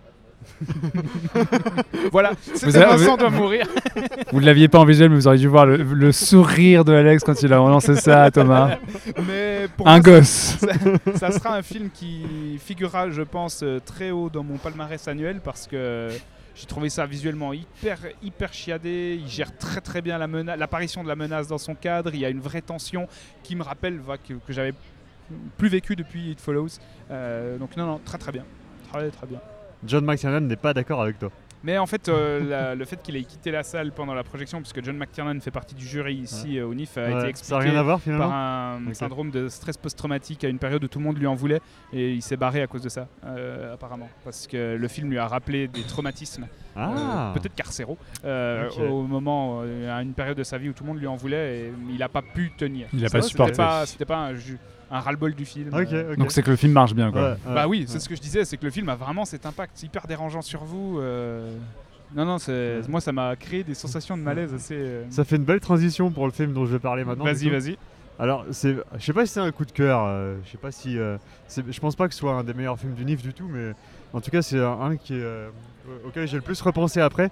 Voilà,
Vous
c'était
avez-
Vincent doit mourir.
Vous ne l'aviez pas en visuel, mais vous auriez dû voir le, le sourire de Alex quand il a relancé ça à Thomas.
Mais pour
Un
moi,
gosse.
ça sera un film qui figurera, je pense, euh, très haut dans mon palmarès annuel parce que j'ai trouvé ça visuellement hyper, hyper chiadé. Il gère très très bien la mena- l'apparition de la menace dans son cadre. Il y a une vraie tension qui me rappelle va, que, que j'avais plus vécu depuis It Follows. Euh, donc non, non, très très bien. Très très bien.
John McTiernan n'est pas d'accord avec toi.
Mais en fait, euh, la- le fait qu'il ait quitté la salle pendant la projection, puisque John McTiernan fait partie du jury ici euh, au N I F, a
Ouais,
été
ça n'a
expliqué
rien à voir
par
finalement.
un
Ok.
syndrome de stress post-traumatique à une période où tout le monde lui en voulait et il s'est barré à cause de ça, euh, apparemment. Parce que le film lui a rappelé des traumatismes,
Ah,
euh, peut-être carcéraux, euh,
Ok.
au moment, euh, à une période de sa vie où tout le monde lui en voulait et il n'a pas pu tenir.
Il a
Ça,
pas
c'était
supporté.
pas- C'était pas un, ju- un ras-le-bol du film.
Ok,
euh.
ok.
Donc c'est que le film marche bien, quoi.
Ouais, ouais.
Bah oui, c'est ce que je disais, c'est que le film a vraiment cet impact hyper dérangeant sur vous. euh. Non, non, c'est... moi ça m'a créé des sensations de malaise assez. euh.
Ça fait une belle transition pour le film dont je vais parler maintenant.
Vas-y,
du coup.
vas-y.
Alors, c'est, je sais pas si c'est un coup de cœur. euh, je sais pas si, euh, c'est- je pense pas que ce soit un des meilleurs films du N I F du tout, mais en tout cas c'est un, un qui est, euh, auquel j'ai le plus repensé après.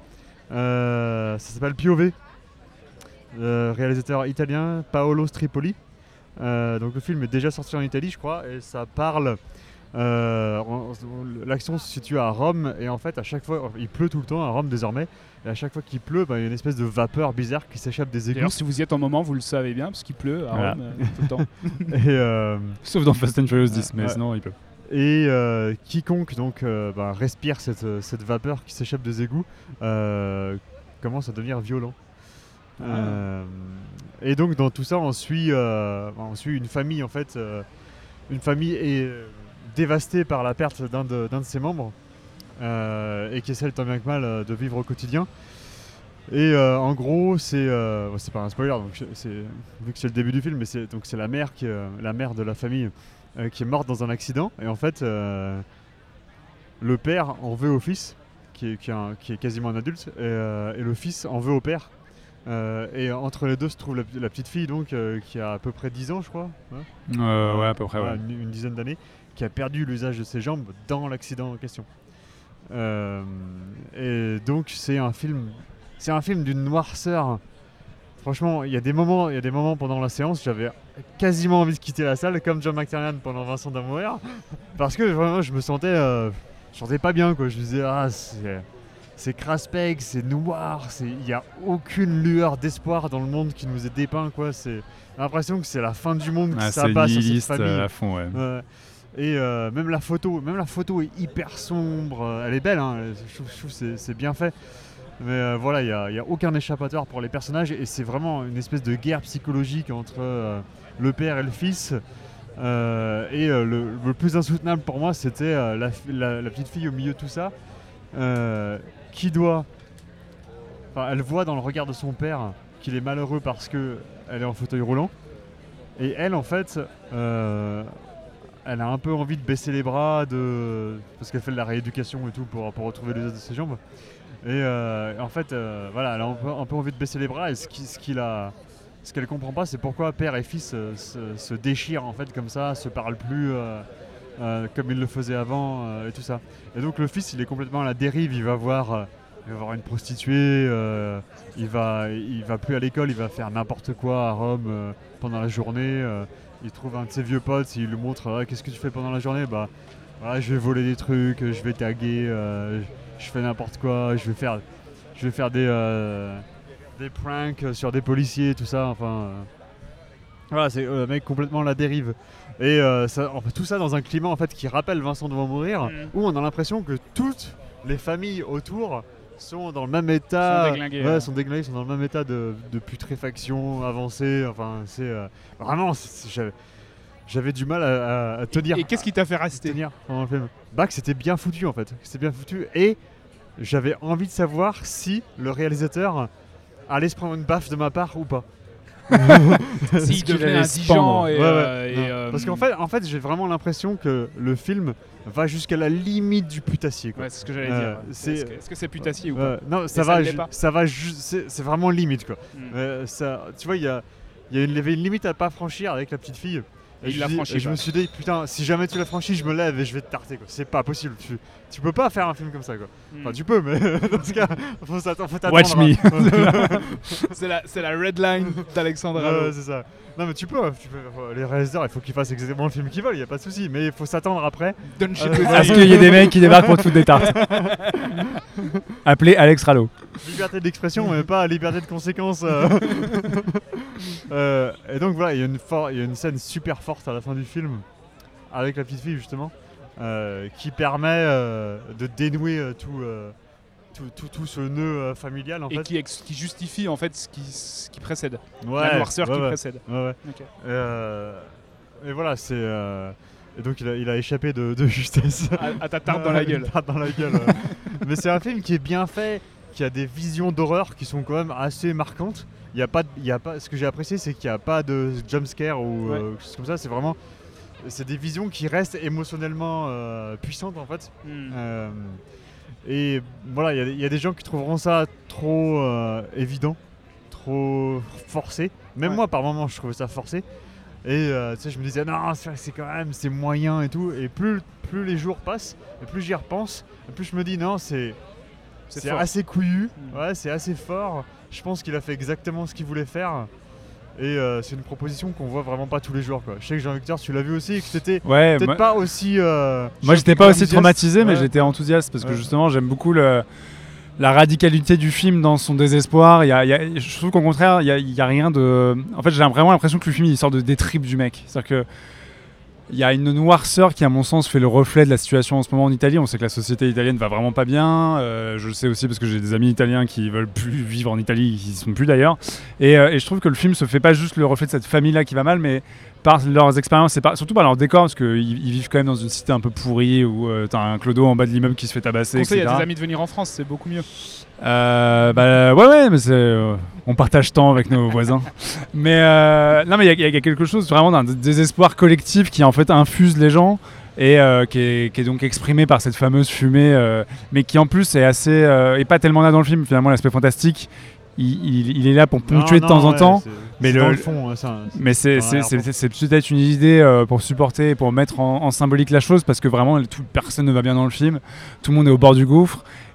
Euh, ça s'appelle P O V, euh, réalisateur italien Paolo Stripoli. Euh, donc le film est déjà sorti en Italie, je crois, et ça parle. euh, en- L'action se situe à Rome et en fait à chaque fois il pleut tout le temps à Rome désormais et à chaque fois qu'il pleut bah, il y a une espèce de vapeur bizarre qui s'échappe des égouts.
D'ailleurs, si vous y êtes en moment, vous le savez bien, parce qu'il pleut à
Voilà.
Rome euh, tout le temps.
Et, euh,
Sauf dans Fast and Furious dix, mais
Ouais.
sinon il peut.
Et euh, quiconque donc euh, bah, respire cette, euh, cette vapeur qui s'échappe des égouts euh, commence à devenir violent.
Ah.
Euh, et donc dans tout ça on suit, euh, on suit une famille en fait, euh, une famille est euh, dévastée par la perte d'un de, d'un de ses membres euh, et qui essaie tant bien que mal euh, de vivre au quotidien. Et euh, en gros c'est, euh, bon, c'est pas un spoiler donc je- c'est, vu que c'est le début du film, mais c'est, donc c'est la mère qui, euh, la mère de la famille euh, qui est morte dans un accident et en fait euh, le père en veut au fils qui est, qui est, un- qui est quasiment un adulte et, euh, et le fils en veut au père. Euh, et entre les deux se trouve la, la petite fille donc euh, qui a à peu près dix ans je crois, hein,
Euh, ouais, à peu près, ouais.
voilà, une, une dizaine d'années, qui a perdu l'usage de ses jambes dans l'accident en question. Euh, et donc c'est un film c'est un film d'une noirceur. Franchement, il y a des moments, il y a des moments pendant la séance, j'avais quasiment envie de quitter la salle, comme John McTiernan pendant Vincent doit mourir, parce que vraiment, je me sentais, euh, je sentais pas bien, quoi. Je me disais, ah, c'est, c'est craspec, c'est noir, il y a aucune lueur d'espoir dans le monde qui nous est dépeint, quoi. C'est l'impression que c'est la fin du monde, que
ah,
ça passe sur cette
nihiliste
famille.
à fond, ouais.
Ouais. Et euh, même la photo, même la photo est hyper sombre. Elle est belle, hein, je trouve, je trouve que c'est, c'est bien fait. Mais euh, voilà, il n'y a, a aucun échappatoire pour les personnages et c'est vraiment une espèce de guerre psychologique entre euh, le père et le fils. Euh, et euh, le, le plus insoutenable pour moi, c'était euh, la, la, la petite fille au milieu de tout ça, euh, qui doit, enfin, elle voit dans le regard de son père qu'il est malheureux parce que elle est en fauteuil roulant. Et elle, en fait, euh, elle a un peu envie de baisser les bras, de... parce qu'elle fait de la rééducation et tout pour, pour retrouver les os de ses jambes. Et euh, en fait, euh, voilà, elle a un peu, un peu envie de baisser les bras. Et ce, qui, ce, qu'il a, ce qu'elle comprend pas, c'est pourquoi père et fils euh, se, se déchirent en fait comme ça, se parlent plus euh, euh, comme ils le faisaient avant euh, et tout ça. Et donc le fils, il est complètement à la dérive. Il va voir, euh, il va voir une prostituée. Euh, il va, il va plus à l'école. Il va faire n'importe quoi à Rome euh, pendant la journée. Euh, il trouve un de ses vieux potes. Il lui montre, ah, qu'est-ce que tu fais pendant la journée? Bah, voilà, je vais voler des trucs. Je vais taguer. Euh, je fais n'importe quoi, je vais faire, je vais faire des, euh, des pranks sur des policiers, tout ça, enfin... Euh, voilà, c'est euh, le mec complètement à la dérive. Et euh, ça, enfin, tout ça dans un climat en fait, qui rappelle Vincent doit mourir, mmh. où on a l'impression que toutes les familles autour sont dans le même état...
Sont déglinguées.
Ouais,
ouais.
sont déglinguées, sont dans le même état de, de putréfaction avancée, enfin, c'est... Euh, vraiment, c'est, j'avais, j'avais du mal à, à, à tenir.
Et, et qu'est-ce qui t'a fait rester
tenir pendant le film? Bah que c'était bien foutu en fait, c'était bien foutu et j'avais envie de savoir si le réalisateur allait se prendre une baffe de ma part ou pas.
S'il devenait indigent et,
ouais, ouais.
euh, et euh,
parce qu'en fait, en fait j'ai vraiment l'impression que le film va jusqu'à la limite du putassier, quoi.
Ouais, c'est ce que j'allais
Euh,
dire.
c'est-
Est-ce que, est-ce que c'est putassier ou
Euh,
pas
non, ça
ça
va,
ne l'est
ju-
pas.
ça va, ju- c'est, c'est vraiment limite, quoi.
Mm.
Euh, ça, tu vois, il y a, il y a une, il y avait une limite à pas franchir avec la petite fille.
Et il
je
l'a
dis-
franchi,
et je
quoi.
me suis dit, putain, si jamais tu l'as franchi, je me lève et je vais te tarter, quoi. C'est pas possible. Tu, tu peux pas faire un film comme ça, quoi.
Mm.
Enfin, tu peux, mais dans ce cas, faut s'attendre. Faut t'attendre
Watch me.
c'est, la, c'est la red line d'Alexandre
Ouais,
Allo.
ouais, c'est ça. Non, mais tu peux, tu peux. Les réalisateurs, il faut qu'ils fassent exactement le film qu'ils veulent, il y a pas de souci. Mais il faut s'attendre après.
Donne chez
Euh,
tes
ouais.
Est-ce qu'il y a des mecs qui débarquent pour te foutre des tartes? Appelez Alex Rallo.
Liberté d'expression, mais pas liberté de conséquence. euh. Euh, et donc voilà, il y, a une for- il y a une scène super forte à la fin du film, avec la petite fille justement, euh, qui permet euh, de dénouer euh, tout, euh, tout, tout, tout ce nœud euh, familial en
Et
fait.
qui, ex- qui justifie en fait ce qui, ce qui précède.
Ouais,
la noirceur
ouais,
qui
ouais,
précède.
ouais, ouais.
Ok.
Euh, et voilà, c'est... euh, et donc il a, il a échappé de, de justesse.
À, à ta tarte dans la gueule.
Une tarte dans la gueule. ouais. Mais c'est un film qui est bien fait, qui a des visions d'horreur qui sont quand même assez marquantes. Il y a pas, de- il y a pas, ce que j'ai apprécié, c'est qu'il n'y a pas de jumpscare ou
Ouais.
euh, quelque chose comme ça. C'est vraiment, c'est des visions qui restent émotionnellement euh, puissantes en fait.
Mm.
Euh, et voilà, il y a- il y, a des gens qui trouveront ça trop euh, évident, trop forcé. Même
Ouais.
moi, par moments, je trouvais ça forcé. Et euh, tu sais, je me disais non, c'est, c'est quand même, c'est moyen et tout. Et plus, plus les jours passent, et plus j'y repense, et plus je me dis non, c'est,
C'est
c'est
fort.
assez couillu.
Mm.
Ouais, c'est assez fort. Je pense qu'il a fait exactement ce qu'il voulait faire. Et euh, c'est une proposition qu'on voit vraiment pas tous les jours, quoi. Je sais que Jean-Victor, tu l'as vu aussi et que t'étais
Ouais,
peut-être
moi,
pas aussi. euh,
moi j'étais pas aussi
enthousiaste.
traumatisé, mais
Ouais.
j'étais enthousiaste parce que
Ouais.
justement j'aime beaucoup le, la radicalité du film dans son désespoir. Il y a, il y a- je trouve qu'au contraire, il y a, il y a rien de. En fait, j'ai vraiment l'impression que le film il sort de, des tripes du mec. C'est-à-dire que. Il y a une noirceur qui, à mon sens, fait le reflet de la situation en ce moment en Italie. On sait que la société italienne va vraiment pas bien. Euh, je le sais aussi parce que j'ai des amis italiens qui veulent plus vivre en Italie, qui y sont plus d'ailleurs. Et, euh, et je trouve que le film se fait pas juste le reflet de cette famille-là qui va mal, mais par leurs expériences et par, surtout par leur décor, parce qu'ils ils vivent quand même dans une cité un peu pourrie où euh, t'as un clodo en bas de l'immeuble qui se fait tabasser,
Conseil
et cetera.
à tes amis de venir en France, c'est beaucoup mieux.
Euh, bah ouais ouais mais c'est euh, on partage tant avec nos voisins mais euh, non mais il y, y a quelque chose vraiment d'un désespoir collectif qui en fait infuse les gens et euh, qui, est, qui est donc exprimé par cette fameuse fumée euh, mais qui en plus est assez euh, et pas tellement là dans le film finalement. L'aspect fantastique il, il, il est là pour ponctuer
Non,
de temps
non,
en
ouais,
temps
c'est-
mais
c'est
le-
dans le fond, ouais, ça, c'est-
mais c'est
dans
c'est- c'est-
l'arrière-plan.
c'est peut-être une idée euh, pour supporter, pour mettre en, en symbolique la chose, parce que vraiment tout, personne ne va bien dans le film, tout le monde est au bord du gouffre,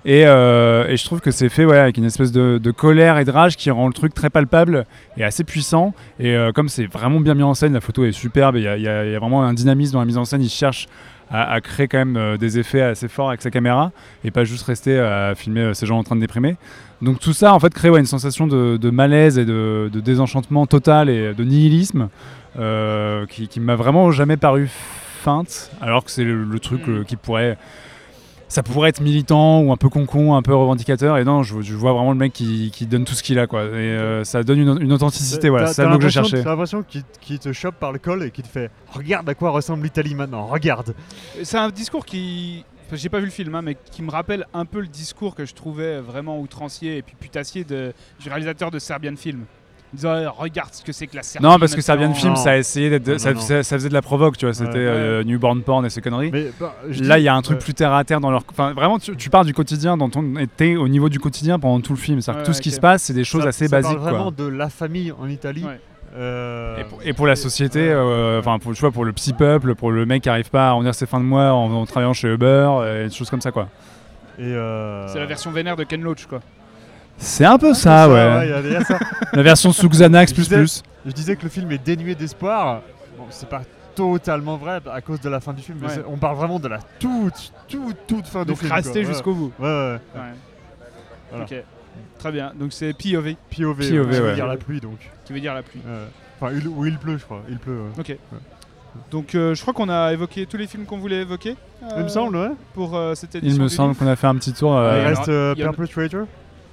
Et, euh, et je trouve que c'est fait ouais, avec une espèce de, de colère et de rage qui rend le truc très palpable et assez puissant. Et euh, comme c'est vraiment bien mis en scène, la photo est superbe, il y, y, y a vraiment un dynamisme dans la mise en scène. Il cherche à, à créer quand même euh, des effets assez forts avec sa caméra et pas juste rester à filmer euh, ces gens en train de déprimer. Donc tout ça en fait crée ouais, une sensation de, de malaise et de, de désenchantement total et de nihilisme euh, qui, qui m'a vraiment jamais paru feinte, alors que c'est le, le truc euh, qui pourrait... Ça pourrait être militant ou un peu concon, un peu revendicateur, et non, je, je vois vraiment le mec qui, qui donne tout ce qu'il a, quoi. Et euh, ça donne une, une authenticité, voilà, c'est le mot que je cherchais.
T'as l'impression qu'il qu'il te chope par le col et qu'il te fait « Regarde à quoi ressemble l'Italie maintenant, regarde !»
C'est un discours qui... Enfin, j'ai pas vu le film, hein, mais qui me rappelle un peu le discours que je trouvais vraiment outrancier et puis putassier de, du réalisateur de Serbian Film. En disant eh, regarde ce que c'est que la Serbie.
Non, parce que Serbian
non.
Film, ça a essayé d'être,
non,
ça,
non.
Ça, ça faisait de la provoque, tu vois. C'était
ouais.
euh, Newborn Porn et ces conneries.
Mais, bah,
là, il y a un truc
ouais.
plus terre à terre dans leur. Enfin, vraiment, tu, tu pars du quotidien dont on était au niveau du quotidien pendant tout le film. C'est-à-dire
Ouais,
que tout
ouais,
ce qui
okay.
se passe, c'est des choses
ça,
assez
ça
basiques,
parle vraiment
quoi.
de la famille en Italie.
Ouais.
Euh,
Et, pour, et pour la société, enfin, euh, pour, tu vois, pour le petit peuple, pour le mec qui arrive pas à arrondir ses fins de mois en, en travaillant chez Uber, et des choses comme ça, quoi.
Et euh...
C'est la version vénère de Ken Loach, quoi.
C'est un peu
ah,
ça,
ça,
ouais.
ouais y a, y a ça.
La version sous Xanax plus
disais,
plus.
Je disais que le film est dénué d'espoir. Bon, c'est pas totalement vrai à cause de la fin du film, mais
ouais.
on parle vraiment de la toute, toute, toute fin
Donc
du film.
Donc rester
quoi.
jusqu'au
ouais.
bout.
Ouais, ouais. ouais.
Voilà. Ok. Très bien. Donc c'est P O V.
P O V,
P O V
qui
ouais.
veut dire la pluie, donc.
Qui veut dire la pluie.
Euh, enfin, il, ou il pleut, je crois. Il pleut. Ouais.
Ok.
Ouais.
Donc euh, je crois qu'on a évoqué tous les films qu'on voulait évoquer. Euh,
Il me semble, ouais.
Pour euh, cette édition.
Il me semble qu'on a fait un petit tour. Euh...
Il
Ouais,
reste euh,
il y en a-
Perpetrator.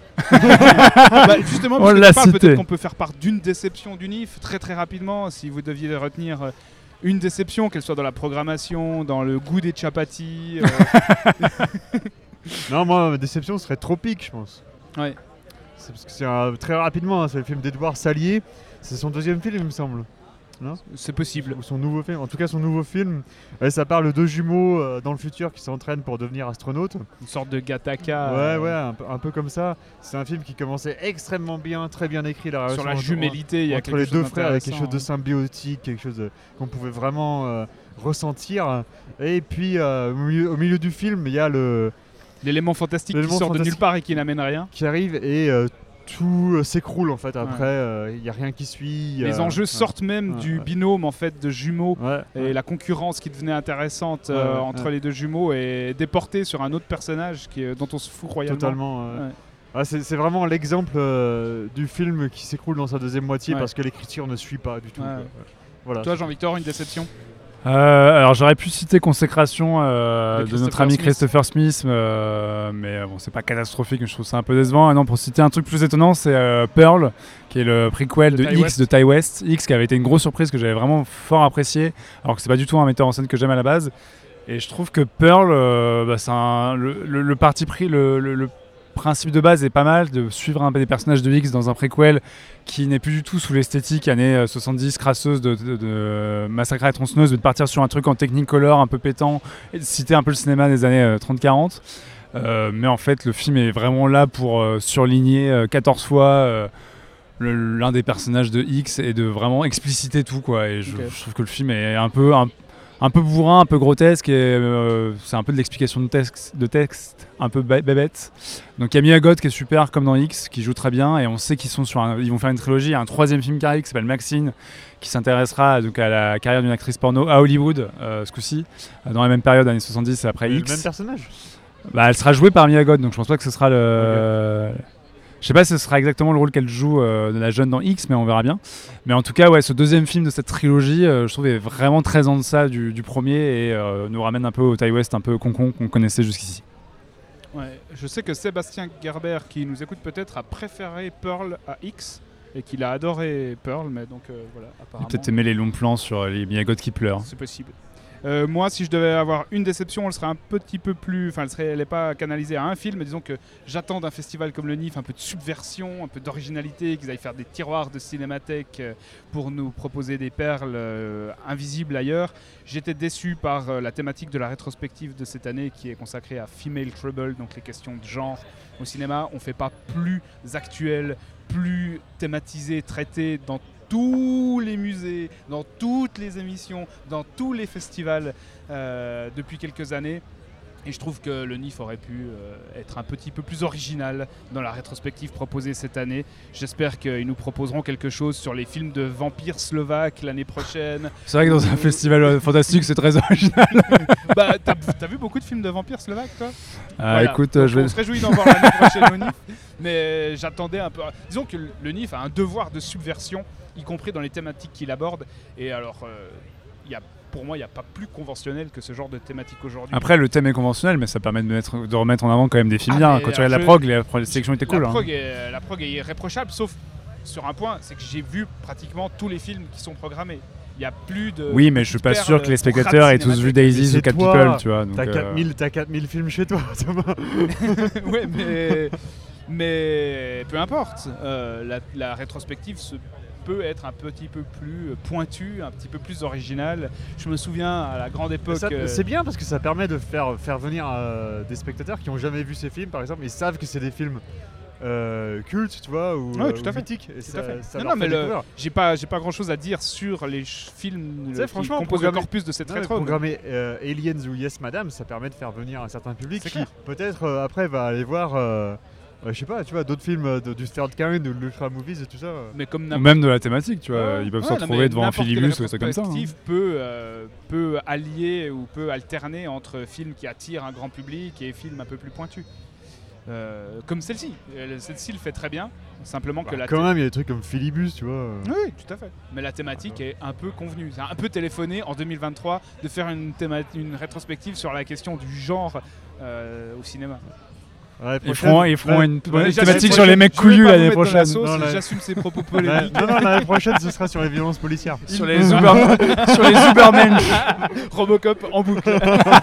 bah, justement,
On
parce que
l'a
tu parles,
cité.
peut-être qu'on peut faire part d'une déception du N I F très très rapidement. Si vous deviez retenir euh, une déception, qu'elle soit dans la programmation, dans le goût des chapatis. Euh...
Non, moi, ma déception serait Tropique, je pense.
ouais.
C'est parce que c'est un- très rapidement, hein, c'est le film d'Edouard Salier. C'est son deuxième film, il me semble. Non
C'est possible.
Ou son nouveau film. En tout cas, son nouveau film. Ouais, ça parle de deux jumeaux euh, dans le futur qui s'entraînent pour devenir astronautes.
Une sorte de Gattaca.
Ouais,
euh,
ouais, un, peu- un peu comme ça. C'est un film qui commençait extrêmement bien, très bien écrit. La
Sur
relation
la
entre-
jumélité, il y a
entre
quelque
les
chose
deux frères, avec quelque
d'intéressant,
chose de symbiotique, quelque chose de- qu'on pouvait vraiment euh, ressentir. Et puis, euh, au, milieu, au milieu du film, il y a le
L'élément fantastique qui
L'élément
sort de
fantastique.
nulle part et qui n'amène rien.
qui arrive et euh, tout euh, s'écroule en fait. Après, il n'y a rien qui suit.
Les
euh,
enjeux
ouais.
sortent même
Ouais,
du
ouais.
binôme en fait de jumeaux.
Ouais,
Et
ouais.
la concurrence qui devenait intéressante euh,
Ouais, ouais,
entre
ouais.
les deux jumeaux est déportée sur un autre personnage qui est- dont on se fout royalement.
Totalement. euh,
Ouais.
ah, c'est c'est vraiment l'exemple euh, du film qui s'écroule dans sa deuxième moitié
Ouais.
parce que l'écriture ne suit pas du tout.
Ouais.
quoi. Ouais. Voilà.
Toi, Jean-Victor, une déception?
Euh, alors j'aurais pu citer Consécration euh,
De
de,
Christopher
notre ami
Smith.
Christopher Smith, euh, mais euh, bon c'est pas catastrophique, mais je trouve ça un peu décevant. Et non, pour citer un truc plus étonnant, c'est euh, Pearl, qui est le prequel
De
de
Ty
X
West.
de Ty West. X qui avait été une grosse surprise que j'avais vraiment fort apprécié, alors que c'est pas du tout un metteur en scène que j'aime à la base. Et je trouve que Pearl, euh, bah, c'est un, le, le, le parti pris, le, le, le principe de base est pas mal, de suivre un peu des personnages de X dans un préquel qui n'est plus du tout sous l'esthétique années soixante-dix crasseuse de, de, de Massacre à la tronçonneuse, mais de partir sur un truc en Technicolor un peu pétant et de citer un peu le cinéma des années euh, trente quarante. Euh, mais en fait, le film est vraiment là pour euh, surligner euh, quatorze fois euh, le- l'un des personnages de X et de vraiment expliciter tout, quoi. Et je,
Ok.
je trouve que le film est un peu un, un peu bourrin, un peu grotesque, et euh, c'est un peu de l'explication de texte, de texte un peu ba- bébête. Donc il y a Mia Goth qui est super comme dans X, qui joue très bien, et on sait qu'ils sont sur un- ils vont faire une trilogie. Il y a un troisième film qui arrive qui s'appelle Maxine, qui s'intéressera donc à la carrière d'une actrice porno à Hollywood, euh, ce coup-ci, euh, dans la même période, années soixante-dix et après
Mais
X.
Le même personnage.
Bah, elle sera jouée par Mia Goth, donc je pense pas que ce sera le. Je sais pas si ce sera exactement le rôle qu'elle joue euh, de la jeune dans X, mais on verra bien. Mais en tout cas, ouais, ce deuxième film de cette trilogie, euh, je trouve est vraiment très en deçà du, du premier et euh, nous ramène un peu au Ty West, un peu concon qu'on connaissait jusqu'ici.
Ouais, je sais que Sébastien Gerber, qui nous écoute peut-être, a préféré Pearl à X et qu'il a adoré Pearl, mais donc euh, voilà,
Il a
apparemment.
peut-être aimé les longs plans sur les Mia Goth qui pleurent.
C'est possible. Euh, moi, si je devais avoir une déception, elle serait un petit peu plus. Enfin, elle serait, elle n'est pas canalisée à un film, mais disons que j'attends d'un festival comme le N I F un peu de subversion, un peu d'originalité, qu'ils aillent faire des tiroirs de cinémathèque euh, pour nous proposer des perles euh, invisibles ailleurs. J'étais déçu par euh, la thématique de la rétrospective de cette année qui est consacrée à Female Trouble, donc les questions de genre au cinéma. On ne fait pas plus actuel, plus thématisé, traité dans tous les musées, dans toutes les émissions, dans tous les festivals euh, depuis quelques années. Et je trouve que le N I F aurait pu euh, être un petit peu plus original dans la rétrospective proposée cette année. J'espère qu'ils nous proposeront quelque chose sur les films de vampires slovaques l'année prochaine.
C'est vrai que dans un festival fantastique, c'est très original.
Bah, t'as, t'as vu beaucoup de films de vampires slovaques, toi ?
Ah,
Voilà.
écoute,
Donc,
je vais...
on se réjouit d'en voir l'année prochaine au N I F. Mais j'attendais un peu... Disons que le N I F a un devoir de subversion, y compris dans les thématiques qu'il aborde. Et alors, il euh, y a... pour moi, il n'y a pas plus conventionnel que ce genre de thématique aujourd'hui.
Après, le thème est conventionnel, mais ça permet de, mettre, de remettre en avant quand même des films
Ah,
bien.
mais
Quand tu regardes la
je-
prog, la, la sélection était cool.
La
hein.
prog, est, la prog est irréprochable, sauf sur un point, c'est que j'ai vu pratiquement tous les films qui sont programmés. Il n'y a plus de...
Oui, mais je suis pas sûr que les spectateurs aient tous vu Daisies
c'est
ou Cat
toi.
People, tu vois. donc,
T'as
euh,
quatre mille, t'as quatre mille films chez toi, Thomas.
Ouais, mais... mais peu importe. Euh, la, la rétrospective se peut être un petit peu plus pointue, un petit peu plus originale. Je me souviens à la grande époque...
Ça,
euh,
c'est bien parce que ça permet de faire, faire venir euh, des spectateurs qui n'ont jamais vu ces films, par exemple. Ils savent que c'est des films euh, cultes, tu vois, ou,
Ouais, tout à
ou
fait.
mythiques. Et
Tout
ça,
à fait.
ça
Non,
leur
non,
fait
mais le-
découvrir.
j'ai pas, j'ai pas grand chose à dire sur les ch- films
Tu sais,
qui
franchement,
composent le
programmer-
corpus de cette
Non, mais
rétro.
programmer euh, Aliens ou Yes Madame, ça permet de faire venir un certain public
C'est
qui
clair.
peut-être euh, après va aller voir, euh, euh, je sais pas, tu vois, d'autres films euh, de- du Third Kind ou de l'Ultra Movies et tout ça. euh.
Mais comme
Ou
n'importe
même de la thématique, tu vois.
Ouais,
Ils peuvent
ouais,
se
non,
retrouver
mais
devant un
n'importe quelle
Philibus ou des trucs comme ça. hein.
rétrospective peut, euh, peut allier ou peut alterner entre films qui attirent un grand public et films un peu plus pointus. Euh, comme celle-ci. Euh, Celle-ci le fait très bien, simplement que
Bah,
la
quand
thé-
même, il y a des trucs comme Philibus, tu vois. euh.
Oui, tout à fait. Mais la thématique est un peu convenue. C'est un peu téléphoné en deux mille vingt-trois de faire une, théma- une rétrospective sur la question du genre euh, au cinéma.
Ouais,
Ils
prochaine-
feront, ils feront
Ouais.
une
Bon, déjà,
thématique
je-
sur les mecs
je vais
couillus
pas vous
l'année
mettre dans la
prochaine.
sauce,
Non, là-
J'assume ces propos
Ouais,
polémiques.
non, non, l'année prochaine, ce sera sur les violences policières.
Sur les Uber, sur les Ubermensch.
Robocop en boucle.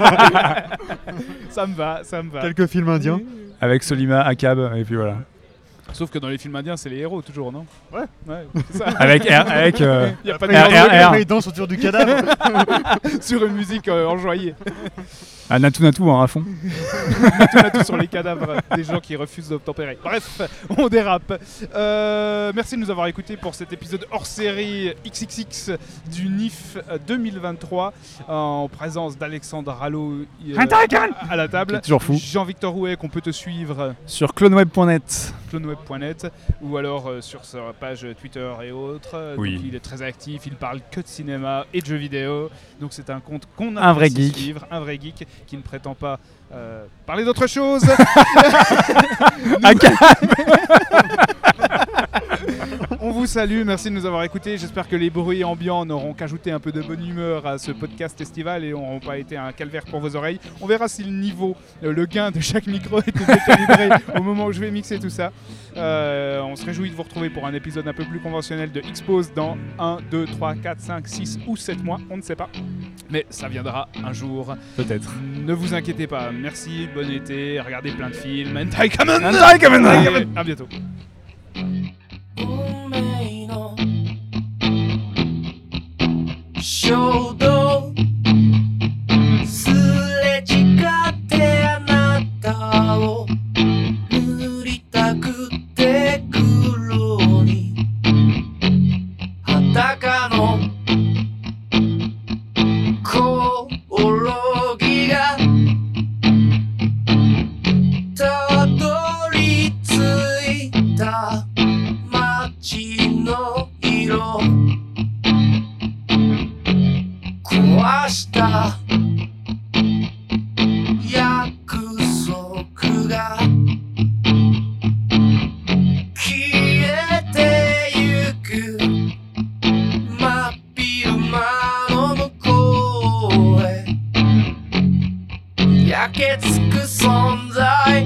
Ça me va, ça me va.
Quelques films indiens.
Avec Solima, Akab, et puis voilà.
Sauf que dans les films indiens, c'est les héros toujours, non?
Ouais.
Ouais, c'est ça.
Avec, R- avec euh,
Il y a pas
Après,
de
R-
ils dansent-
R- R.
après, ils dansent autour du cadavre.
sur une musique euh, enjoyée.
un Natou Natou hein, à fond.
Tout là tout sur les cadavres des gens qui refusent d'obtempérer. Bref, on dérape. Euh, merci de nous avoir écoutés pour cet épisode hors série X X X du N I F deux mille vingt-trois en présence d'Alexandre Rallo euh, à, à la table.
C'est toujours fou.
Jean-Victor Rouet, qu'on peut te suivre
Sur cloneweb point net.
cloneweb point net ou alors euh, sur sa page Twitter et autres. Euh,
Oui.
donc il est très actif, il parle que de cinéma et de jeux vidéo. Donc c'est un compte qu'on a
Un vrai geek.
suivre, un vrai geek qui ne prétend pas euh, parler d'autre chose.
Akab.
On vous salue, merci de nous avoir écoutés. J'espère que les bruits ambiants n'auront qu'ajouté un peu de bonne humeur à ce podcast estival et n'auront pas été un calvaire pour vos oreilles. On verra si le niveau, euh, le gain de chaque micro était bien calibré au moment où je vais mixer tout ça. Euh, on se réjouit de vous retrouver pour un épisode un peu plus conventionnel de X-Pose dans un, deux, trois, quatre, cinq, six ou sept mois, on ne sait pas. Mais ça viendra un jour.
Peut-être.
Ne vous inquiétez pas, merci, bon été, regardez plein de films. Hentai Kamen!
Hentai Kamen!
Et à bientôt.
運命の衝動すれ違ってあなたを塗りたくて黒に裸のコオロギがたどり着いた街の色壊した約束が消えてゆく真っ昼間の向こうへ焼けつく存在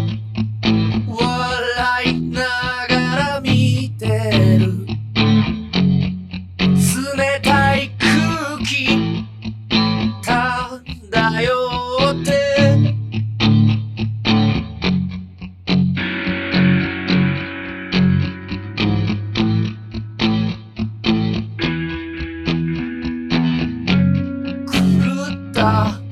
笑いながら見てる冷たい空気漂って狂った